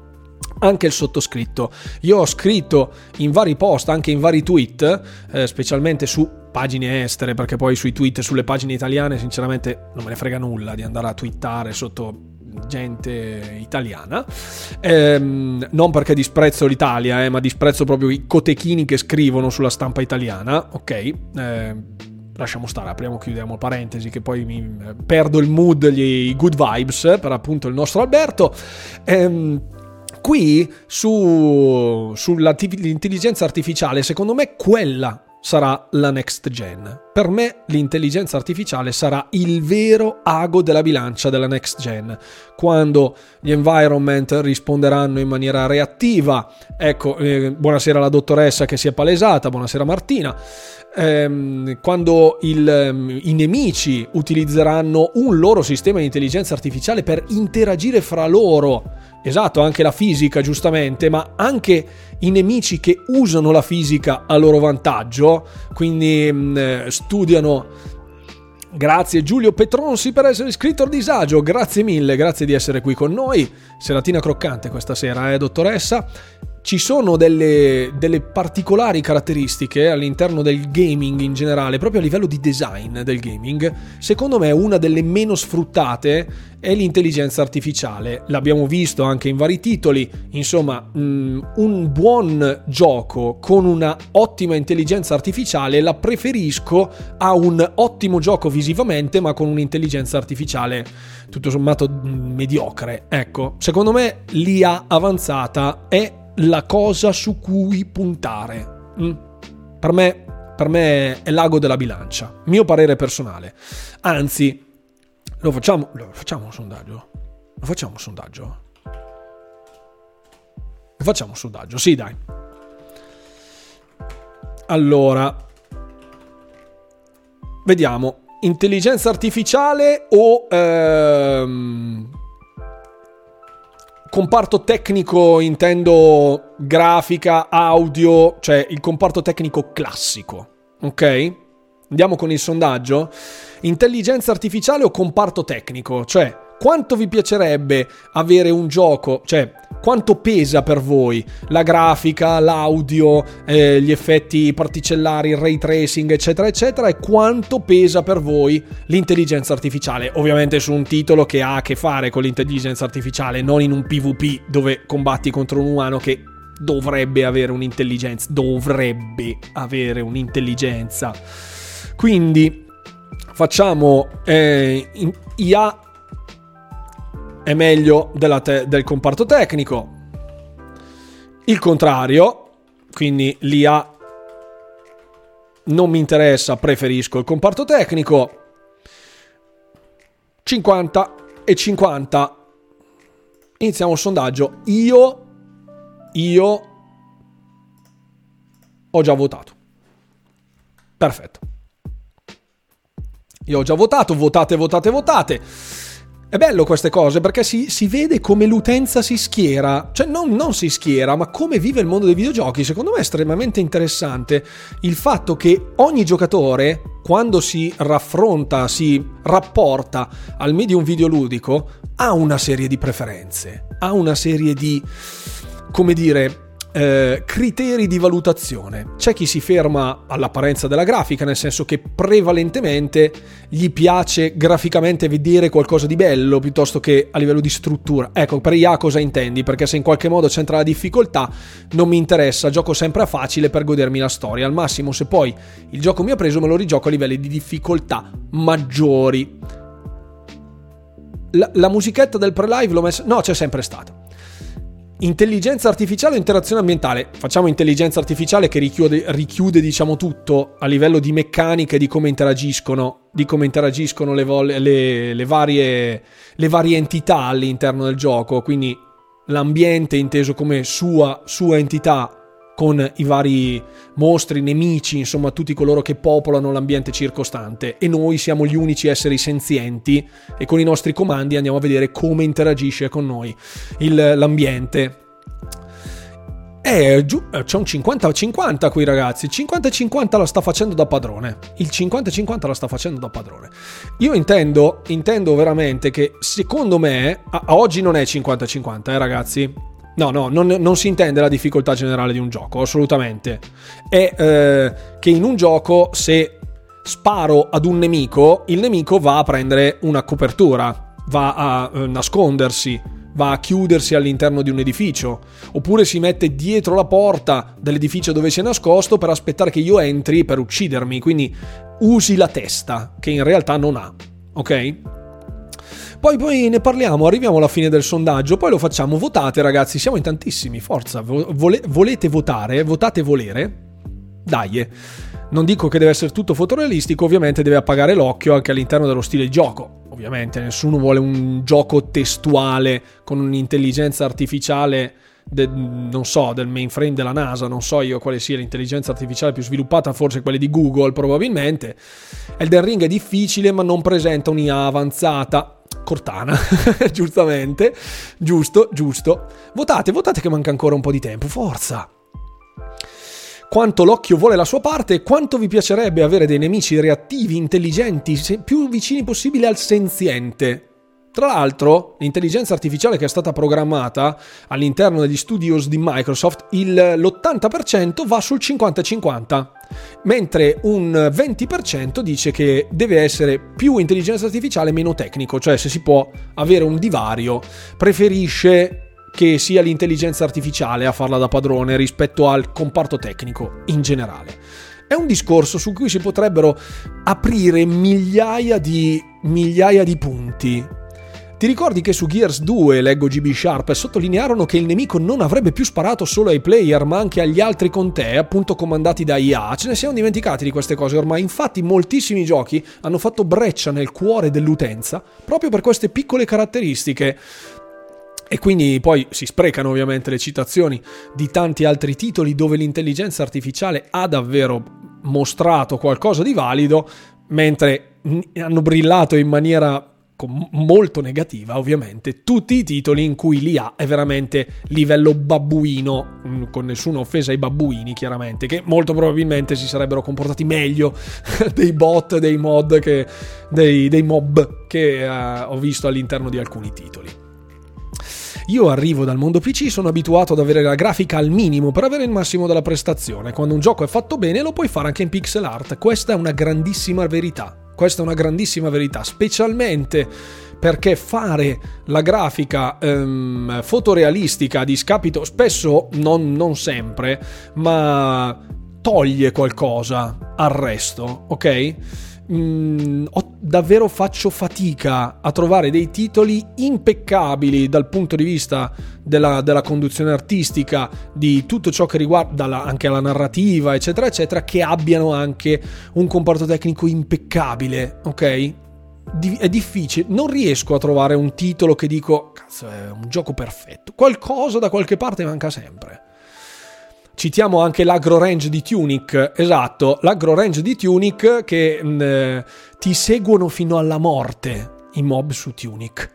Io ho scritto in vari post, anche in vari tweet, specialmente su pagine estere, perché poi sui tweet sulle pagine italiane sinceramente non me ne frega nulla di andare a twittare sotto gente italiana, non perché disprezzo l'Italia, ma disprezzo proprio i cotechini che scrivono sulla stampa italiana, ok? Lasciamo stare, apriamo, chiudiamo parentesi che poi mi perdo il mood, i good vibes per appunto il nostro Alberto. Qui sull'intelligenza artificiale, secondo me quella sarà la next gen. Per me l'intelligenza artificiale sarà il vero ago della bilancia della next gen, quando gli environment risponderanno in maniera reattiva. Ecco, buonasera alla dottoressa che si è palesata, buonasera Martina. Quando i nemici utilizzeranno un loro sistema di intelligenza artificiale per interagire fra loro. Esatto, anche la fisica giustamente, ma anche i nemici che usano la fisica a loro vantaggio, quindi studiano. Grazie Giulio Petronsi per essere iscritto al disagio, grazie mille, grazie di essere qui con noi. Seratina croccante questa sera, dottoressa. Ci sono delle particolari caratteristiche all'interno del gaming in generale, proprio a livello di design del gaming. Secondo me una delle meno sfruttate è l'intelligenza artificiale. L'abbiamo visto anche in vari titoli. Insomma, un buon gioco con una ottima intelligenza artificiale la preferisco a un ottimo gioco visivamente, ma con un'intelligenza artificiale tutto sommato mediocre. Ecco, secondo me l'IA avanzata è la cosa su cui puntare. Per me è l'ago della bilancia, mio parere personale. Anzi, lo facciamo un sondaggio. Facciamo un sondaggio, sì dai. Allora, vediamo, intelligenza artificiale o comparto tecnico, intendo grafica, audio, cioè il comparto tecnico classico, ok? Andiamo con il sondaggio. Intelligenza artificiale o comparto tecnico? Cioè, quanto vi piacerebbe avere un gioco, cioè quanto pesa per voi la grafica, l'audio, gli effetti particellari, il ray tracing, eccetera, eccetera, e quanto pesa per voi l'intelligenza artificiale? Ovviamente su un titolo che ha a che fare con l'intelligenza artificiale, non in un PvP dove combatti contro un umano che dovrebbe avere un'intelligenza. Quindi facciamo IA è meglio del comparto tecnico, il contrario, quindi l'IA non mi interessa, preferisco il comparto tecnico. 50 e 50. Iniziamo il sondaggio. Io ho già votato. Perfetto. Io ho già votato, votate. È bello queste cose perché si vede come l'utenza si schiera, cioè non si schiera, ma come vive il mondo dei videogiochi. Secondo me è estremamente interessante il fatto che ogni giocatore, quando si raffronta, si rapporta al medium videoludico, ha una serie di preferenze, ha una serie di, come dire, criteri di valutazione. C'è chi si ferma all'apparenza della grafica, nel senso che prevalentemente gli piace graficamente vedere qualcosa di bello piuttosto che a livello di struttura. Ecco, per IA cosa intendi? Perché se in qualche modo c'entra la difficoltà non mi interessa, gioco sempre a facile per godermi la storia. Al massimo, se poi il gioco mi ha preso, me lo rigioco a livelli di difficoltà maggiori. La musichetta del pre-live l'ho messa... No, c'è sempre stata. Intelligenza artificiale o interazione ambientale? Facciamo intelligenza artificiale che richiude diciamo tutto a livello di meccanica e di come interagiscono le varie entità all'interno del gioco, quindi l'ambiente inteso come sua entità con i vari mostri, nemici, insomma tutti coloro che popolano l'ambiente circostante, e noi siamo gli unici esseri senzienti e con i nostri comandi andiamo a vedere come interagisce con noi l'ambiente. C'è un 50-50 qui, ragazzi. Il 50-50 la sta facendo da padrone. Io intendo veramente che secondo me a oggi non è 50-50, ragazzi. No, non si intende la difficoltà generale di un gioco, assolutamente. È che in un gioco, se sparo ad un nemico, il nemico va a prendere una copertura, va a nascondersi, va a chiudersi all'interno di un edificio, oppure si mette dietro la porta dell'edificio dove si è nascosto per aspettare che io entri per uccidermi. Quindi usi la testa, che in realtà non ha, ok? Poi ne parliamo, arriviamo alla fine del sondaggio, poi lo facciamo. Votate, ragazzi, siamo in tantissimi, forza. Volete votare? Votate volere? Dai. Non dico che deve essere tutto fotorealistico, ovviamente deve appagare l'occhio anche all'interno dello stile di gioco. Ovviamente nessuno vuole un gioco testuale con un'intelligenza artificiale non so, del mainframe della NASA, non so io quale sia l'intelligenza artificiale più sviluppata, forse quelle di Google probabilmente. Elden Ring è difficile ma non presenta un'IA avanzata. Cortana, giustamente, giusto. Votate che manca ancora un po' di tempo, forza. Quanto l'occhio vuole la sua parte e quanto vi piacerebbe avere dei nemici reattivi, intelligenti, più vicini possibile al senziente. Tra l'altro, l'intelligenza artificiale che è stata programmata all'interno degli studios di Microsoft, l'80% va sul 50-50, mentre un 20% dice che deve essere più intelligenza artificiale, meno tecnico, cioè se si può avere un divario, preferisce che sia l'intelligenza artificiale a farla da padrone rispetto al comparto tecnico in generale. È un discorso su cui si potrebbero aprire migliaia di punti. Ti ricordi che su Gears 2, leggo GB Sharp, sottolinearono che il nemico non avrebbe più sparato solo ai player ma anche agli altri con te, appunto comandati da IA? Ce ne siamo dimenticati di queste cose ormai, infatti moltissimi giochi hanno fatto breccia nel cuore dell'utenza proprio per queste piccole caratteristiche. E quindi poi si sprecano ovviamente le citazioni di tanti altri titoli dove l'intelligenza artificiale ha davvero mostrato qualcosa di valido, mentre hanno brillato in maniera molto negativa, ovviamente, tutti i titoli in cui l'IA è veramente livello babbuino, con nessuna offesa ai babbuini, chiaramente, che molto probabilmente si sarebbero comportati meglio dei bot, dei mod, dei mob che ho visto all'interno di alcuni titoli. Io arrivo dal mondo PC, sono abituato ad avere la grafica al minimo per avere il massimo della prestazione. Quando un gioco è fatto bene lo puoi fare anche in pixel art. Questa è una grandissima verità. Specialmente perché fare la grafica fotorealistica a discapito, spesso, non sempre, ma toglie qualcosa al resto, ok? Davvero faccio fatica a trovare dei titoli impeccabili dal punto di vista della conduzione artistica, di tutto ciò che riguarda anche la narrativa, eccetera eccetera, che abbiano anche un comparto tecnico impeccabile, ok? È difficile, non riesco a trovare un titolo che dico cazzo è un gioco perfetto, qualcosa da qualche parte manca sempre. Citiamo anche l'aggro range di Tunic, esatto, l'aggro range di Tunic che ti seguono fino alla morte, i mob su Tunic.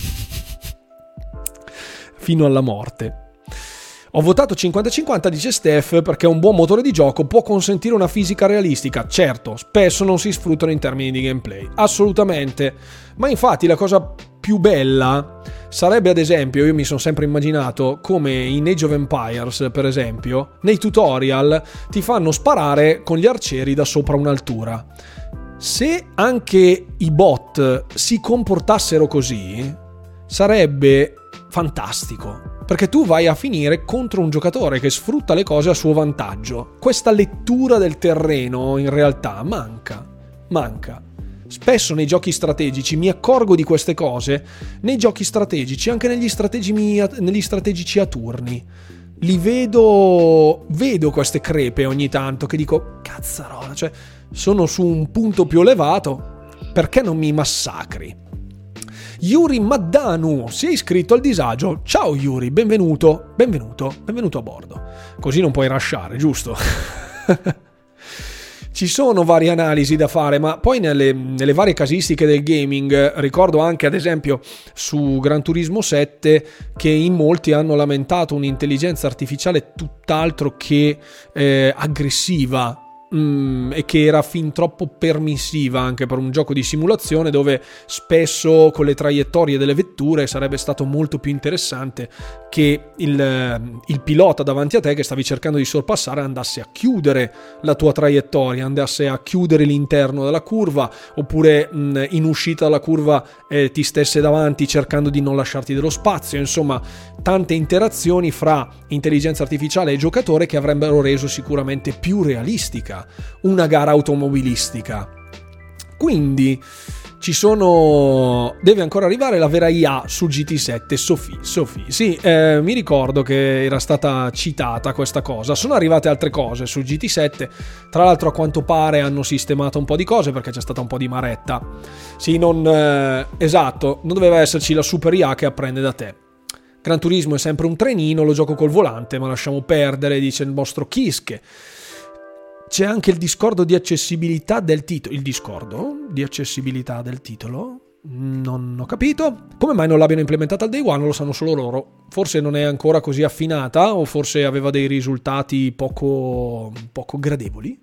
Fino alla morte. Ho votato 50-50, dice Steph, perché un buon motore di gioco può consentire una fisica realistica. Certo, spesso non si sfruttano in termini di gameplay, assolutamente. Ma infatti la cosa più bella sarebbe, ad esempio, io mi sono sempre immaginato come in Age of Empires, per esempio, nei tutorial ti fanno sparare con gli arcieri da sopra un'altura. Se anche i bot si comportassero così, sarebbe fantastico, perché tu vai a finire contro un giocatore che sfrutta le cose a suo vantaggio. Questa lettura del terreno in realtà manca. Spesso nei giochi strategici mi accorgo di queste cose, nei giochi strategici, anche negli strategici a turni. Li vedo queste crepe ogni tanto che dico cazzarola, cioè sono su un punto più elevato, perché non mi massacri? Yuri Maddanu si è iscritto al disagio. Ciao Yuri, benvenuto a bordo. Così non puoi rushare, giusto? Ci sono varie analisi da fare, ma poi nelle varie casistiche del gaming ricordo anche, ad esempio, su Gran Turismo 7 che in molti hanno lamentato un'intelligenza artificiale tutt'altro che aggressiva, e che era fin troppo permissiva anche per un gioco di simulazione, dove spesso con le traiettorie delle vetture sarebbe stato molto più interessante che il pilota davanti a te che stavi cercando di sorpassare andasse a chiudere la tua traiettoria, andasse a chiudere l'interno della curva, oppure in uscita dalla curva ti stesse davanti cercando di non lasciarti dello spazio. Insomma, tante interazioni fra intelligenza artificiale e giocatore che avrebbero reso sicuramente più realistica una gara automobilistica. Quindi deve ancora arrivare la vera IA su GT7. Sophie, sì, mi ricordo che era stata citata questa cosa. Sono arrivate altre cose su GT7, tra l'altro a quanto pare hanno sistemato un po' di cose perché c'è stata un po' di maretta. Sì, esatto, non doveva esserci la super IA che apprende da te. Gran Turismo è sempre un trenino, lo gioco col volante, ma lasciamo perdere, dice il vostro Kiske. C'è anche il discordo di accessibilità del titolo. Il discordo di accessibilità del titolo? Non ho capito. Come mai non l'abbiano implementata al day one? Lo sanno solo loro. Forse non è ancora così affinata, o forse aveva dei risultati poco gradevoli.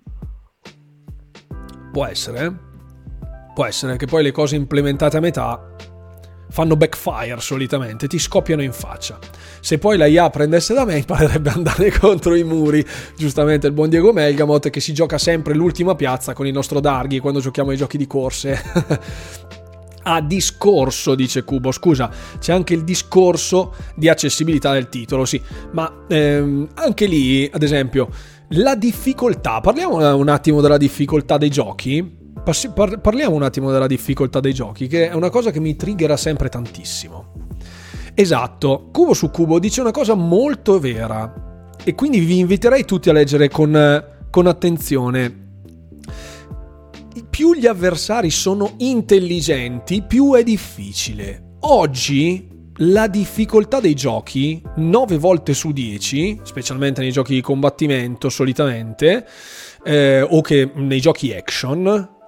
Può essere che poi le cose implementate a metà fanno backfire solitamente, ti scoppiano in faccia. Se poi la IA prendesse da me, imparerebbe ad andare contro i muri. Giustamente il buon Diego Melgamot, che si gioca sempre l'ultima piazza con il nostro Darghi quando giochiamo ai giochi di corse. Discorso, dice Cubo, scusa, c'è anche il discorso di accessibilità del titolo, sì, ma anche lì, ad esempio, la difficoltà, parliamo un attimo della difficoltà dei giochi. Parliamo un attimo della difficoltà dei giochi, che è una cosa che mi triggera sempre tantissimo. Esatto, Cubo su Cubo dice una cosa molto vera, e quindi vi inviterei tutti a leggere con attenzione. Più gli avversari sono intelligenti, più è difficile. Oggi la difficoltà dei giochi, 9 volte su 10, specialmente nei giochi di combattimento solitamente, o che nei giochi action,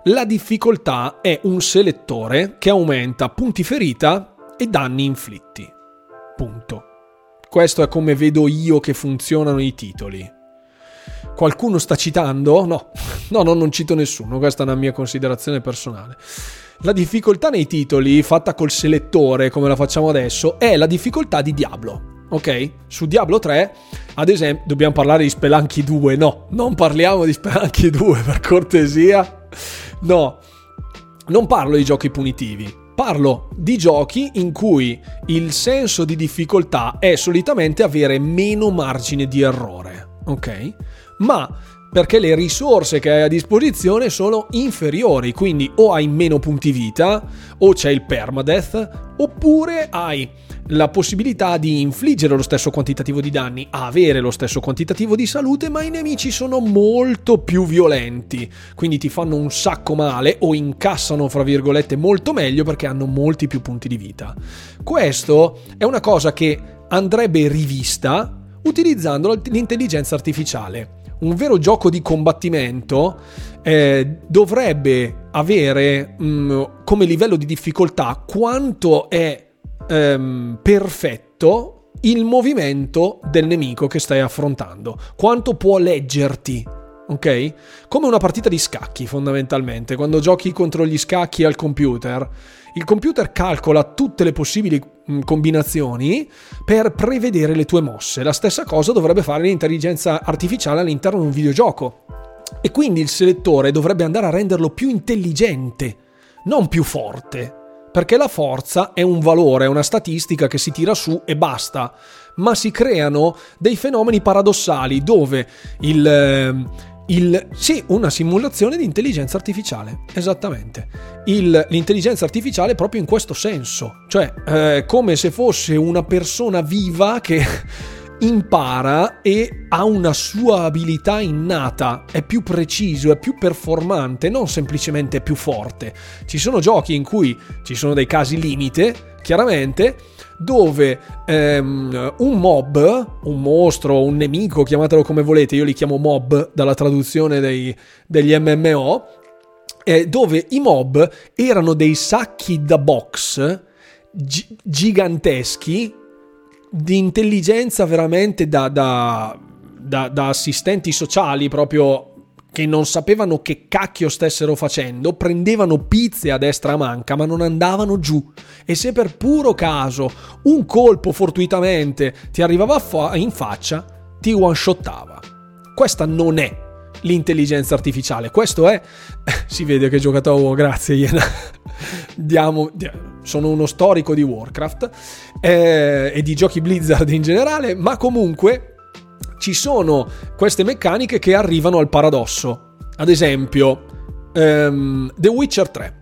La difficoltà è un selettore che aumenta punti ferita e danni inflitti. Punto. Questo è come vedo io che funzionano i titoli. Qualcuno sta citando? No, non cito nessuno, questa è una mia considerazione personale. La difficoltà nei titoli, fatta col selettore come la facciamo adesso, è la difficoltà di Diablo, ok? Su Diablo 3, ad esempio, dobbiamo parlare di Spelunky 2, no, non parliamo di Spelunky 2, per cortesia, no, non parlo di giochi punitivi. Parlo di giochi in cui il senso di difficoltà è solitamente avere meno margine di errore, ok? Ma perché le risorse che hai a disposizione sono inferiori, quindi o hai meno punti vita, o c'è il permadeath, oppure hai la possibilità di infliggere lo stesso quantitativo di danni, avere lo stesso quantitativo di salute, ma i nemici sono molto più violenti, quindi ti fanno un sacco male o incassano, fra virgolette, molto meglio perché hanno molti più punti di vita. Questo è una cosa che andrebbe rivista utilizzando l'intelligenza artificiale. Un vero gioco di combattimento dovrebbe avere come livello di difficoltà quanto è perfetto il movimento del nemico che stai affrontando, quanto può leggerti, ok? Come una partita di scacchi, fondamentalmente. Quando giochi contro gli scacchi al computer, il computer calcola tutte le possibili combinazioni per prevedere le tue mosse. La stessa cosa dovrebbe fare l'intelligenza artificiale all'interno di un videogioco, e quindi il selettore dovrebbe andare a renderlo più intelligente, non più forte, perché la forza è un valore, è una statistica che si tira su e basta, ma si creano dei fenomeni paradossali dove sì, una simulazione di intelligenza artificiale, esattamente. L'intelligenza artificiale proprio in questo senso, cioè come se fosse una persona viva che impara e ha una sua abilità innata, è più preciso, è più performante, non semplicemente più forte. Ci sono giochi in cui ci sono dei casi limite, chiaramente, dove un mob, un mostro, un nemico, chiamatelo come volete, io li chiamo mob dalla traduzione degli MMO, dove i mob erano dei sacchi da box giganteschi di intelligenza veramente da assistenti sociali, proprio, che non sapevano che cacchio stessero facendo, prendevano pizze a destra a manca ma non andavano giù, e se per puro caso un colpo fortuitamente ti arrivava in faccia, ti one-shottava. Questa non è l'intelligenza artificiale, questo è si vede che giocatore, grazie Iena. Sono uno storico di Warcraft e di giochi Blizzard in generale, ma comunque ci sono queste meccaniche che arrivano al paradosso. Ad esempio, The Witcher 3.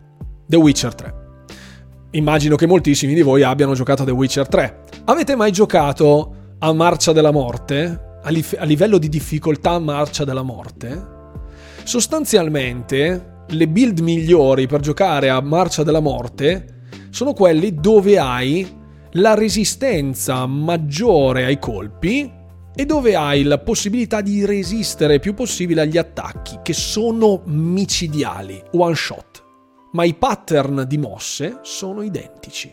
Immagino che moltissimi di voi abbiano giocato a The Witcher 3. Avete mai giocato a Marcia della Morte? A livello di difficoltà Marcia della Morte? Sostanzialmente, le build migliori per giocare a Marcia della Morte sono quelli dove hai la resistenza maggiore ai colpi e dove hai la possibilità di resistere il più possibile agli attacchi, che sono micidiali, one shot, ma i pattern di mosse sono identici.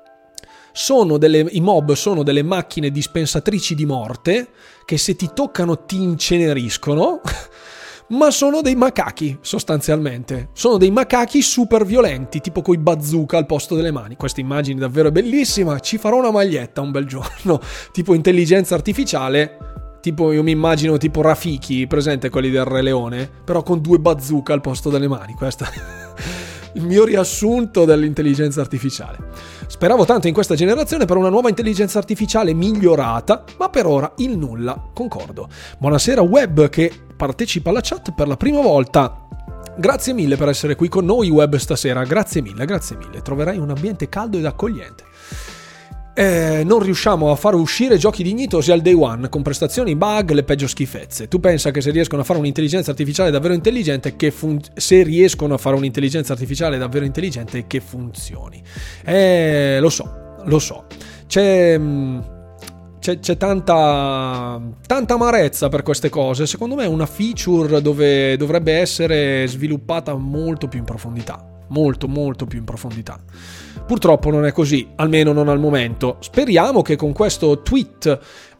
I mob sono delle macchine dispensatrici di morte che se ti toccano ti inceneriscono, ma sono dei macachi, sostanzialmente. Sono dei macachi super violenti, tipo coi bazooka al posto delle mani. Questa immagine davvero bellissima, ci farò una maglietta un bel giorno, tipo intelligenza artificiale, tipo io mi immagino tipo Rafiki, presente quelli del Re Leone, però con 2 bazooka al posto delle mani. Questo è il mio riassunto dell'intelligenza artificiale. Speravo tanto in questa generazione per una nuova intelligenza artificiale migliorata, ma per ora il nulla, concordo. Buonasera Web, che partecipa alla chat per la prima volta. Grazie mille per essere qui con noi Web stasera, grazie mille. Troverai un ambiente caldo ed accogliente. Non riusciamo a far uscire giochi dignitosi al day one con prestazioni, bug, le peggio schifezze. Tu pensa che se riescono a fare un'intelligenza artificiale davvero intelligente che funzioni? Lo so. C'è c'è tanta amarezza per queste cose. Secondo me è una feature dove dovrebbe essere sviluppata molto più in profondità. Molto più in profondità. Purtroppo non è così, almeno non al momento. Speriamo che con questo tweet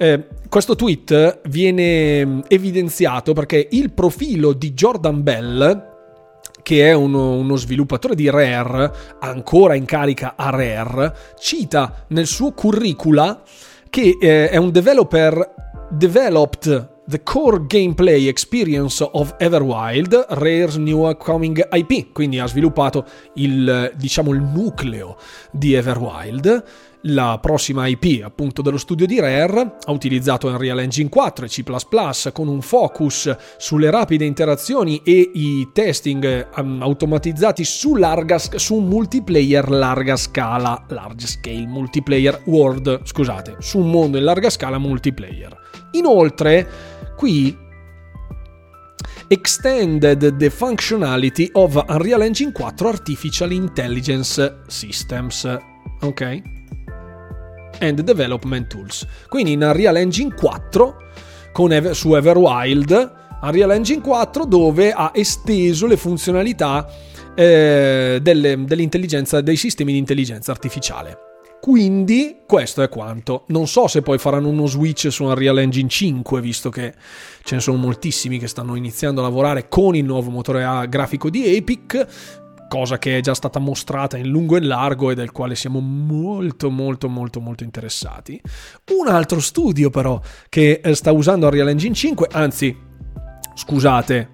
viene evidenziato, perché il profilo di Jordan Bell, che è uno sviluppatore di Rare, ancora in carica a Rare, cita nel suo curricula che è un developer developed the core gameplay experience of Everwild, Rare's new upcoming IP, quindi ha sviluppato il nucleo di Everwild, la prossima IP appunto dello studio di Rare. Ha utilizzato Unreal Engine 4 e C++ con un focus sulle rapide interazioni e i testing automatizzati su un multiplayer large scale multiplayer world, su un mondo in larga scala multiplayer. Inoltre qui extended the functionality of Unreal Engine 4 Artificial Intelligence Systems, ok? And Development Tools. Quindi in Unreal Engine 4 su Everwild, Unreal Engine 4 dove ha esteso le funzionalità dell'intelligenza, dei sistemi di intelligenza artificiale. Quindi questo è quanto. Non so se poi faranno uno switch su Unreal Engine 5, visto che ce ne sono moltissimi che stanno iniziando a lavorare con il nuovo motore grafico di Epic, cosa che è già stata mostrata in lungo e in largo e del quale siamo molto interessati. Un altro studio però che sta usando Unreal Engine 5, anzi, scusate,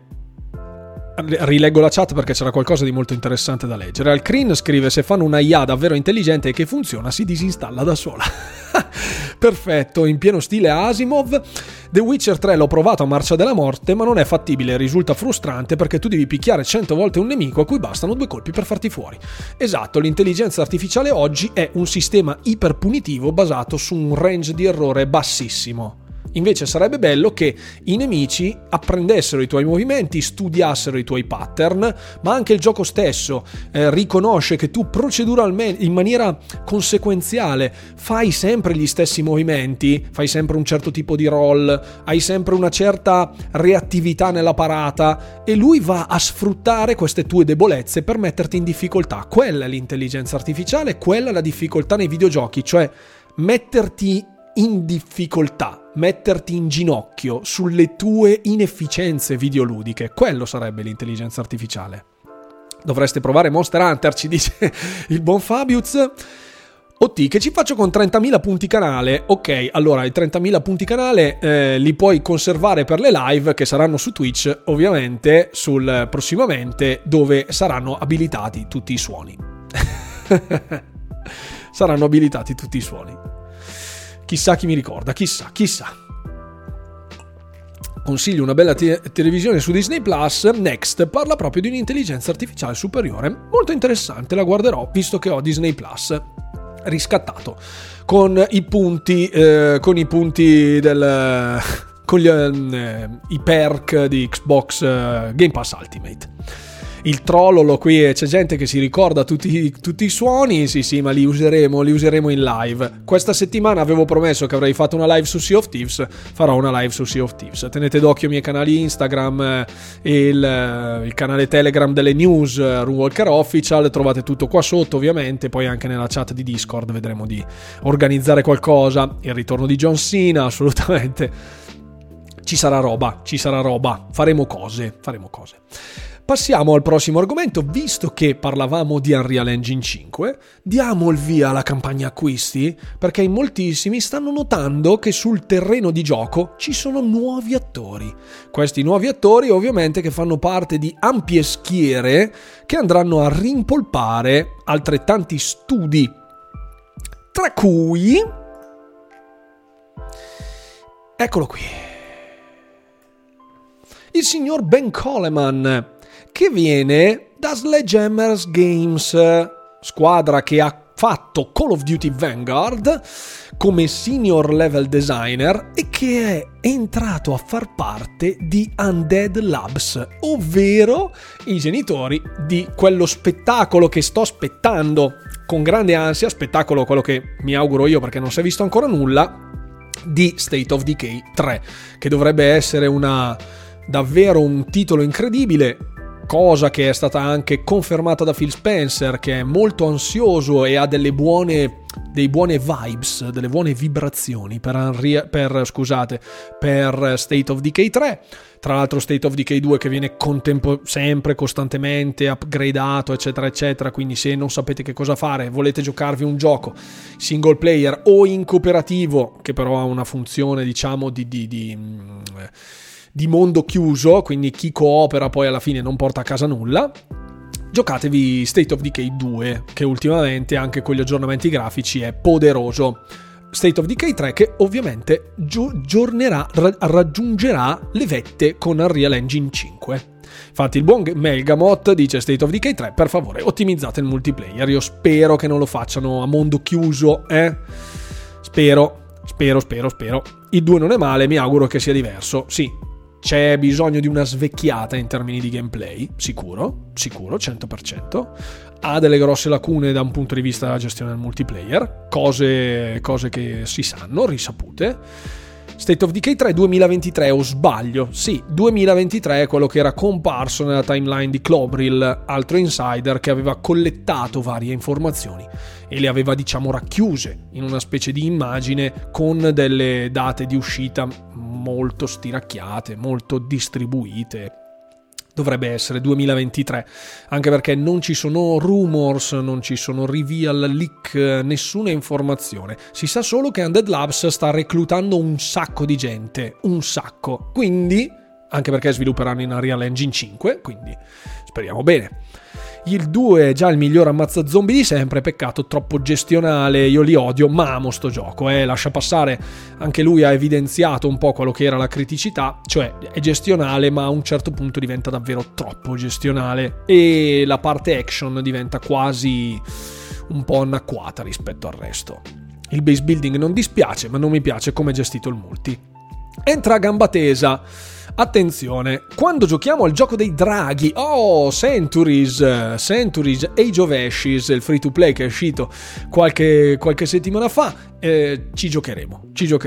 rileggo la chat perché c'era qualcosa di molto interessante da leggere. Alcrin scrive: se fanno una IA davvero intelligente e che funziona, si disinstalla da sola. Perfetto, in pieno stile Asimov. The Witcher 3 l'ho provato a marcia della morte, ma non è fattibile, risulta frustrante perché tu devi picchiare 100 volte un nemico a cui bastano 2 colpi per farti fuori. Esatto, l'intelligenza artificiale oggi è un sistema iperpunitivo basato su un range di errore bassissimo. Invece sarebbe bello che i nemici apprendessero i tuoi movimenti, studiassero i tuoi pattern, ma anche il gioco stesso riconosce che tu proceduralmente, in maniera conseguenziale, fai sempre gli stessi movimenti, fai sempre un certo tipo di roll, hai sempre una certa reattività nella parata e lui va a sfruttare queste tue debolezze per metterti in difficoltà. Quella è l'intelligenza artificiale, quella è la difficoltà nei videogiochi, cioè metterti in difficoltà, metterti in ginocchio sulle tue inefficienze videoludiche. Quello sarebbe l'intelligenza artificiale. Dovreste provare Monster Hunter, ci dice il buon Fabius. OT, che ci faccio con 30.000 punti canale? Ok, allora i 30.000 punti canale li puoi conservare per le live che saranno su Twitch, ovviamente, prossimamente, dove saranno abilitati tutti i suoni. Saranno abilitati tutti i suoni. Chissà chi mi ricorda, chissà. Consiglio una bella televisione su Disney Plus. Next parla proprio di un'intelligenza artificiale superiore. Molto interessante, la guarderò visto che ho Disney Plus riscattato con i punti i perk di Xbox Game Pass Ultimate. Il trollolo qui, c'è gente che si ricorda tutti i suoni, sì, ma li useremo in live. Questa settimana avevo promesso che avrei fatto una live su Sea of Thieves, farò una live su Sea of Thieves. Tenete d'occhio i miei canali Instagram e il canale Telegram delle news, Runewalker Official, trovate tutto qua sotto ovviamente, poi anche nella chat di Discord vedremo di organizzare qualcosa, il ritorno di John Cena, assolutamente. Ci sarà roba, faremo cose. Passiamo al prossimo argomento, visto che parlavamo di Unreal Engine 5, diamo il via alla campagna acquisti, perché in moltissimi stanno notando che sul terreno di gioco ci sono nuovi attori. Questi nuovi attori ovviamente che fanno parte di ampie schiere che andranno a rimpolpare altrettanti studi, tra cui... eccolo qui. Il signor Ben Coleman, che viene da Sledgehammer Games, squadra che ha fatto Call of Duty Vanguard come senior level designer e che è entrato a far parte di Undead Labs, ovvero i genitori di quello spettacolo che sto aspettando con grande ansia, spettacolo quello che mi auguro io perché non si è visto ancora nulla, di State of Decay 3, che dovrebbe essere davvero un titolo incredibile, cosa che è stata anche confermata da Phil Spencer, che è molto ansioso e ha dei buone vibes, delle buone vibrazioni per State of Decay 3. Tra l'altro State of Decay 2 che viene sempre costantemente upgradato, eccetera eccetera, quindi se non sapete che cosa fare, volete giocarvi un gioco single player o in cooperativo, che però ha una funzione diciamo di mondo chiuso, quindi chi coopera poi alla fine non porta a casa nulla, giocatevi State of Decay 2, che ultimamente anche con gli aggiornamenti grafici è poderoso. State of Decay 3 che ovviamente raggiungerà le vette con Unreal Engine 5. Infatti il buon Melgamot dice: State of Decay 3, per favore ottimizzate il multiplayer. Io spero che non lo facciano a mondo chiuso, Spero. Il 2 non è male, mi auguro che sia diverso. Sì, c'è bisogno di una svecchiata in termini di gameplay, sicuro, 100%. Ha delle grosse lacune da un punto di vista della gestione del multiplayer, cose che si sanno, risapute. State of Decay 3 2023, o sbaglio? Sì, 2023 è quello che era comparso nella timeline di Clobril, altro insider che aveva collettato varie informazioni e le aveva diciamo racchiuse in una specie di immagine con delle date di uscita molto stiracchiate, molto distribuite. Dovrebbe essere 2023, anche perché non ci sono rumors, non ci sono reveal, leak, nessuna informazione. Si sa solo che Undead Labs sta reclutando un sacco di gente, quindi, anche perché svilupperanno in Unreal Engine 5, quindi speriamo bene. Il 2 è già il miglior ammazza zombie di sempre, peccato troppo gestionale, io li odio, ma amo sto gioco, lascia passare, anche lui ha evidenziato un po' quello che era la criticità, cioè è gestionale ma a un certo punto diventa davvero troppo gestionale e la parte action diventa quasi un po' anacquata rispetto al resto. Il base building non dispiace, ma non mi piace come è gestito il multi. Entra a gamba tesa. Attenzione, quando giochiamo al gioco dei draghi, Centuries Age of Ashes, il free to play che è uscito qualche settimana fa, ci giocheremo.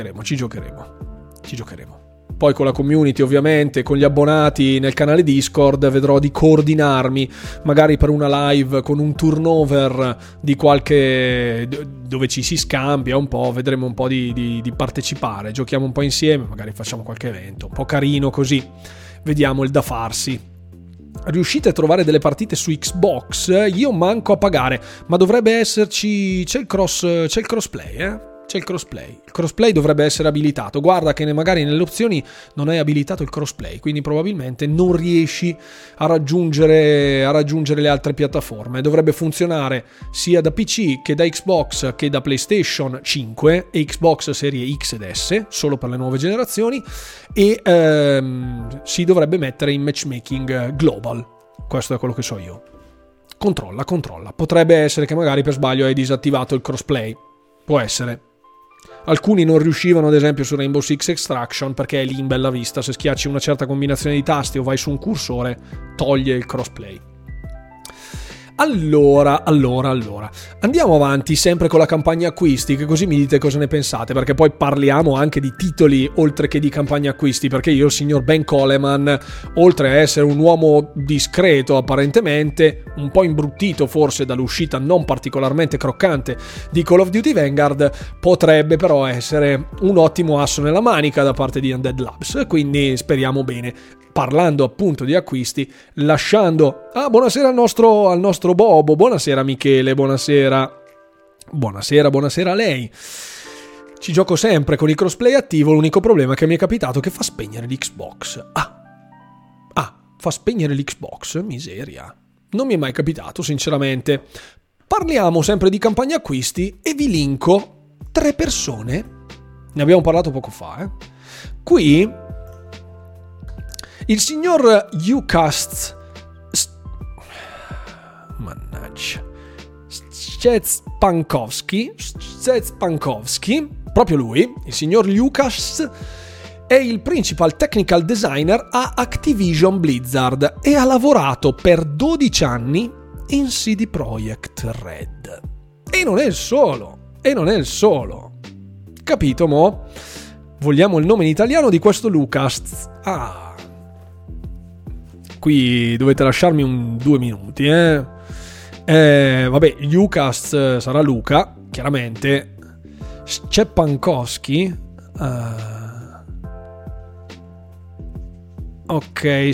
Poi con la community, ovviamente, con gli abbonati nel canale Discord, vedrò di coordinarmi, magari per una live con un turnover di qualche dove ci si scambia un po', vedremo un po' di partecipare, giochiamo un po' insieme, magari facciamo qualche evento, un po' carino così, vediamo il da farsi. Riuscite a trovare delle partite su Xbox? Io manco a pagare, ma dovrebbe esserci, c'è il crossplay, C'è il crossplay. Il crossplay dovrebbe essere abilitato. Guarda che magari nelle opzioni non è abilitato il crossplay, quindi probabilmente non riesci a raggiungere le altre piattaforme. Dovrebbe funzionare sia da PC che da Xbox che da PlayStation 5 e Xbox Serie X ed S, solo per le nuove generazioni, e si dovrebbe mettere in matchmaking global. Questo è quello che so io. Controlla. Potrebbe essere che magari per sbaglio hai disattivato il crossplay. Può essere. Alcuni non riuscivano, ad esempio, su Rainbow Six Extraction, perché è lì in bella vista. Se schiacci una certa combinazione di tasti o vai su un cursore, toglie il crossplay. Allora. Andiamo avanti sempre con la campagna acquisti, che così mi dite cosa ne pensate, perché poi parliamo anche di titoli oltre che di campagna acquisti, perché io, il signor Ben Coleman, oltre a essere un uomo discreto apparentemente, un po' imbruttito forse dall'uscita non particolarmente croccante di Call of Duty Vanguard, potrebbe però essere un ottimo asso nella manica da parte di Undead Labs, quindi speriamo bene. Parlando appunto di acquisti, lasciando buonasera al nostro Bobo, buonasera Michele, buonasera a lei. Ci gioco sempre con il crossplay attivo, l'unico problema che mi è capitato è che fa spegnere l'Xbox. Fa spegnere l'Xbox, miseria. Non mi è mai capitato, sinceramente. Parliamo sempre di campagna acquisti e vi linko 3 persone. Ne abbiamo parlato poco fa, Qui il signor Ucast Szczepankowski, proprio lui, il signor Lucas, è il principal technical designer a Activision Blizzard e ha lavorato per 12 anni in CD Projekt Red. E non è il solo. Capito, mo? Vogliamo il nome in italiano di questo Lucas. Qui dovete lasciarmi 2 minuti, vabbè, Lucas sarà Luca, chiaramente. Szczepankowski. Ok,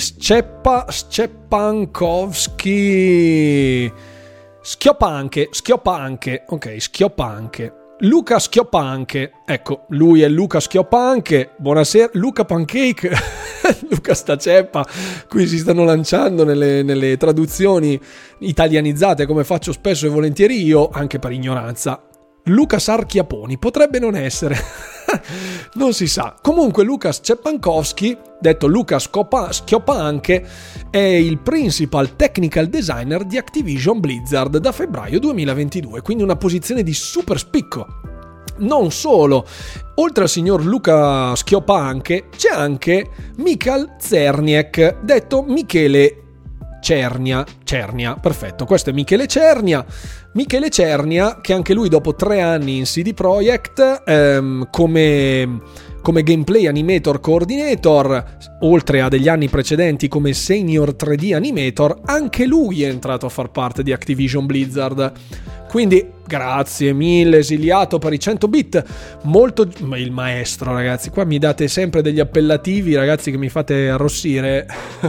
Szczepankowski. Schioppa anche. Ok, Schioppa anche. Luca Schioppa anche. Ecco, lui è Luca Schioppa anche. Buonasera, Luca Pancake. Luca sta ceppa. Qui si stanno lanciando nelle traduzioni italianizzate, come faccio spesso e volentieri io, anche per ignoranza. Luca Sarchiaponi potrebbe non essere. Non si sa. Comunque Lukas Szczepankowski, detto Luca Schioppa anche, è il principal technical designer di Activision Blizzard da febbraio 2022, quindi una posizione di super spicco. Non solo, oltre al signor Luca Schioppa anche, c'è anche Michal Czerniak, detto Michele Cernia, perfetto, questo è Michele Cernia, che anche lui dopo 3 anni in CD Projekt come gameplay animator coordinator, oltre a degli anni precedenti come senior 3D animator, anche lui è entrato a far parte di Activision Blizzard. Quindi grazie mille esiliato per i 100 bit, molto il maestro, ragazzi, qua mi date sempre degli appellativi, ragazzi, che mi fate arrossire.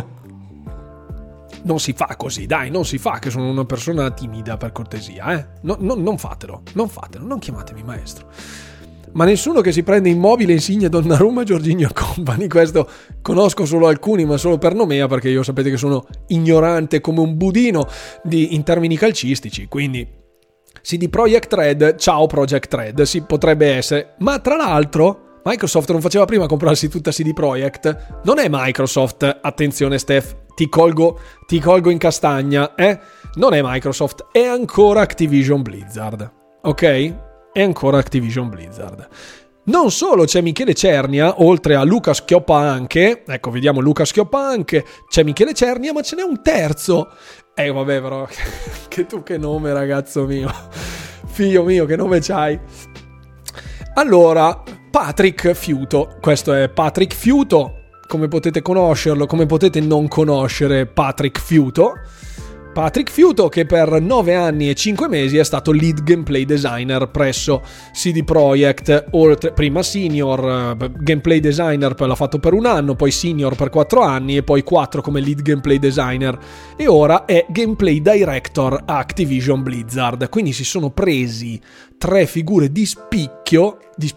Non si fa così, dai, non si fa, che sono una persona timida, per cortesia, non fatelo, non chiamatemi maestro. Ma nessuno che si prende Immobile, Insigne, Donnarumma, Jorginho e Company. Questo conosco solo alcuni, ma solo per nomea, perché io sapete che sono ignorante come un budino in termini calcistici, quindi CD Projekt Red, ciao Projekt Red, si potrebbe essere. Ma tra l'altro Microsoft non faceva prima comprarsi tutta CD Projekt? Non è Microsoft, attenzione Steph, ti colgo in castagna, non è Microsoft, è ancora Activision Blizzard, ok? È ancora Activision Blizzard. Non solo c'è Michele Cernia, oltre a Luca Schioppa anche, ecco, vediamo Luca Schioppa anche, c'è Michele Cernia, ma ce n'è un terzo. Vabbè, però, che nome, ragazzo mio, figlio mio, che nome c'hai? Allora, Patrick Fiuto, questo è Patrick Fiuto, come potete conoscerlo, come potete non conoscere Patrick Fiuto, che per 9 anni e 5 mesi è stato lead gameplay designer presso CD Projekt, oltre prima senior gameplay designer, poi l'ha fatto per 1 anno, poi senior per 4 anni e poi 4 come lead gameplay designer, e ora è gameplay director a Activision Blizzard. Quindi si sono presi 3 figure di spicco,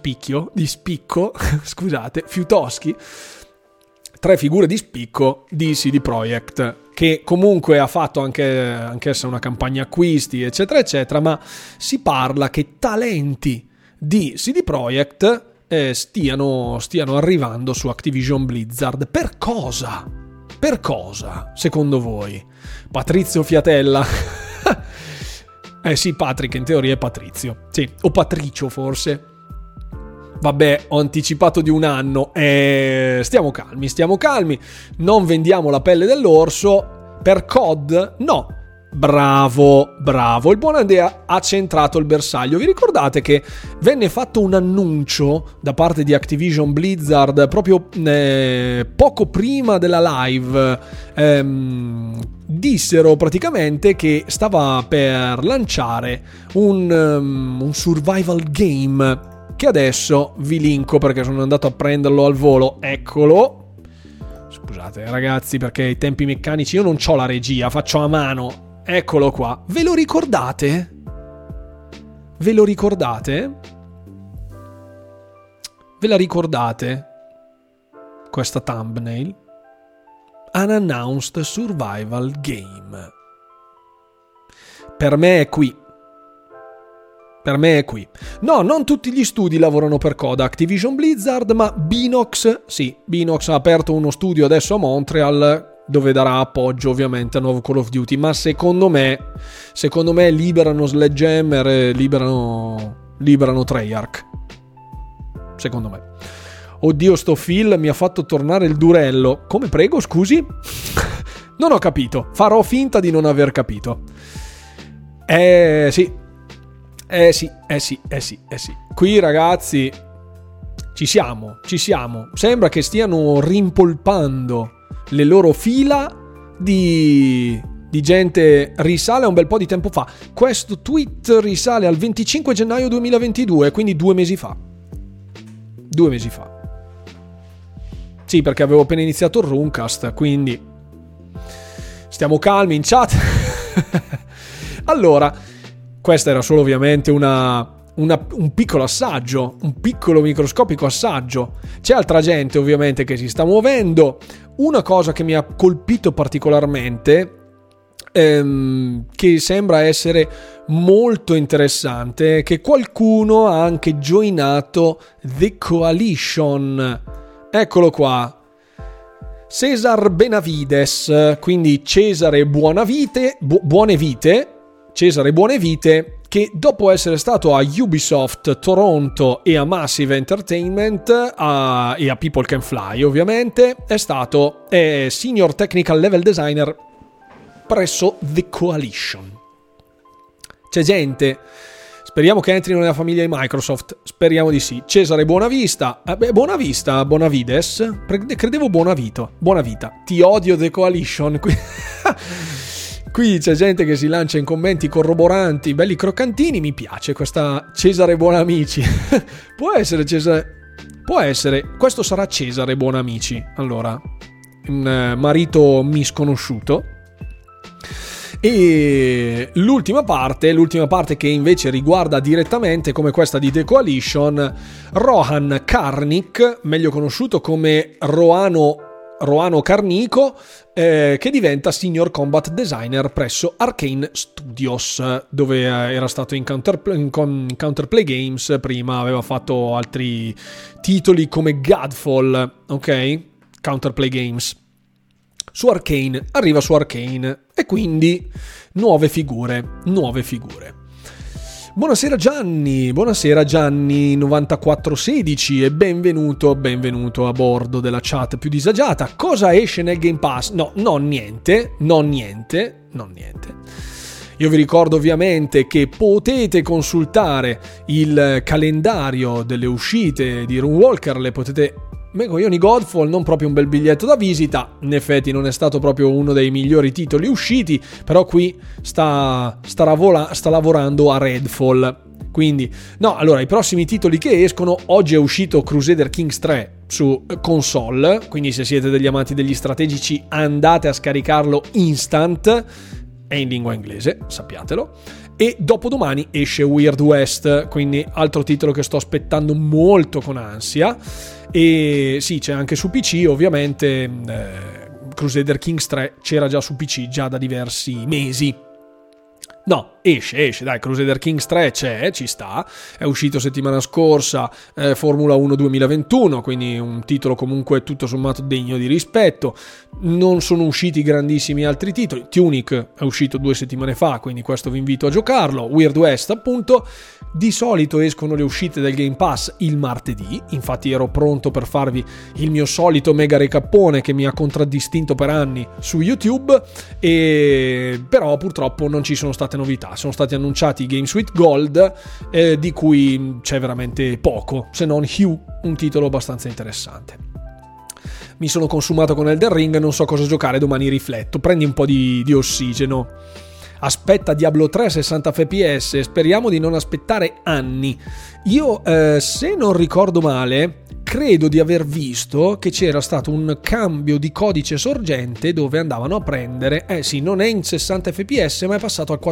scusate, Fiutoschi, 3 figure di spicco di CD Projekt, che comunque ha fatto anch'essa una campagna acquisti, eccetera, eccetera, ma si parla che talenti di CD Projekt stiano arrivando su Activision Blizzard. Per cosa? Per cosa, secondo voi? Patrizio Fiatella? Sì, Patrick, in teoria è Patrizio. Sì, o Patricio forse. Vabbè, ho anticipato di 1 anno. Stiamo calmi. Non vendiamo la pelle dell'orso. Per COD? No. Bravo. Il buon Andrea ha centrato il bersaglio. Vi ricordate che venne fatto un annuncio da parte di Activision Blizzard proprio poco prima della live? Dissero praticamente che stava per lanciare un survival game, che adesso vi linko perché sono andato a prenderlo al volo. Eccolo. Scusate ragazzi, perché i tempi meccanici, io non c'ho la regia, faccio a mano. Eccolo qua. Ve lo ricordate? Ve la ricordate? Questa thumbnail? Unannounced survival game. Per me è qui. No, non tutti gli studi lavorano per coda Activision Blizzard, ma Binox ha aperto uno studio adesso a Montreal, dove darà appoggio ovviamente a nuovo Call of Duty, ma secondo me liberano Sledgehammer e liberano Treyarch. Secondo me. Oddio, sto Phil mi ha fatto tornare il durello. Come, prego, scusi? Non ho capito. Farò finta di non aver capito. Sì. Qui ragazzi ci siamo. Sembra che stiano rimpolpando le loro fila di gente. Risale a un bel po' di tempo fa. Questo tweet risale al 25 gennaio 2022, quindi 2 mesi fa. 2 mesi fa. Sì, perché avevo appena iniziato il Runecast, quindi stiamo calmi in chat. Allora, questa era solo ovviamente un piccolo assaggio, un piccolo microscopico assaggio. C'è altra gente ovviamente che si sta muovendo. Una cosa che mi ha colpito particolarmente, che sembra essere molto interessante, è che qualcuno ha anche joinato The Coalition. Eccolo qua, Cesar Benavides, quindi Cesare Buonavite, Cesare Buonevite, che dopo essere stato a Ubisoft Toronto e a Massive Entertainment e a People Can Fly ovviamente, è Senior Technical Level Designer presso The Coalition. C'è gente, speriamo che entrino nella famiglia di Microsoft, speriamo di sì. Cesare Bonavides, credevo Buonavita, ti odio The Coalition. Qui c'è gente che si lancia in commenti corroboranti, belli croccantini, mi piace questa Cesare Buonamici. Può essere, questo sarà Cesare Buonamici, allora, un marito misconosciuto. E l'ultima parte che invece riguarda direttamente, come questa di The Coalition, Rohan Karnik, meglio conosciuto come Roano Carnico, che diventa Senior Combat Designer presso Arcane Studios, dove era stato in Counterplay Games, prima aveva fatto altri titoli come Godfall, ok? Counterplay Games. Arriva su Arcane e quindi nuove figure. Buonasera Gianni 9416 e benvenuto a bordo della chat più disagiata. Cosa esce nel Game Pass? No, non niente. Io vi ricordo ovviamente che potete consultare il calendario delle uscite di Runewalker, le potete... Coglioni, Godfall non proprio un bel biglietto da visita, in effetti non è stato proprio uno dei migliori titoli usciti, però qui sta lavorando a Redfall. Quindi, no, allora i prossimi titoli che escono, oggi è uscito Crusader Kings 3 su console, quindi se siete degli amanti degli strategici andate a scaricarlo instant, è in lingua inglese, sappiatelo. E dopodomani esce Weird West, quindi altro titolo che sto aspettando molto con ansia. E sì, c'è anche su PC ovviamente. Crusader Kings 3 c'era già su PC già da diversi mesi. No, esce, dai, Crusader Kings 3 ci sta, è uscito settimana scorsa, Formula 1 2021, quindi un titolo comunque tutto sommato degno di rispetto. Non sono usciti grandissimi altri titoli. Tunic è uscito 2 settimane fa, quindi questo vi invito a giocarlo. Weird West, appunto. Di solito escono le uscite del Game Pass il martedì, infatti ero pronto per farvi il mio solito mega recappone che mi ha contraddistinto per anni su YouTube, però purtroppo non ci sono state novità. Sono stati annunciati i Games with Gold, di cui c'è veramente poco, se non Hue, un titolo abbastanza interessante. Mi sono consumato con Elden Ring, non so cosa giocare, domani rifletto. Prendi un po' di ossigeno. Aspetta Diablo 3 60 fps, speriamo di non aspettare anni. Io, se non ricordo male, credo di aver visto che c'era stato un cambio di codice sorgente dove andavano a prendere, sì, non è in 60 fps ma è passato al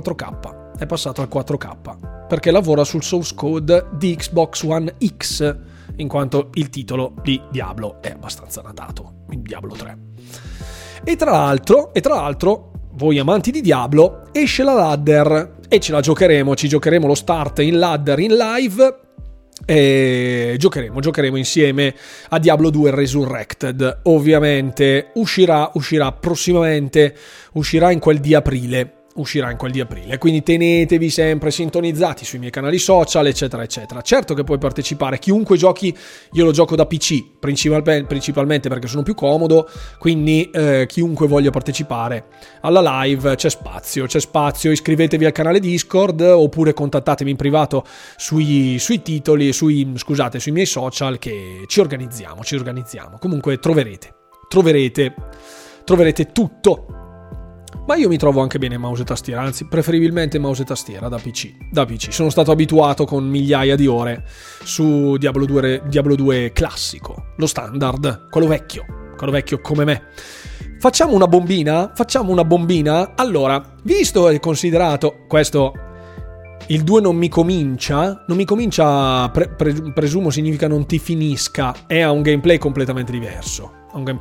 4K, perché lavora sul source code di Xbox One X, in quanto il titolo di Diablo è abbastanza datato, il Diablo 3. E tra l'altro voi amanti di Diablo, esce la ladder e ci giocheremo lo start in ladder in live e giocheremo insieme a Diablo 2 Resurrected. Ovviamente uscirà prossimamente, uscirà in quel di aprile, uscirà in quel di aprile, quindi tenetevi sempre sintonizzati sui miei canali social, eccetera eccetera. Certo che puoi partecipare, chiunque giochi, io lo gioco da PC principalmente perché sono più comodo, quindi chiunque voglia partecipare alla live c'è spazio, iscrivetevi al canale Discord oppure contattatemi in privato sui titoli, sui miei social, che ci organizziamo. Comunque troverete tutto. Ma io mi trovo anche bene mouse e tastiera, anzi preferibilmente mouse e tastiera da PC. Sono stato abituato con migliaia di ore su Diablo 2 classico, lo standard, quello vecchio come me. Facciamo una bombina? Allora, visto e considerato questo, il 2 non mi comincia, presumo significa non ti finisca, e ha un gameplay completamente diverso.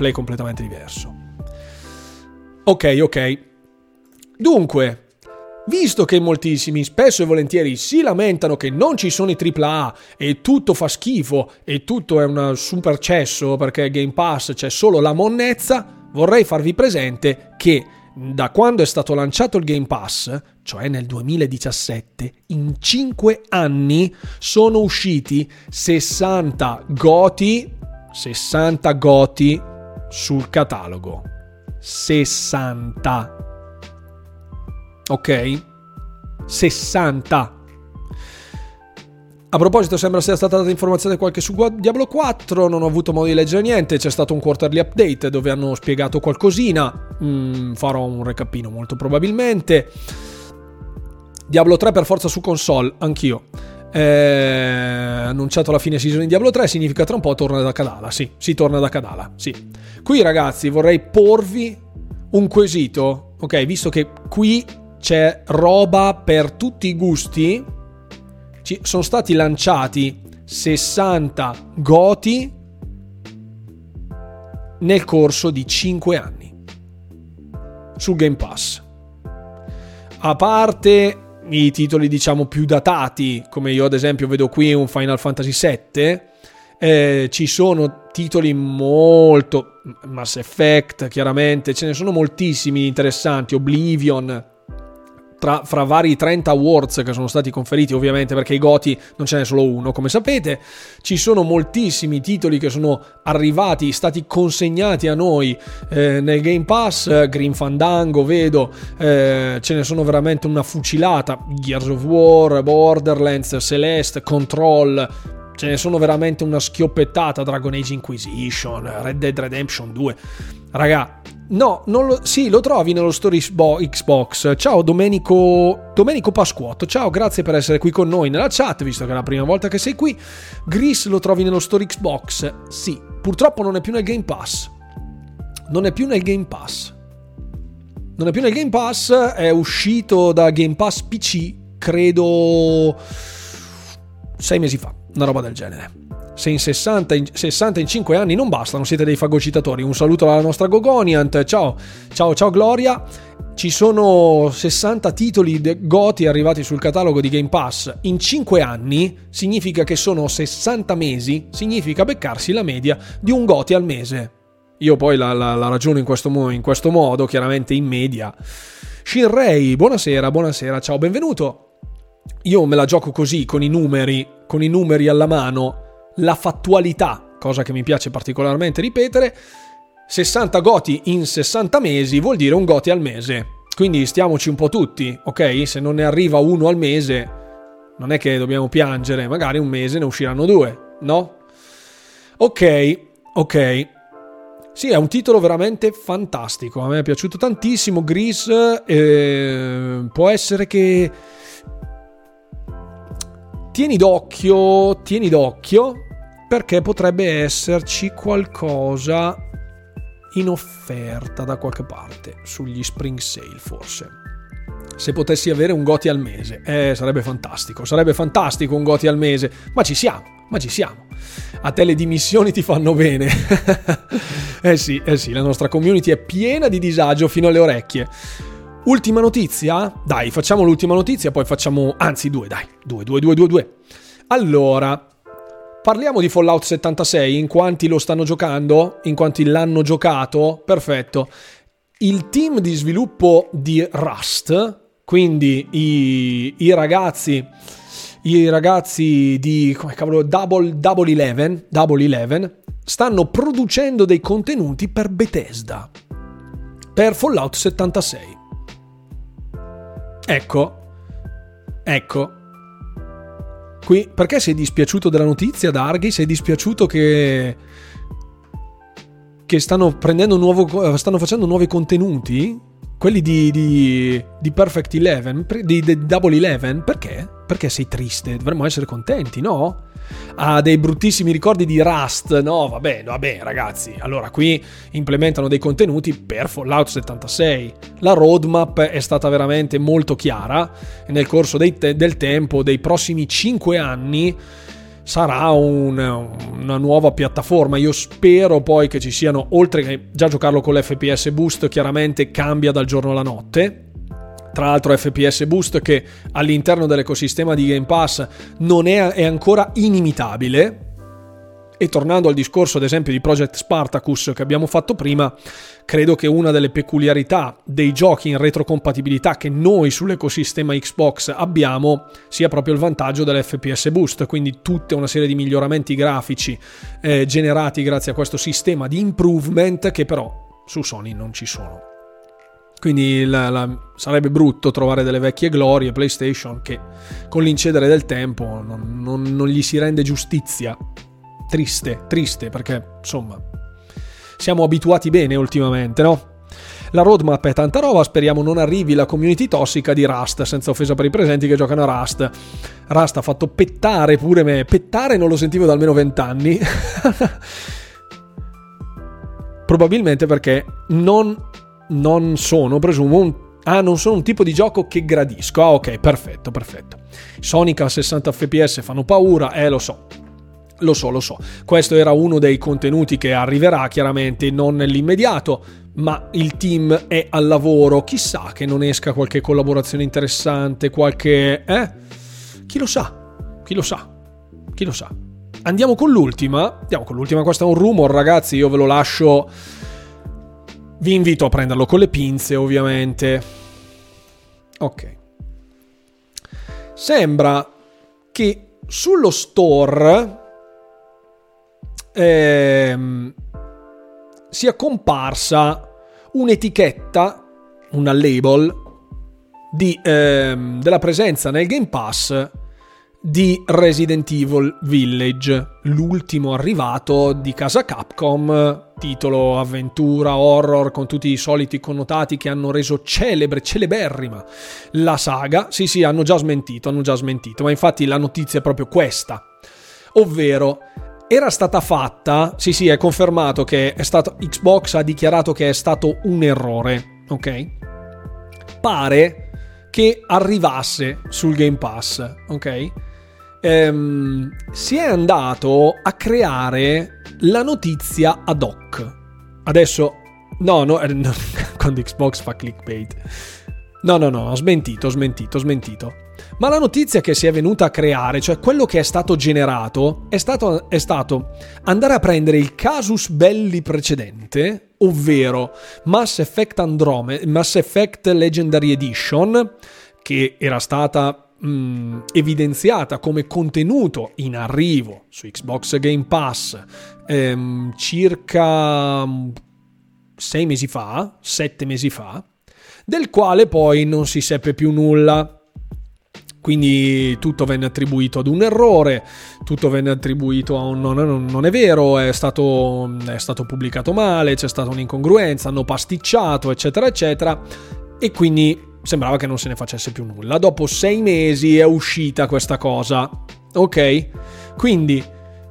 Ok. Dunque, visto che moltissimi spesso e volentieri si lamentano che non ci sono i AAA e tutto fa schifo e tutto è un super cesso perché Game Pass c'è solo la monnezza, vorrei farvi presente che da quando è stato lanciato il Game Pass, cioè nel 2017, in 5 anni sono usciti 60 GOTY sul catalogo. 60. Ok? 60. A proposito, sembra sia stata data informazione qualche su Diablo 4, non ho avuto modo di leggere niente, c'è stato un quarterly update dove hanno spiegato qualcosina, farò un recapino molto probabilmente. Diablo 3 per forza su console, anch'io. Annunciato la fine season di Diablo 3, significa tra un po' torna da Kadala. Sì, si torna da Kadala, sì. Qui ragazzi vorrei porvi un quesito, ok, visto che qui c'è roba per tutti i gusti. Sono stati lanciati 60 GOTY nel corso di 5 anni sul Game Pass. A parte i titoli diciamo più datati, come io ad esempio vedo qui un Final Fantasy VII, ci sono titoli molto, Mass Effect chiaramente, ce ne sono moltissimi interessanti, Oblivion, fra vari 30 awards che sono stati conferiti, ovviamente perché i GOTY non ce n'è solo uno, come sapete. Ci sono moltissimi titoli che sono arrivati, stati consegnati a noi nel Game Pass. Grim Fandango vedo, ce ne sono veramente una fucilata, Gears of War, Borderlands, Celeste, Control, ce ne sono veramente una schioppettata, Dragon Age Inquisition, Red Dead Redemption 2. Raga, no, lo trovi nello store Xbox. Ciao Domenico Pasquotto, ciao, grazie per essere qui con noi nella chat, visto che è la prima volta che sei qui. Gris lo trovi nello store Xbox? Sì, purtroppo non è più nel Game Pass. È uscito da Game Pass PC, credo 6 mesi fa, una roba del genere. Se in 60 in 5 anni non bastano, siete dei fagocitatori. Un saluto alla nostra Gogoniant, ciao Gloria. Ci sono 60 titoli GOTY arrivati sul catalogo di Game Pass in 5 anni, significa che sono 60 mesi, significa beccarsi la media di un GOTY al mese. Io poi la ragiono in questo modo, chiaramente in media. Shinrei, buonasera, ciao, benvenuto. Io me la gioco così, con i numeri alla mano, la fattualità, cosa che mi piace particolarmente ripetere. 60 GOTY in 60 mesi vuol dire un GOTY al mese, quindi stiamoci un po' tutti, ok? Se non ne arriva uno al mese non è che dobbiamo piangere, magari un mese ne usciranno 2, no? Ok. Sì, è un titolo veramente fantastico, a me è piaciuto tantissimo. Gris, può essere che tieni d'occhio, perché potrebbe esserci qualcosa in offerta da qualche parte sugli Spring Sale, forse. Se potessi avere un GOTY al mese, sarebbe fantastico un GOTY al mese, ma ci siamo. A te le dimissioni ti fanno bene. Sì, la nostra community è piena di disagio fino alle orecchie. Ultima notizia? Dai, facciamo l'ultima notizia, poi facciamo, anzi due. Allora, parliamo di Fallout 76, in quanti lo stanno giocando, in quanti l'hanno giocato, perfetto. il team di sviluppo di Rust, quindi i ragazzi di come cavolo, Double Eleven stanno producendo dei contenuti per Bethesda, per Fallout 76. Ecco. Qui, perché sei dispiaciuto della notizia, Darghi? Sei dispiaciuto che stanno facendo nuovi contenuti? Quelli di Perfect Eleven, di Double Eleven? Perché? Perché sei triste? Dovremmo essere contenti, no? Ha dei bruttissimi ricordi di Rust, no? Vabbè, ragazzi. Allora, qui implementano dei contenuti per Fallout 76. La roadmap è stata veramente molto chiara e nel corso del tempo, dei prossimi 5 anni, sarà una nuova piattaforma. Io spero poi che ci siano, oltre che già giocarlo con l'FPS Boost, chiaramente cambia dal giorno alla notte. Tra l'altro FPS Boost, che all'interno dell'ecosistema di Game Pass non è ancora inimitabile. E tornando al discorso ad esempio di Project Spartacus che abbiamo fatto prima, credo che una delle peculiarità dei giochi in retrocompatibilità che noi sull'ecosistema Xbox abbiamo sia proprio il vantaggio dell'FPS Boost, quindi tutta una serie di miglioramenti grafici generati grazie a questo sistema di improvement che però su Sony non ci sono. Quindi sarebbe brutto trovare delle vecchie glorie PlayStation che con l'incedere del tempo non gli si rende giustizia. Triste, perché insomma siamo abituati bene ultimamente, no? La roadmap è tanta roba, speriamo non arrivi la community tossica di Rust, senza offesa per i presenti che giocano a Rust. Rust ha fatto pettare pure me, pettare non lo sentivo da almeno 20 anni. Probabilmente perché non sono, presumo, non sono un tipo di gioco che gradisco. Ok, perfetto. Sonic a 60 fps fanno paura, lo so. Questo era uno dei contenuti che arriverà, chiaramente non nell'immediato, ma il team è al lavoro. Chissà che non esca qualche collaborazione interessante, qualche... Chi lo sa? Andiamo con l'ultima, questo è un rumor, ragazzi, io ve lo lascio... Vi invito a prenderlo con le pinze, ovviamente. Ok. Sembra che sullo store sia comparsa un'etichetta, una label della presenza nel Game Pass di Resident Evil Village, l'ultimo arrivato di casa Capcom, titolo avventura, horror, con tutti i soliti connotati che hanno reso celeberrima la saga. Sì, hanno già smentito, ma infatti la notizia è proprio questa, ovvero era stata fatta, sì, è confermato che è stato, Xbox ha dichiarato che è stato un errore, ok? Pare che arrivasse sul Game Pass, ok? Si è andato a creare la notizia ad hoc. Adesso no, quando Xbox fa clickbait. No, ho smentito. Ma la notizia che si è venuta a creare, cioè quello che è stato generato, è stato andare a prendere il casus belli precedente, ovvero Mass Effect Legendary Edition, che era stata evidenziata come contenuto in arrivo su Xbox Game Pass circa 7 mesi fa, del quale poi non si seppe più nulla. Quindi tutto venne attribuito ad un errore, tutto venne attribuito a un non è vero, è stato pubblicato male, c'è stata un'incongruenza, hanno pasticciato, eccetera eccetera, e quindi sembrava che non se ne facesse più nulla. Dopo 6 mesi è uscita questa cosa, ok? Quindi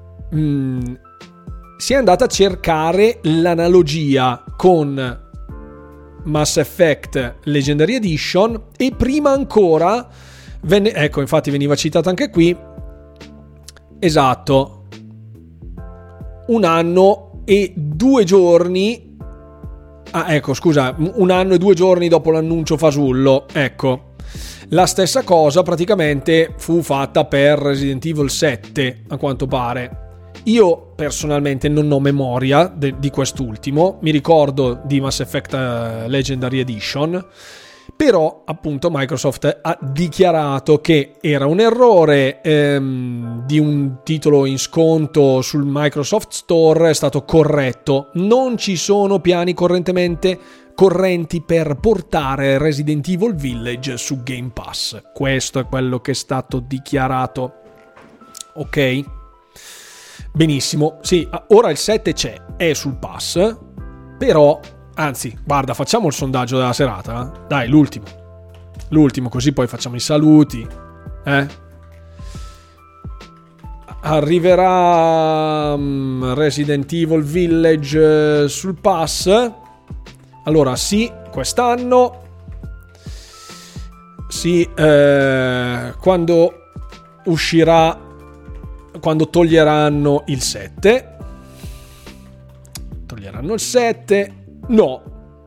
si è andata a cercare l'analogia con Mass Effect Legendary Edition e prima ancora infatti veniva citato anche qui, esatto, 1 anno e 2 giorni, 1 anno e 2 giorni dopo l'annuncio fasullo, ecco, la stessa cosa praticamente fu fatta per Resident Evil 7, a quanto pare. Io personalmente non ho memoria di quest'ultimo, mi ricordo di Mass Effect Legendary Edition, però appunto Microsoft ha dichiarato che era un errore di un titolo in sconto sul Microsoft Store, è stato corretto, non ci sono piani correnti per portare Resident Evil Village su Game Pass. Questo è quello che è stato dichiarato. Ok? Benissimo. Sì, ora il 7 è sul pass, però, anzi, guarda, facciamo il sondaggio della serata. Dai, l'ultimo, così poi facciamo i saluti. Arriverà Resident Evil Village sul pass? Allora, sì, quest'anno. Sì, quando uscirà, quando toglieranno il 7. Toglieranno il 7. No,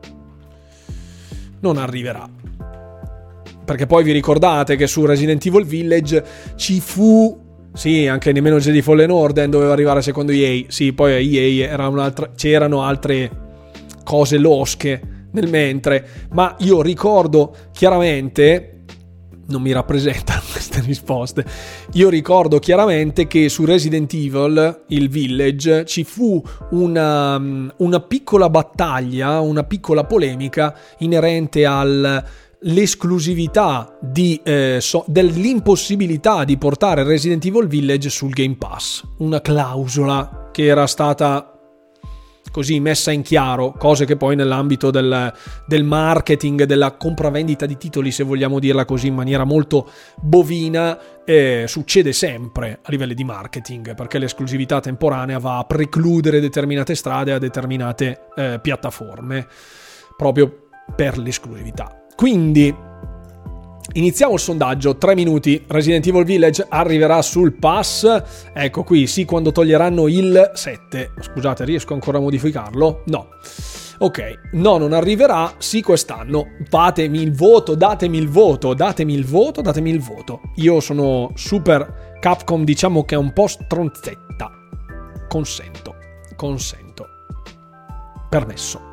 non arriverà. Perché poi vi ricordate che su Resident Evil Village ci fu... Sì, anche nemmeno Jedi Fallen Order doveva arrivare secondo EA. Sì, poi a EA era c'erano altre cose losche nel mentre, ma io ricordo chiaramente, non mi rappresentano queste risposte, io ricordo chiaramente che su Resident Evil, il Village, ci fu una piccola battaglia, una piccola polemica inerente all'esclusività dell'impossibilità di portare Resident Evil Village sul Game Pass, una clausola che era stata così messa in chiaro, cose che poi nell'ambito del marketing, della compravendita di titoli, se vogliamo dirla così in maniera molto bovina, succede sempre a livelli di marketing, perché l'esclusività temporanea va a precludere determinate strade a determinate piattaforme proprio per l'esclusività. Quindi iniziamo il sondaggio, 3 minuti. Resident Evil Village arriverà sul pass? Ecco qui, sì, quando toglieranno il 7. Scusate, riesco ancora a modificarlo? No. Ok, no, non arriverà, sì, quest'anno. Datemi il voto. Io sono super Capcom, diciamo che è un po' stronzetta. Consento. Permesso.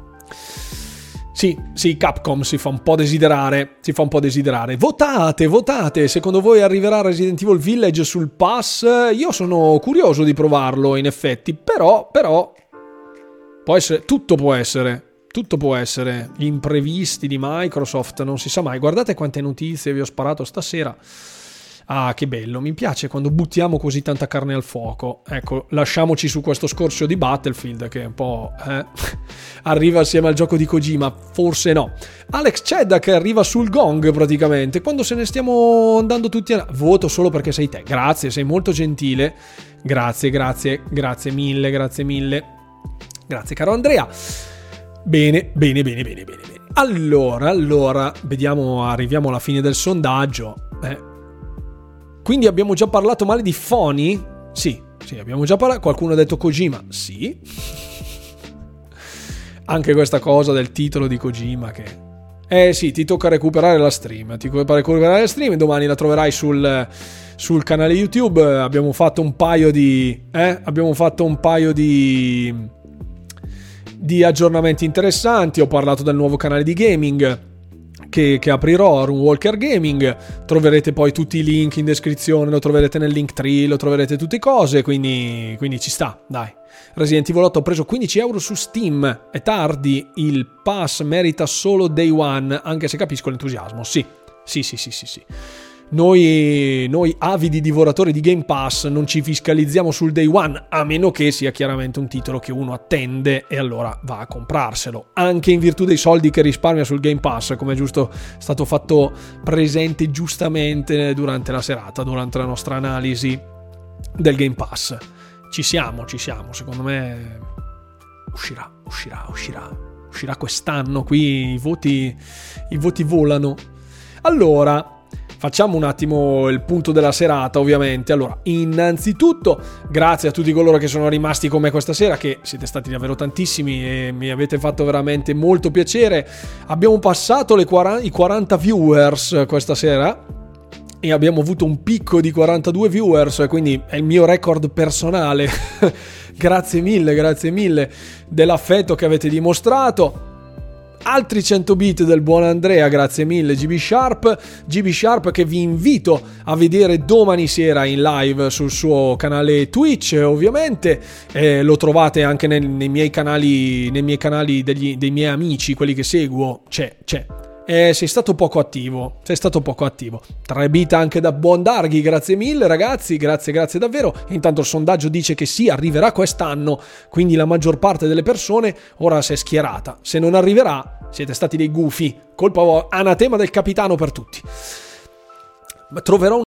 Sì, Capcom si fa un po' desiderare. Votate, secondo voi arriverà Resident Evil Village sul pass? Io sono curioso di provarlo, in effetti, però può essere, tutto può essere, gli imprevisti di Microsoft, non si sa mai. Guardate quante notizie vi ho sparato stasera. Ah, che bello, mi piace quando buttiamo così tanta carne al fuoco. Ecco, lasciamoci su questo scorcio di Battlefield che un po' arriva assieme al gioco di Kojima, forse no. Alex Cedda che arriva sul gong praticamente, quando se ne stiamo andando tutti a... Voto solo perché sei te, grazie, sei molto gentile, grazie mille, grazie caro Andrea. Bene. Allora, vediamo, arriviamo alla fine del sondaggio. Quindi abbiamo già parlato male di Fony? Sì, abbiamo già parlato. Qualcuno ha detto Kojima? Sì. Anche questa cosa del titolo di Kojima che... sì, ti tocca recuperare la stream. Domani la troverai sul canale YouTube. Abbiamo fatto un paio di aggiornamenti interessanti. Ho parlato del nuovo canale di gaming che aprirò, Runewalker Gaming. Troverete poi tutti i link in descrizione, lo troverete nel Linktree, lo troverete tutte cose, quindi ci sta, dai. Resident Evil 8 ho preso 15 euro su Steam, è tardi, il pass merita solo Day One, anche se capisco l'entusiasmo. Sì. Noi avidi divoratori di Game Pass non ci fiscalizziamo sul Day One, a meno che sia chiaramente un titolo che uno attende e allora va a comprarselo, anche in virtù dei soldi che risparmia sul Game Pass, come è giusto stato fatto presente giustamente durante la serata, durante la nostra analisi del Game Pass. Ci siamo, secondo me uscirà quest'anno, qui i voti volano. Allora, facciamo un attimo il punto della serata, ovviamente. Allora, innanzitutto, grazie a tutti coloro che sono rimasti con me questa sera, che siete stati davvero tantissimi e mi avete fatto veramente molto piacere. Abbiamo passato i 40 viewers questa sera e abbiamo avuto un picco di 42 viewers, quindi è il mio record personale. Grazie mille dell'affetto che avete dimostrato. Altri 100 bit del buon Andrea, grazie mille GB Sharp che vi invito a vedere domani sera in live sul suo canale Twitch, ovviamente lo trovate anche nei miei canali dei miei amici, quelli che seguo. C'è. Sei stato poco attivo. 3 bit anche da buon Darghi, grazie mille ragazzi, grazie davvero. Intanto il sondaggio dice che sì, arriverà quest'anno, quindi la maggior parte delle persone ora si è schierata. Se non arriverà, siete stati dei gufi, colpa anatema del capitano per tutti. Troverò